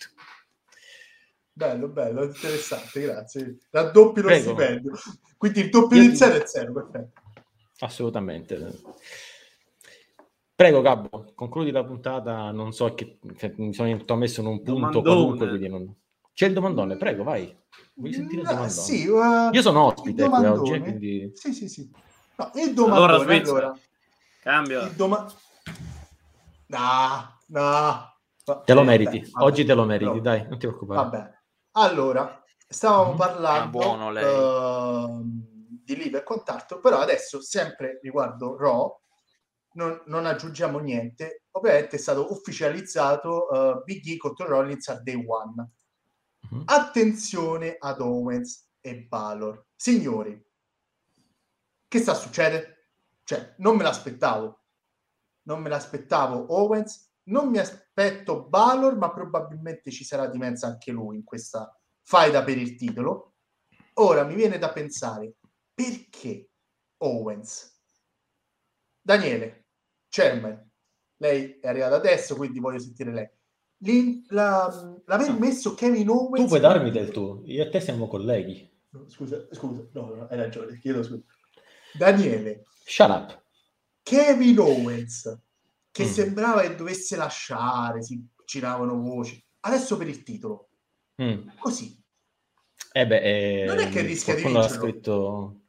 Bello, interessante, grazie. Raddoppi lo stipendio. Quindi il doppio iniziale è 0, perfetto. Assolutamente. Prego Gabbo, concludi la puntata, non so che mi sono messo in un punto qualunque, quindi non... C'è il domandone, prego, vai. Vuoi sentire il domandone? Sì, io sono ospite qui oggi, quindi... Sì. No, il domandone, allora. Cambia. Il No. Te lo meriti, vabbè. Oggi te lo meriti, dai, non ti preoccupare. Vabbè. Allora, stavamo parlando buono lei. Di Live e quant'altro, però adesso, sempre riguardo Raw, non aggiungiamo niente. Ovviamente è stato ufficializzato Big E contro Rollins a Day One. Attenzione ad Owens e Balor. Signori, che sta succedendo? Cioè, non me l'aspettavo Owens, non mi aspetto Balor, ma probabilmente ci sarà di mezzo anche lui in questa faida per il titolo. Ora mi viene da pensare, perché Owens? Daniele, chairman, lei è arrivata adesso, quindi voglio sentire lei. L'aver messo Kevin Owens... Tu puoi darmi del tu, io e te siamo colleghi. Scusa, no, hai ragione, chiedo scusa. Daniele, shut up. Kevin Owens, che sembrava che dovesse lasciare, si giravano voci, adesso per il titolo, così. Non è che rischia di qualcuno l'ha vincerlo. scritto...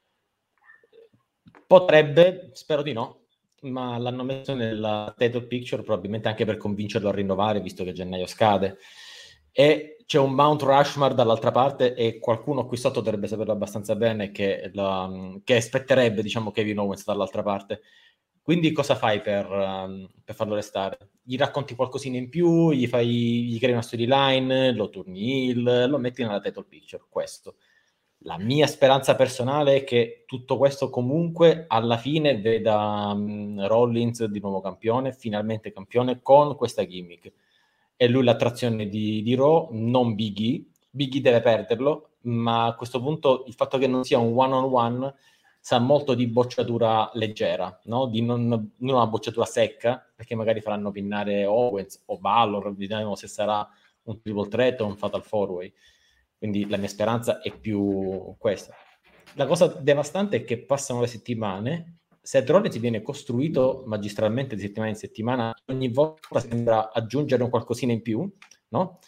Potrebbe, spero di no, ma l'hanno messo nella title picture probabilmente anche per convincerlo a rinnovare, visto che gennaio scade. E c'è un Mount Rushmore dall'altra parte e qualcuno qui sotto dovrebbe saperlo abbastanza bene che aspetterebbe, diciamo, Kevin Owens dall'altra parte. Quindi cosa fai per farlo restare? Gli racconti qualcosina in più, gli crei una storyline, lo turni heel, lo metti nella title picture, questo. La mia speranza personale è che tutto questo comunque alla fine veda Rollins di nuovo campione, finalmente campione, con questa gimmick. È lui l'attrazione di Raw, non Big E. Big E deve perderlo, ma a questo punto il fatto che non sia un one-on-one sa molto di bocciatura leggera, no? Di non una bocciatura secca, perché magari faranno pinnare Owens o Balor, vediamo se sarà un triple threat o un fatal four-way. Quindi la mia speranza è più questa. La cosa devastante è che passano le settimane, Seth Rollins viene costruito magistralmente di settimana in settimana, ogni volta sembra aggiungere un qualcosina in più, no?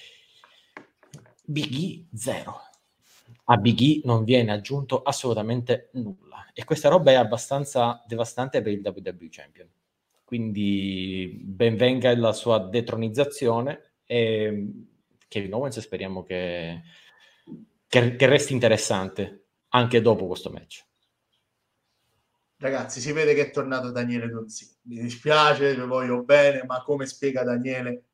Big E, zero. A Big E non viene aggiunto assolutamente nulla. E questa roba è abbastanza devastante per il WWE Champion. Quindi ben venga la sua detronizzazione e Kevin Owens speriamo che resti interessante anche dopo questo match. Ragazzi, si vede che è tornato Daniele Donzi. Mi dispiace, lo voglio bene, ma come spiega Daniele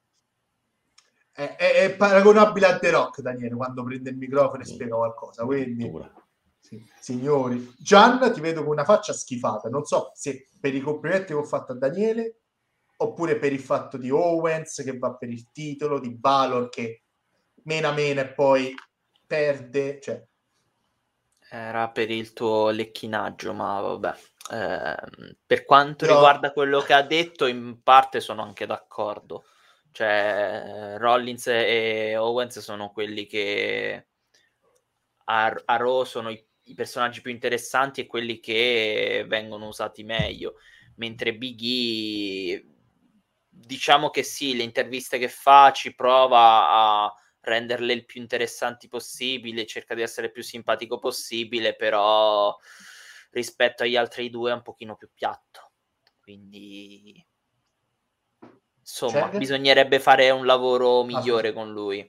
è paragonabile a The Rock, Daniele, quando prende il microfono e spiega qualcosa. Quindi, sì, signori, Gian, ti vedo con una faccia schifata. Non so se per i complimenti che ho fatto a Daniele oppure per il fatto di Owens che va per il titolo, di Balor che mena e poi perde, cioè. Era per il tuo lecchinaggio, ma vabbè. Per quanto riguarda quello che ha detto, in parte sono anche d'accordo. Cioè, Rollins e Owens sono quelli che a Raw sono i personaggi più interessanti e quelli che vengono usati meglio. Mentre Big E, diciamo che sì, le interviste che fa ci prova a renderle il più interessanti possibile, cerca di essere il più simpatico possibile, però rispetto agli altri due è un pochino più piatto. Quindi insomma, bisognerebbe fare un lavoro migliore con lui.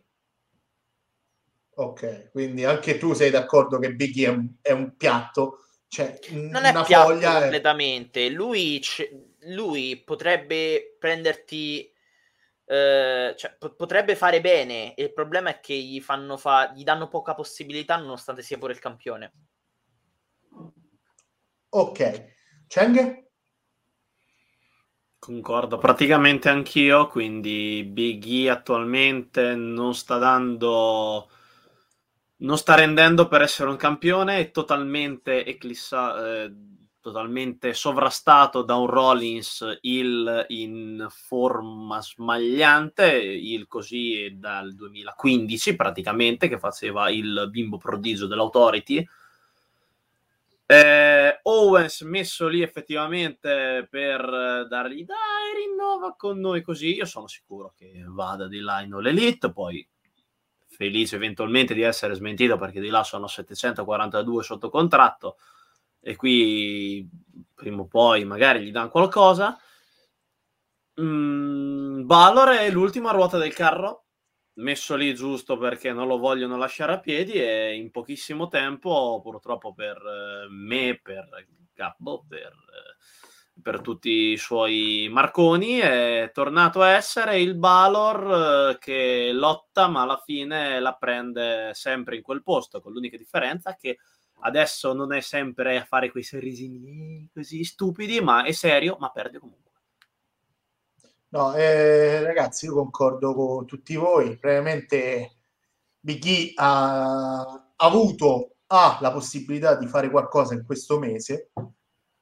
Ok, quindi anche tu sei d'accordo che Big E è un piatto, cioè non è piatto completamente. Lui potrebbe prenderti cioè, potrebbe fare bene. Il problema è che gli danno poca possibilità nonostante sia pure il campione. Ok, Cheng? Concordo praticamente anch'io, quindi Big E attualmente non sta rendendo per essere un campione, è totalmente totalmente sovrastato da un Rollins in forma smagliante, così dal 2015 praticamente, che faceva il bimbo prodigio dell'Authority. Owens messo lì effettivamente per dargli dai, rinnova con noi così, io sono sicuro che vada di là in All Elite, poi felice eventualmente di essere smentito perché di là sono 742 sotto contratto e qui prima o poi magari gli danno qualcosa. Balor è l'ultima ruota del carro, messo lì giusto perché non lo vogliono lasciare a piedi e in pochissimo tempo, purtroppo per me, per Gabbo, per tutti i suoi marconi, è tornato a essere il Balor che lotta ma alla fine la prende sempre in quel posto, con l'unica differenza che adesso non è sempre a fare quei sorrisini così stupidi, ma è serio, ma perde comunque. No, ragazzi, io concordo con tutti voi. Probabilmente Big E ha avuto la possibilità di fare qualcosa in questo mese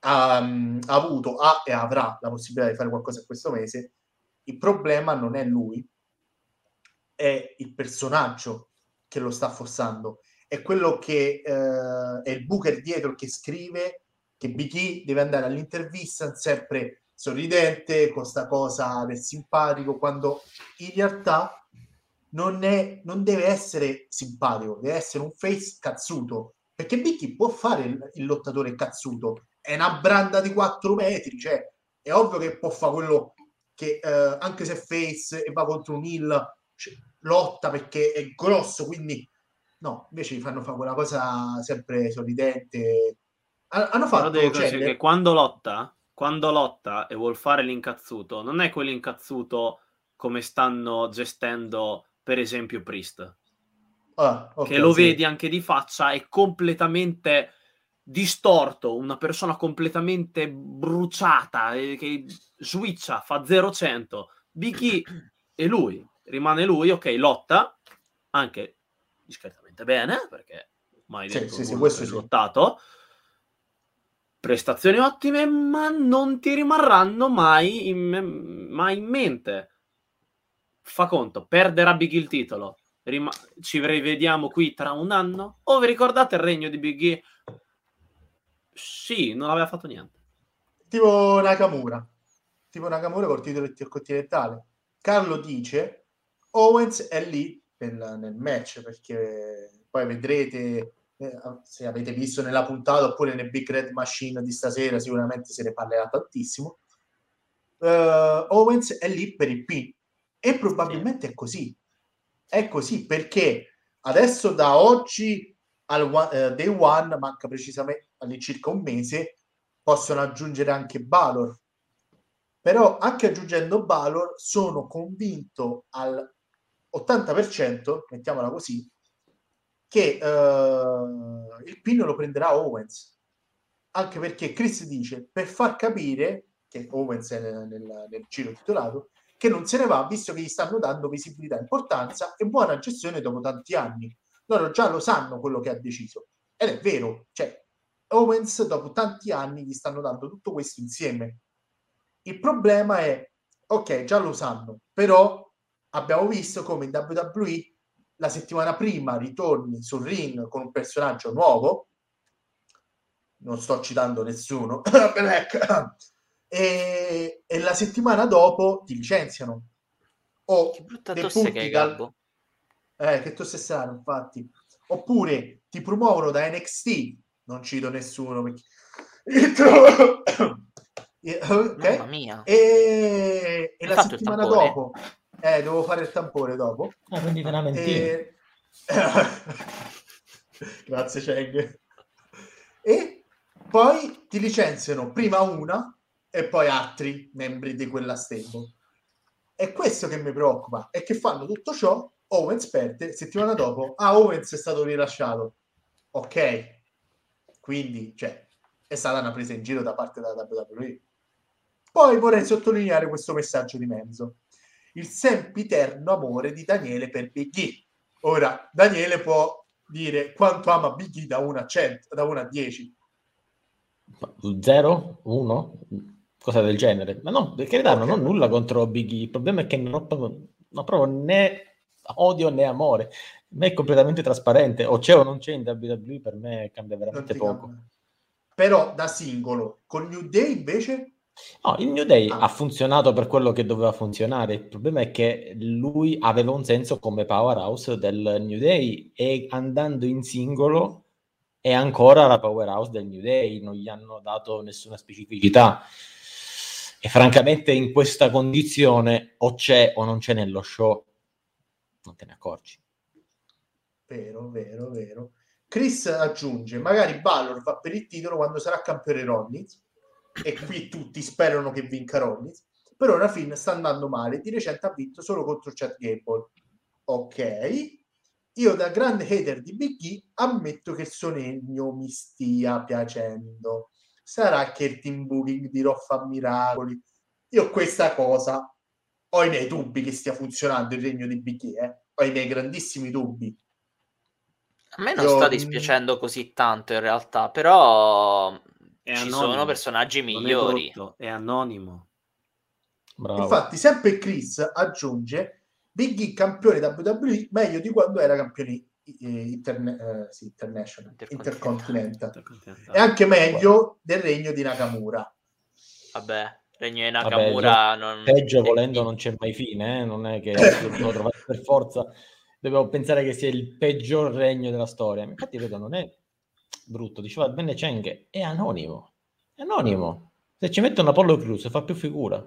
ha avuto, ha e avrà la possibilità di fare qualcosa questo mese. Il problema non è lui, è il personaggio che lo sta affossando, è quello che è il Booker dietro che scrive che Big E deve andare all'intervista sempre sorridente, con sta cosa del simpatico, quando in realtà non deve essere simpatico, deve essere un face cazzuto, perché Big E può fare il lottatore cazzuto, è una branda di 4 metri, cioè è ovvio che può fare quello che anche se face e va contro un heel lotta perché è grosso, quindi no, invece gli fanno fare quella cosa sempre sorridente. Hanno Però devi fatto considerare che quando lotta e vuol fare l'incazzuto, non è quell'incazzuto come stanno gestendo per esempio Priest, che lo vedi anche di faccia, è completamente distorto, una persona completamente bruciata, che switcha, fa 0-100. Big E e lui, rimane lui, ok, lotta, anche discretamente bene, perché mai detto nulla per il lottato, prestazioni ottime, ma non ti rimarranno mai in mente. Fa conto, perderà Big E il titolo, ci rivediamo qui tra un anno? O vi ricordate il regno di Big E? Sì, non aveva fatto niente. Tipo Nakamura col titolo intercontinentale. Carlo dice Owens è lì nel match, perché poi vedrete, se avete visto nella puntata oppure nel Big Red Machine di stasera, sicuramente se ne parlerà tantissimo. Owens è lì per il pin e probabilmente è così perché adesso da oggi al day one, manca precisamente all'incirca un mese, possono aggiungere anche Balor, però anche aggiungendo Balor sono convinto al 80%, mettiamola così, che il pin lo prenderà Owens, anche perché Chris dice, per far capire che Owens è nel giro titolato, che non se ne va visto che gli stanno dando visibilità, importanza e buona gestione dopo tanti anni. Loro già lo sanno quello che ha deciso, ed è vero, cioè Owens dopo tanti anni gli stanno dando tutto questo insieme. Il problema è, ok, già lo sanno, però abbiamo visto come in WWE la settimana prima ritorni sul ring con un personaggio nuovo, non sto citando nessuno, e la settimana dopo ti licenziano. O che brutta tosse che hai, Gabbo. Che tosse strano, infatti. Oppure ti promuovono da NXT, non cito nessuno perché... Okay. Mamma mia. E la settimana dopo devo fare il tampone dopo. Quindi veramente grazie Cheng. E poi ti licenziano prima una e poi altri membri di quella stable. È questo che mi preoccupa, è che fanno tutto ciò, Owens perde, settimana dopo Owens è stato rilasciato, ok, quindi cioè è stata una presa in giro da parte della WWE. Poi vorrei sottolineare questo messaggio di mezzo: il sempiterno amore di Daniele per Big E. Ora Daniele può dire quanto ama Big E da 1 a 100, da 1 a 10. 0? 1? Cosa del genere. Ma no, per carità, non ho nulla contro Big E. Il problema è che non ho proprio né odio né amore. Per me è completamente trasparente. O c'è o non c'è in WWE, per me cambia veramente poco. Cambia. Però da singolo, con New Day invece... No, il New Day ha funzionato per quello che doveva funzionare. Il problema è che lui aveva un senso come powerhouse del New Day e andando in singolo è ancora la powerhouse del New Day, non gli hanno dato nessuna specificità e francamente in questa condizione o c'è o non c'è nello show, non te ne accorgi. Vero. Chris aggiunge, magari Balor va per il titolo quando sarà campione Rollins, e qui tutti sperano che vinca Rollins. Per ora Finn sta andando male, di recente ha vinto solo contro Chad Gable. Ok, io da grande hater di Big E ammetto che il sonegno mi stia piacendo. Sarà che il team booking di Raw fa miracoli. Io questa cosa ho i miei dubbi che stia funzionando il regno di Big E, ho i miei grandissimi dubbi. A me non sta dispiacendo così tanto in realtà, però Ci sono personaggi migliori. È anonimo. Bravo. Infatti sempre Chris aggiunge Big E campione WWE meglio di quando era campione Intercontinental. E anche meglio del regno di Nakamura. Vabbè, regno di Nakamura non... peggio volendo non c'è mai fine, non è che lo trovate per forza, dobbiamo pensare che sia il peggior regno della storia. Infatti vedo, non è brutto, diceva bene Cheng, è anonimo, se ci metto un Apollo Crews fa più figura.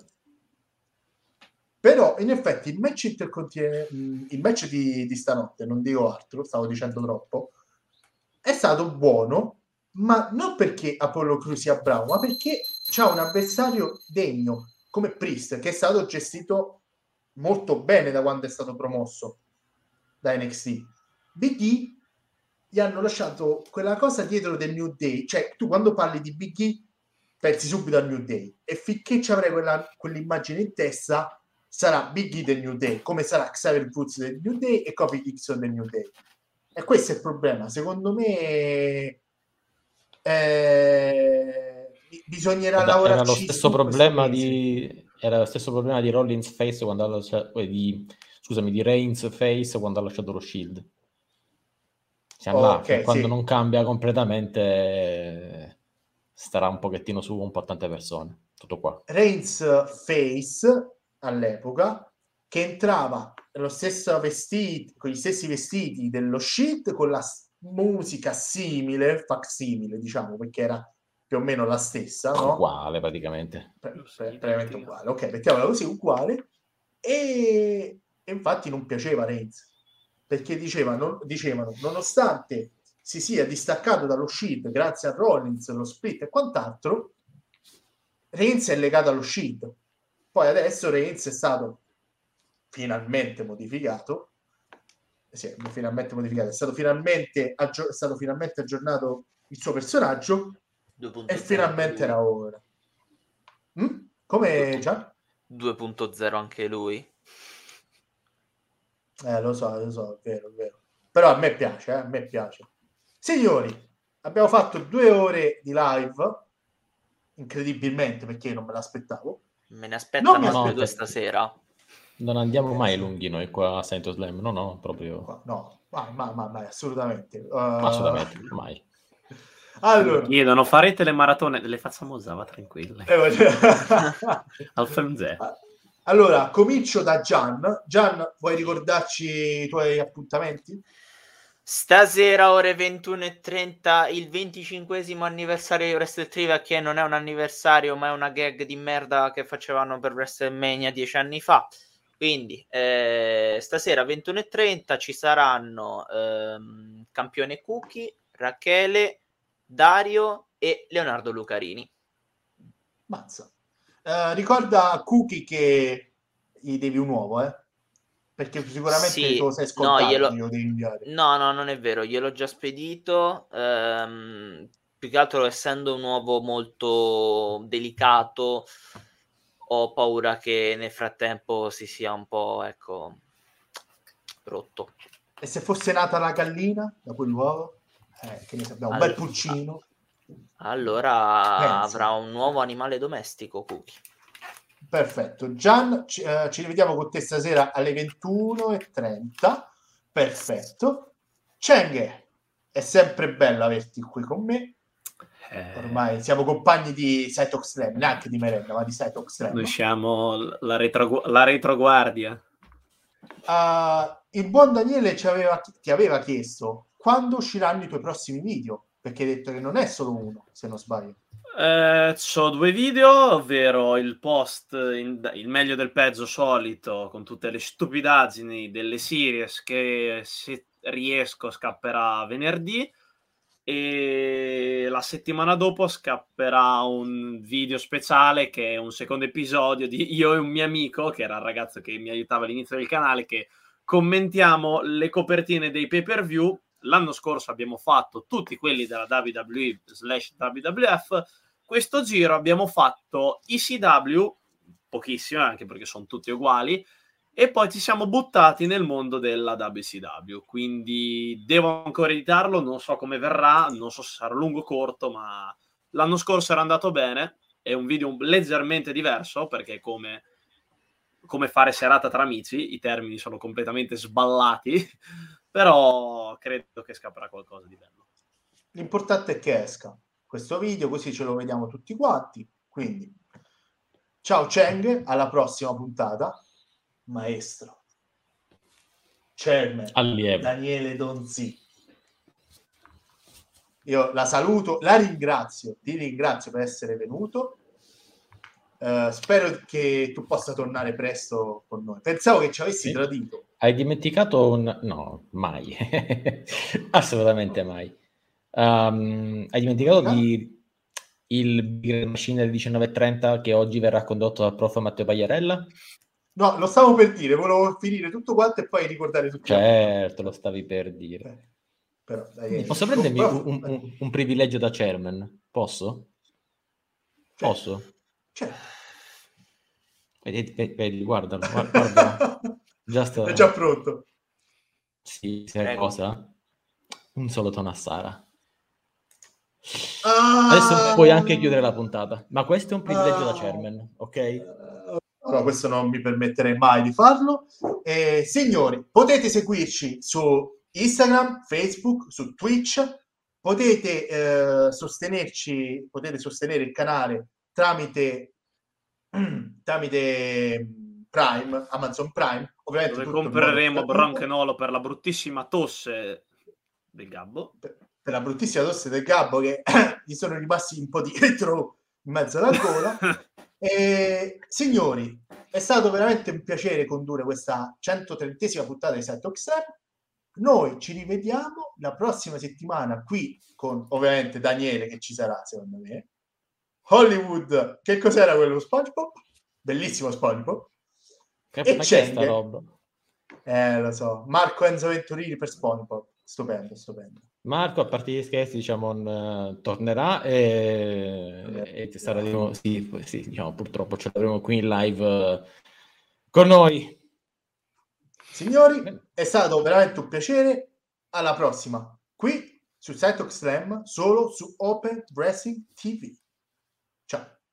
Però in effetti il match il match di stanotte, non dico altro, stavo dicendo troppo, è stato buono, ma non perché Apollo Crews sia bravo, ma perché c'ha un avversario degno come Priest, che è stato gestito molto bene da quando è stato promosso da NXT. Big E gli hanno lasciato quella cosa dietro del New Day, cioè tu quando parli di Big E pensi subito al New Day, e finché ci avrai quell'immagine in testa sarà Big E del New Day, come sarà Xavier Woods del New Day e Kofi Kingston del New Day. E questo è il problema. Secondo me bisognerà lavorarci. Era lo stesso problema di Rollins Face quando ha lasciato, di Reigns Face quando ha lasciato lo Shield. Siamo là, quando non cambia completamente starà un pochettino su un po' tante persone. Tutto qua. Reigns Face all'epoca, che entrava nello stesso vestito, con gli stessi vestiti dello Shield, con la musica simile, facsimile, diciamo, perché era più o meno la stessa, no? Uguale praticamente. Praticamente uguale, ok, mettiamola così, uguale. E infatti non piaceva Reigns, perché dicevano, nonostante si sia distaccato dallo Shield grazie a Rollins, lo split e quant'altro, Reigns è legato allo Shield. Poi adesso Reigns è stato finalmente modificato. Sì, è stato finalmente aggiornato il suo personaggio 2.0 e finalmente era ora. Come già? 2.0 anche lui. Lo so, è vero. Però a me piace. Signori, abbiamo fatto 2 ore di live, incredibilmente, perché io non me l'aspettavo. Me ne aspettano altre 2 stasera. Non andiamo mai lunghi noi qua a Saint Slam, no, proprio... No, mai, assolutamente. Assolutamente, mai. Allora, chiedono, farete le maratone? Le facciamo già, va tranquille. Al Femze. Allora, comincio da Gian. Gian, vuoi ricordarci i tuoi appuntamenti? Stasera ore 21:30 il 25esimo anniversario di Wrestle Trivia, che non è un anniversario ma è una gag di merda che facevano per WrestleMania 10 anni fa. Quindi stasera 21:30 ci saranno campione Cookie, Rachele, Dario e Leonardo Lucarini. Mazza. Ricorda a Cookie che gli devi un uovo, perché sicuramente tu sei scontato, glielo devi inviare. No, non è vero, gliel'ho già spedito. Più che altro, essendo un uovo molto delicato, ho paura che nel frattempo si sia un po', rotto. E se fosse nata la gallina da quell'uovo? Che ne sappiamo, un bel pulcino. Allora avrà un nuovo animale domestico, Cookie. Perfetto. Gian, ci rivediamo con te stasera alle 21:30. Perfetto. Cheng, è sempre bello averti qui con me. Ormai siamo compagni di Cytox Slam, neanche di merenda, ma di Cytox Slam. Noi siamo la retroguardia. Il buon Daniele ti aveva chiesto quando usciranno i tuoi prossimi video, perché hai detto che non è solo uno, se non sbaglio. C'ho 2 video, ovvero il post, il meglio del peggio solito, con tutte le stupidaggini delle series, che se riesco scapperà venerdì, e la settimana dopo scapperà un video speciale che è un secondo episodio di io e un mio amico, che era il ragazzo che mi aiutava all'inizio del canale, che commentiamo le copertine dei pay-per-view. L'anno scorso abbiamo fatto tutti quelli della WWE/WWF. Questo giro abbiamo fatto ECW, pochissimo, anche perché sono tutti uguali, e poi ci siamo buttati nel mondo della WCW, quindi devo ancora editarlo, non so come verrà, non so se sarà lungo o corto, ma L'anno scorso era andato bene, è un video leggermente diverso, perché come fare serata tra amici, i termini sono completamente sballati, però credo che scapperà qualcosa di bello. L'importante è che esca questo video, così ce lo vediamo tutti quanti. Quindi, ciao Cheng, alla prossima puntata. Maestro. Chairman. Allievo. Daniele Donzi. Io la saluto, la ringrazio, ti ringrazio per essere venuto. Spero che tu possa tornare presto con noi. Pensavo che ci avessi tradito. Hai dimenticato un... No, mai. Assolutamente mai. Hai dimenticato di il Big Machine del 19.30 che oggi verrà condotto dal prof Matteo Pagliarella? No, lo stavo per dire, volevo finire tutto quanto e poi ricordare tutti. Certo, lo stavi per dire. Però, dai, posso prendermi un privilegio da chairman? Posso? Certo. Posso? Certo. Vedi, guardalo. Guarda. È già pronto. Sì, sai cosa? Un solo tono a Sara. Adesso puoi anche chiudere la puntata, ma questo è un privilegio da chairman, ok? Allora, questo non mi permetterei mai di farlo. Signori, potete seguirci su Instagram, Facebook, su Twitch, potete sostenerci, potete sostenere il canale tramite Prime, Amazon Prime, ovviamente dove tutto compreremo Bronchenolo per la bruttissima tosse del Gabbo. Per la bruttissima tosse del Gabbo, che gli sono rimasti un po' di retro in mezzo alla gola. Signori, è stato veramente un piacere condurre questa 130esima puntata di Set Extreme. Noi ci rivediamo la prossima settimana qui con ovviamente Daniele, che ci sarà secondo me. Hollywood, che cos'era quello SpongeBob? Bellissimo SpongeBob. E c'è sta roba. Lo so, Marco Enzo Venturini per SpongeBob. Stupendo. Marco, a parte gli scherzi, diciamo, tornerà e sarà di nuovo, sì, diciamo, purtroppo ce l'avremo qui in live con noi. Signori, è stato veramente un piacere. Alla prossima, qui su Setox Slam, solo su Open Wrestling TV. Ciao.